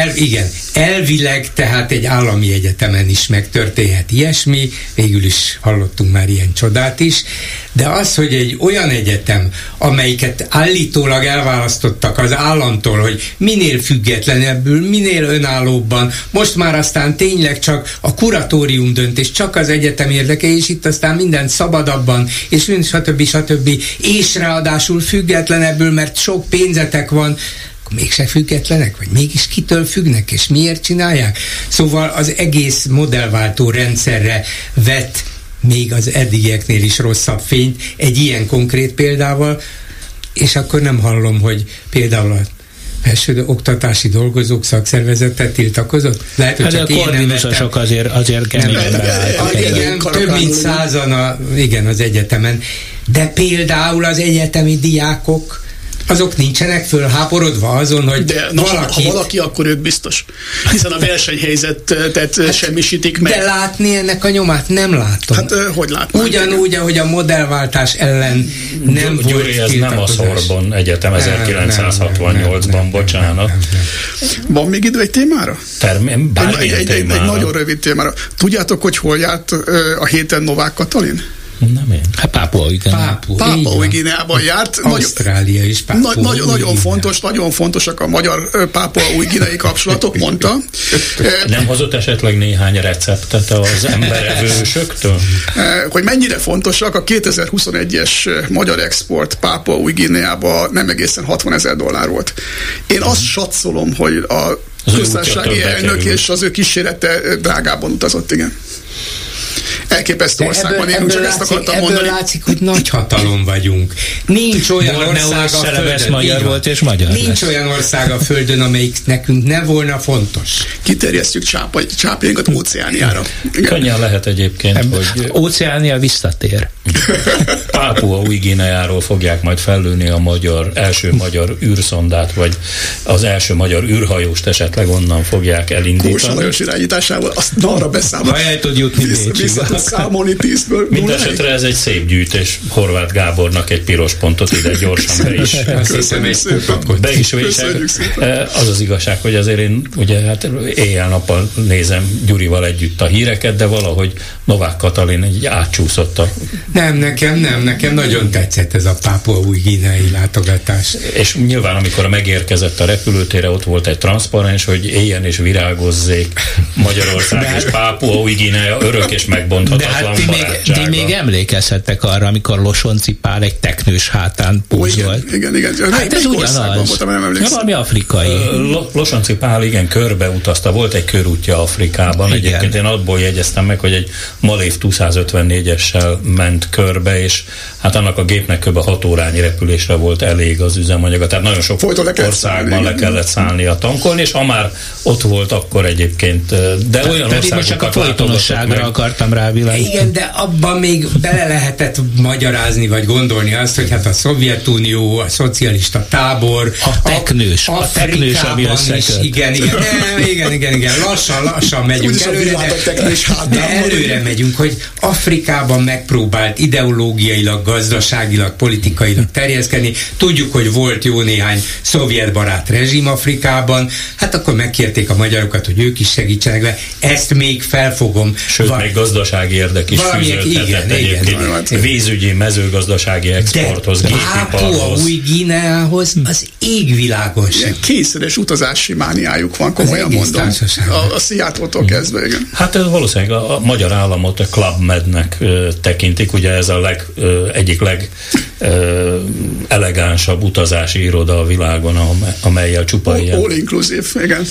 elvileg, tehát egy állami egyetemen is megtörténhet ilyesmi, végül is hallottunk már ilyen csodát is, de az, hogy egy olyan egyetem, amelyiket állítólag elválasztottak az államtól, hogy minél függetlenebbül, minél önállóbban, most már aztán tényleg csak a kuratórium dönt, és csak az egyetem érdeke, és itt aztán mindent szabadabban, és stb. És ráadásul függetlenebbül, mert sok pénzetek van, mégse függetlenek, vagy mégis kitől függnek, és miért csinálják? Szóval az egész modellváltó rendszerre vett még az eddigieknél is rosszabb fényt egy ilyen konkrét példával, és akkor nem hallom, hogy például a első oktatási dolgozók szakszervezete tiltakozott? Lehet, hogy csak én nem vettem.
azért keményen beálltak.
Igen, több mint 100-an igen, az egyetemen. De például az egyetemi diákok, azok nincsenek fölháborodva azon, hogy
ha valaki, akkor ők biztos. Hiszen a versenyhelyzetet semmisítik meg.
De látni ennek a nyomát nem látom.
Hát hogy látnám?
Ugyanúgy, ahogy a modellváltás ellen nem volt
Gyuri, ez nem a Sorbonne Egyetem 1968-ban, bocsánat.
Van még idő egy témára?
Egy
nagyon rövid témára. Tudjátok, hogy hol járt a héten Novák Katalin?
Nem én.
Hát Pápua
Új Guineában járt.
Ausztrália is
Nagyon fontosak a magyar Pápua Új Guineai kapcsolatok, mondta.
Nem hozott esetleg néhány receptet az emberevősöktől?
Hogy mennyire fontosak, a 2021-es magyar export Pápua Új Guineába nem egészen $60,000 volt. Én azt satszolom, hogy a köztársasági elnök és az ő kísérete drágában utazott, igen. Elképesztő országban élünk, csak ezt akartam mondani.
Ebből látszik, hogy nagy hatalom vagyunk. Nincs olyan ország a Földön,
magyar volt és magyar
nincs olyan ország a Földön, amelyik nekünk ne volna fontos.
Kiterjesztjük csápjainkat Óceániára.
Könnyen lehet egyébként, hogy...
Óceánia visszatér.
Pápua Új Guineáról fogják majd fellőni a első magyar űrszondát, vagy az első magyar űrhajóst esetleg onnan fogják elindítani.
Kósa Lajos irányításával, azt arra beszámol.
Ha el tud jutni
vissza tud számolni 10-ből.
Mindenesetre ez egy szép gyűjtés. Horváth Gábornak egy piros pontot ide gyorsan be is vések. Az az igazság, hogy azért én ugye hát éjjel-nappal nézem Gyurival együtt a híreket, de valahogy Novák Katalin egy átcsúszott a...
Nekem nagyon tetszett ez a Pápua Új Guineai látogatás.
És nyilván, amikor megérkezett a repülőtérre, ott volt egy transzparens, hogy éljen és virágozzék Magyarország és Pápua Új Guinea örök és megbonthatatlan barátsága.
De még emlékezhettek arra, amikor Losonci Pál egy teknős hátán pózolt.
Igen.
Hát ez ugyanaz. Valami afrikai.
Losonci Pál igen, körbe utazta. Volt egy körútja Afrikában. Igen. Egyébként én abból jegyeztem meg, hogy egy Malév 254-essel ment körbe, és hát annak a gépnek kb. 6 órányi repülésre volt elég az üzemanyaga. Tehát nagyon sok országban le kellett szállnia tankolni, és ha már ott volt, akkor egyébként, de olyan országokat
csak a folytonosságra akartam rávilágítani.
Igen, de abban még bele lehetett magyarázni, vagy gondolni azt, hogy hát a Szovjetunió, a szocialista tábor,
a teknős, ami összeköt.
Igen, lassan megyünk előre, de előre megyünk, hogy Afrikában megpróbált ideológiailag, gazdaságilag, politikailag terjeszkedni. Tudjuk, hogy volt jó néhány szovjetbarát rezsim Afrikában, hát akkor megkérték a magyarokat, hogy ők is segítsenek le. Ezt még felfogom.
Sőt, még gazdasági érdek is fűződhetett egyébként. Vízügyi, mezőgazdasági exporthoz, gépiparhoz.
Pápua Új Guineához az égvilágon sem.
Kényszeres utazási mániájuk van, komolyan mondom. A Seattle-tól kezdve, igen.
Hát ez valószínűleg a magyar államot a Club Med-nek tekintik, ugye ez a egyik elegánsabb utazási iroda a világon, amelyel csupa ilyen.
All inclusive, igen.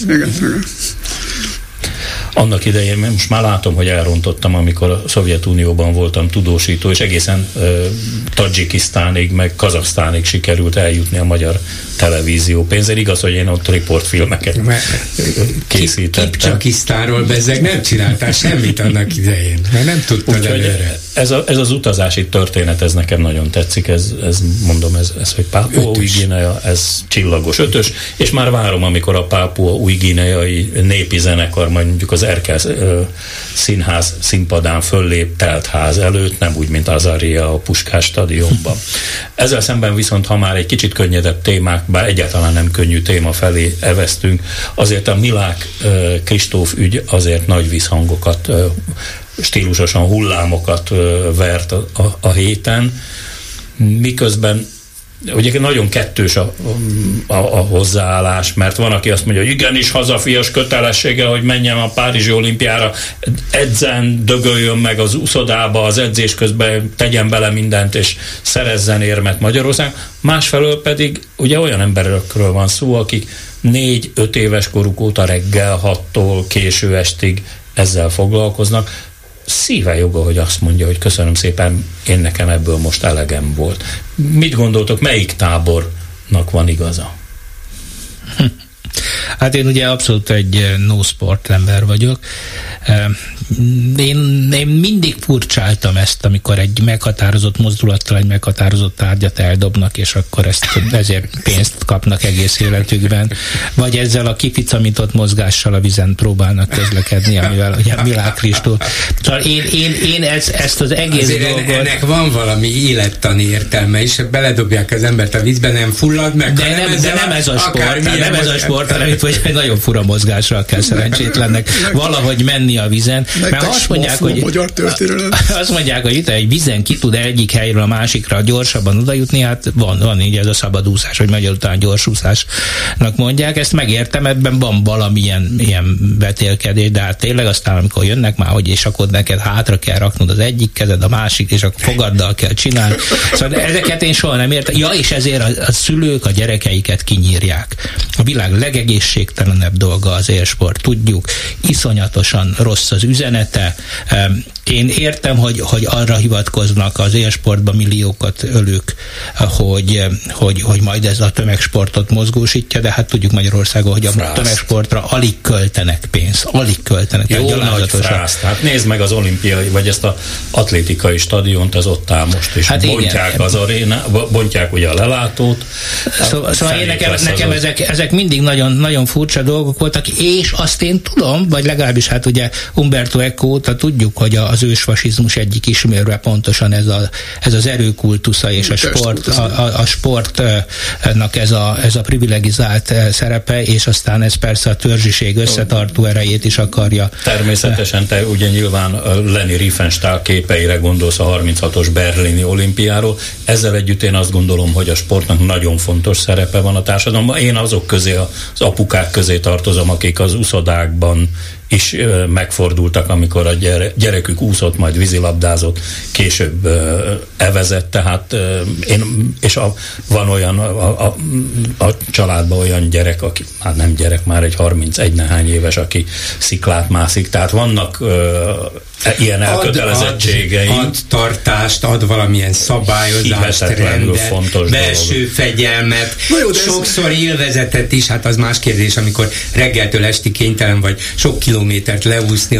Annak idején, most már látom, hogy elrontottam, amikor a Szovjetunióban voltam tudósító, és egészen Tadzsikisztánig, meg Kazaksztánig sikerült eljutni a magyar televízió pénzért. Igaz, hogy én ott riportfilmeket készítettem.
Kipcsakisztánról bezzeg nem csináltál semmit annak idején, mert nem tudtad előre.
Ez az utazási történet, ez nekem nagyon tetszik, ez hogy Pápua Új Guinea, ez csillagos 5-ös, és már várom, amikor a Pápua Új Guineai népi zenekar majd mondjuk az Erkel színház színpadán föllép telt ház előtt, nem úgy, mint Azaria a Puskás stadionban. Ezzel szemben viszont, ha már egy kicsit könnyedebb témák, bár egyáltalán nem könnyű téma felé eveztünk, azért a Milák Kristóf ügy azért nagy visszhangokat, stílusosan hullámokat vert a héten, miközben ugye nagyon kettős a hozzáállás, mert van, aki azt mondja, hogy igenis hazafias kötelessége, hogy menjen a Párizsi olimpiára, edzen, dögöljön meg az úszodába, az edzés közben tegyen bele mindent, és szerezzen érmet Magyarország. Másfelől pedig ugye olyan emberekről van szó, akik 4-5 éves koruk óta reggel 6-tól késő estig ezzel foglalkoznak. Szíve joga, hogy azt mondja, hogy köszönöm szépen, én nekem ebből most elegem volt. Mit gondoltok, melyik tábornak van igaza?
Hát én ugye abszolút egy no sport ember vagyok. Én mindig furcsáltam ezt, amikor egy meghatározott mozdulattal egy meghatározott tárgyat eldobnak, és akkor ezért pénzt kapnak egész életükben. Vagy ezzel a kificamított mozgással a vízen próbálnak közlekedni, amivel ugye Milák Kristóf. Szóval én ezt az egész
azért dolgot... Ennek van valami élettani értelme is, beledobják az embert a vízbe, nem fullad meg.
De nem ez a sport, nem ez a sport, hanem itt hogy egy nagyon fura mozgással kell szerencsétlennek valahogy menni a vízen. Mert azt mondják, hogy itt egy vízen ki tud egyik helyről a másikra gyorsabban odajutni, hát van így ez a szabadúszás, vagy magyar után gyorsúszásnak mondják, ezt megértem, ebben van valamilyen ilyen vetélkedés, de hát tényleg aztán, amikor jönnek már, hogy és akkor neked hátra kell raknod az egyik kezed, a másik, és akkor fogaddal kell csinálni. Szóval ezeket én soha nem értem. Ja, és ezért a szülők a gyerekeiket kinyírják. A világ legegészségtelenebb dolga az élsport, tudjuk, iszonyatosan rossz az üzenete. Én értem, hogy arra hivatkoznak az élsportban milliókat ölők, hogy majd ez a tömegsportot mozgósítja, de hát tudjuk Magyarországon, hogy a tömegsportra alig költenek pénzt. Alig költenek.
Jó nagy frász. Hát nézd meg az olimpiai, vagy ezt az atlétikai stadiont, ez ott áll most, és hát bontják igen. Az arénát, bontják ugye a lelátót.
Szóval nekem ezek mindig nagyon, nagyon furcsa dolgok voltak, és azt én tudom, vagy legalábbis hát ugye Umberto Eco óta tudjuk, hogy az ősfasizmus egyik ismérve pontosan ez az erőkultusza és a sportnak ez a privilegizált szerepe, és aztán ez persze a törzsiség összetartó erejét is akarja.
Természetesen te ugye nyilván Leni Riefenstahl képeire gondolsz a 36-os berlini olimpiáról. Ezzel együtt én azt gondolom, hogy a sportnak nagyon fontos szerepe van a társadalomban. Én azok közé, az apukák közé tartozom, akik az úszodákban is megfordultak, amikor a gyerekük úszott, majd vízilabdázott, később evezett, tehát van olyan a családban olyan gyerek, aki hát nem gyerek, már egy 31 nehány éves, aki sziklát mászik, tehát vannak ilyen elkötelezettségei.
Ad tartást, ad valamilyen szabályozást, rendet, belső fegyelmet, sokszor élvezetet is, hát az más kérdés, amikor reggeltől estig kénytelen vagy sok kilométert leúszni,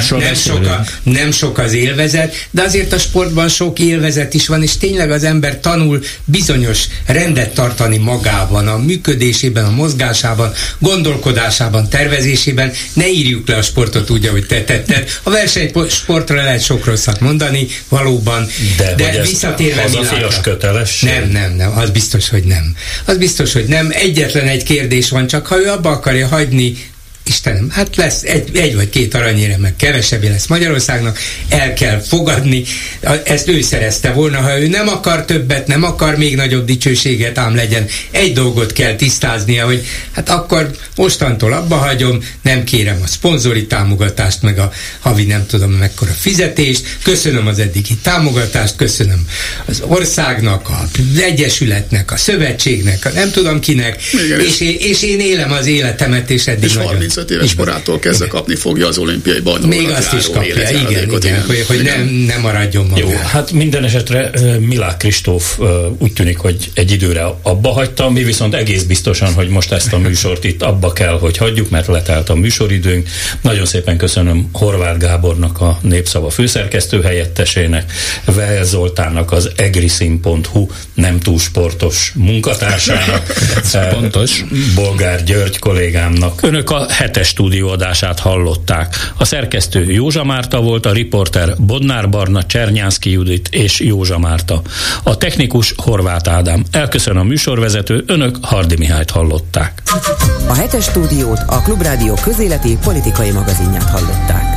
nem sok az élvezet, de azért a sportban sok élvezet is van, és tényleg az ember tanul bizonyos rendet tartani magában, a működésében, a mozgásában, gondolkodásában, tervezésében. Ne írjuk le a sportot úgy, ahogy te tetted. A versenysportra lehet sok rosszat mondani, valóban, de visszatérve
hazafias kötelesség.
Nem, az biztos, hogy nem. Az biztos, hogy nem. Egyetlen egy kérdés van, csak ha ő abba akarja hagyni, Istenem, hát lesz egy vagy két aranyérem, meg kevesebbé lesz Magyarországnak, el kell fogadni, ezt ő szerezte volna, ha ő nem akar többet, nem akar még nagyobb dicsőséget, ám legyen, egy dolgot kell tisztáznia, hogy hát akkor mostantól abba hagyom, nem kérem a szponzori támogatást, meg a havi nem tudom mekkora fizetést, köszönöm az eddigi támogatást, köszönöm az országnak, az egyesületnek, a szövetségnek, a nem tudom kinek, és én élem az életemet, és eddig
és 35 éves korától kezdve kapni fogja az olimpiai bajnokot.
Még azt is kapja, igen, hogy nem maradjon magát.
Jó, hát minden esetre Milák Kristóf úgy tűnik, hogy egy időre abba hagyta, mi viszont egész biztosan, hogy most ezt a műsort itt abba kell, hogy hagyjuk, mert letelt a műsoridőnk. Nagyon szépen köszönöm Horváth Gábornak, a Népszava főszerkesztő helyettesének, Vejel Zoltánnak, az egriszín.hu nem túl sportos munkatársának,
pontos.
Bolgár György kollégámnak. Önök a hetes stúdióadását hallották. A szerkesztő Józsa Márta volt, a riporter Bodnár Barna, Csernyánszky Judit és Józsa Márta. A technikus Horváth Ádám. Elköszön a műsorvezető, önök Hardy Mihályt hallották.
A hetes stúdiót, a Klubrádió közéleti politikai magazinját hallották.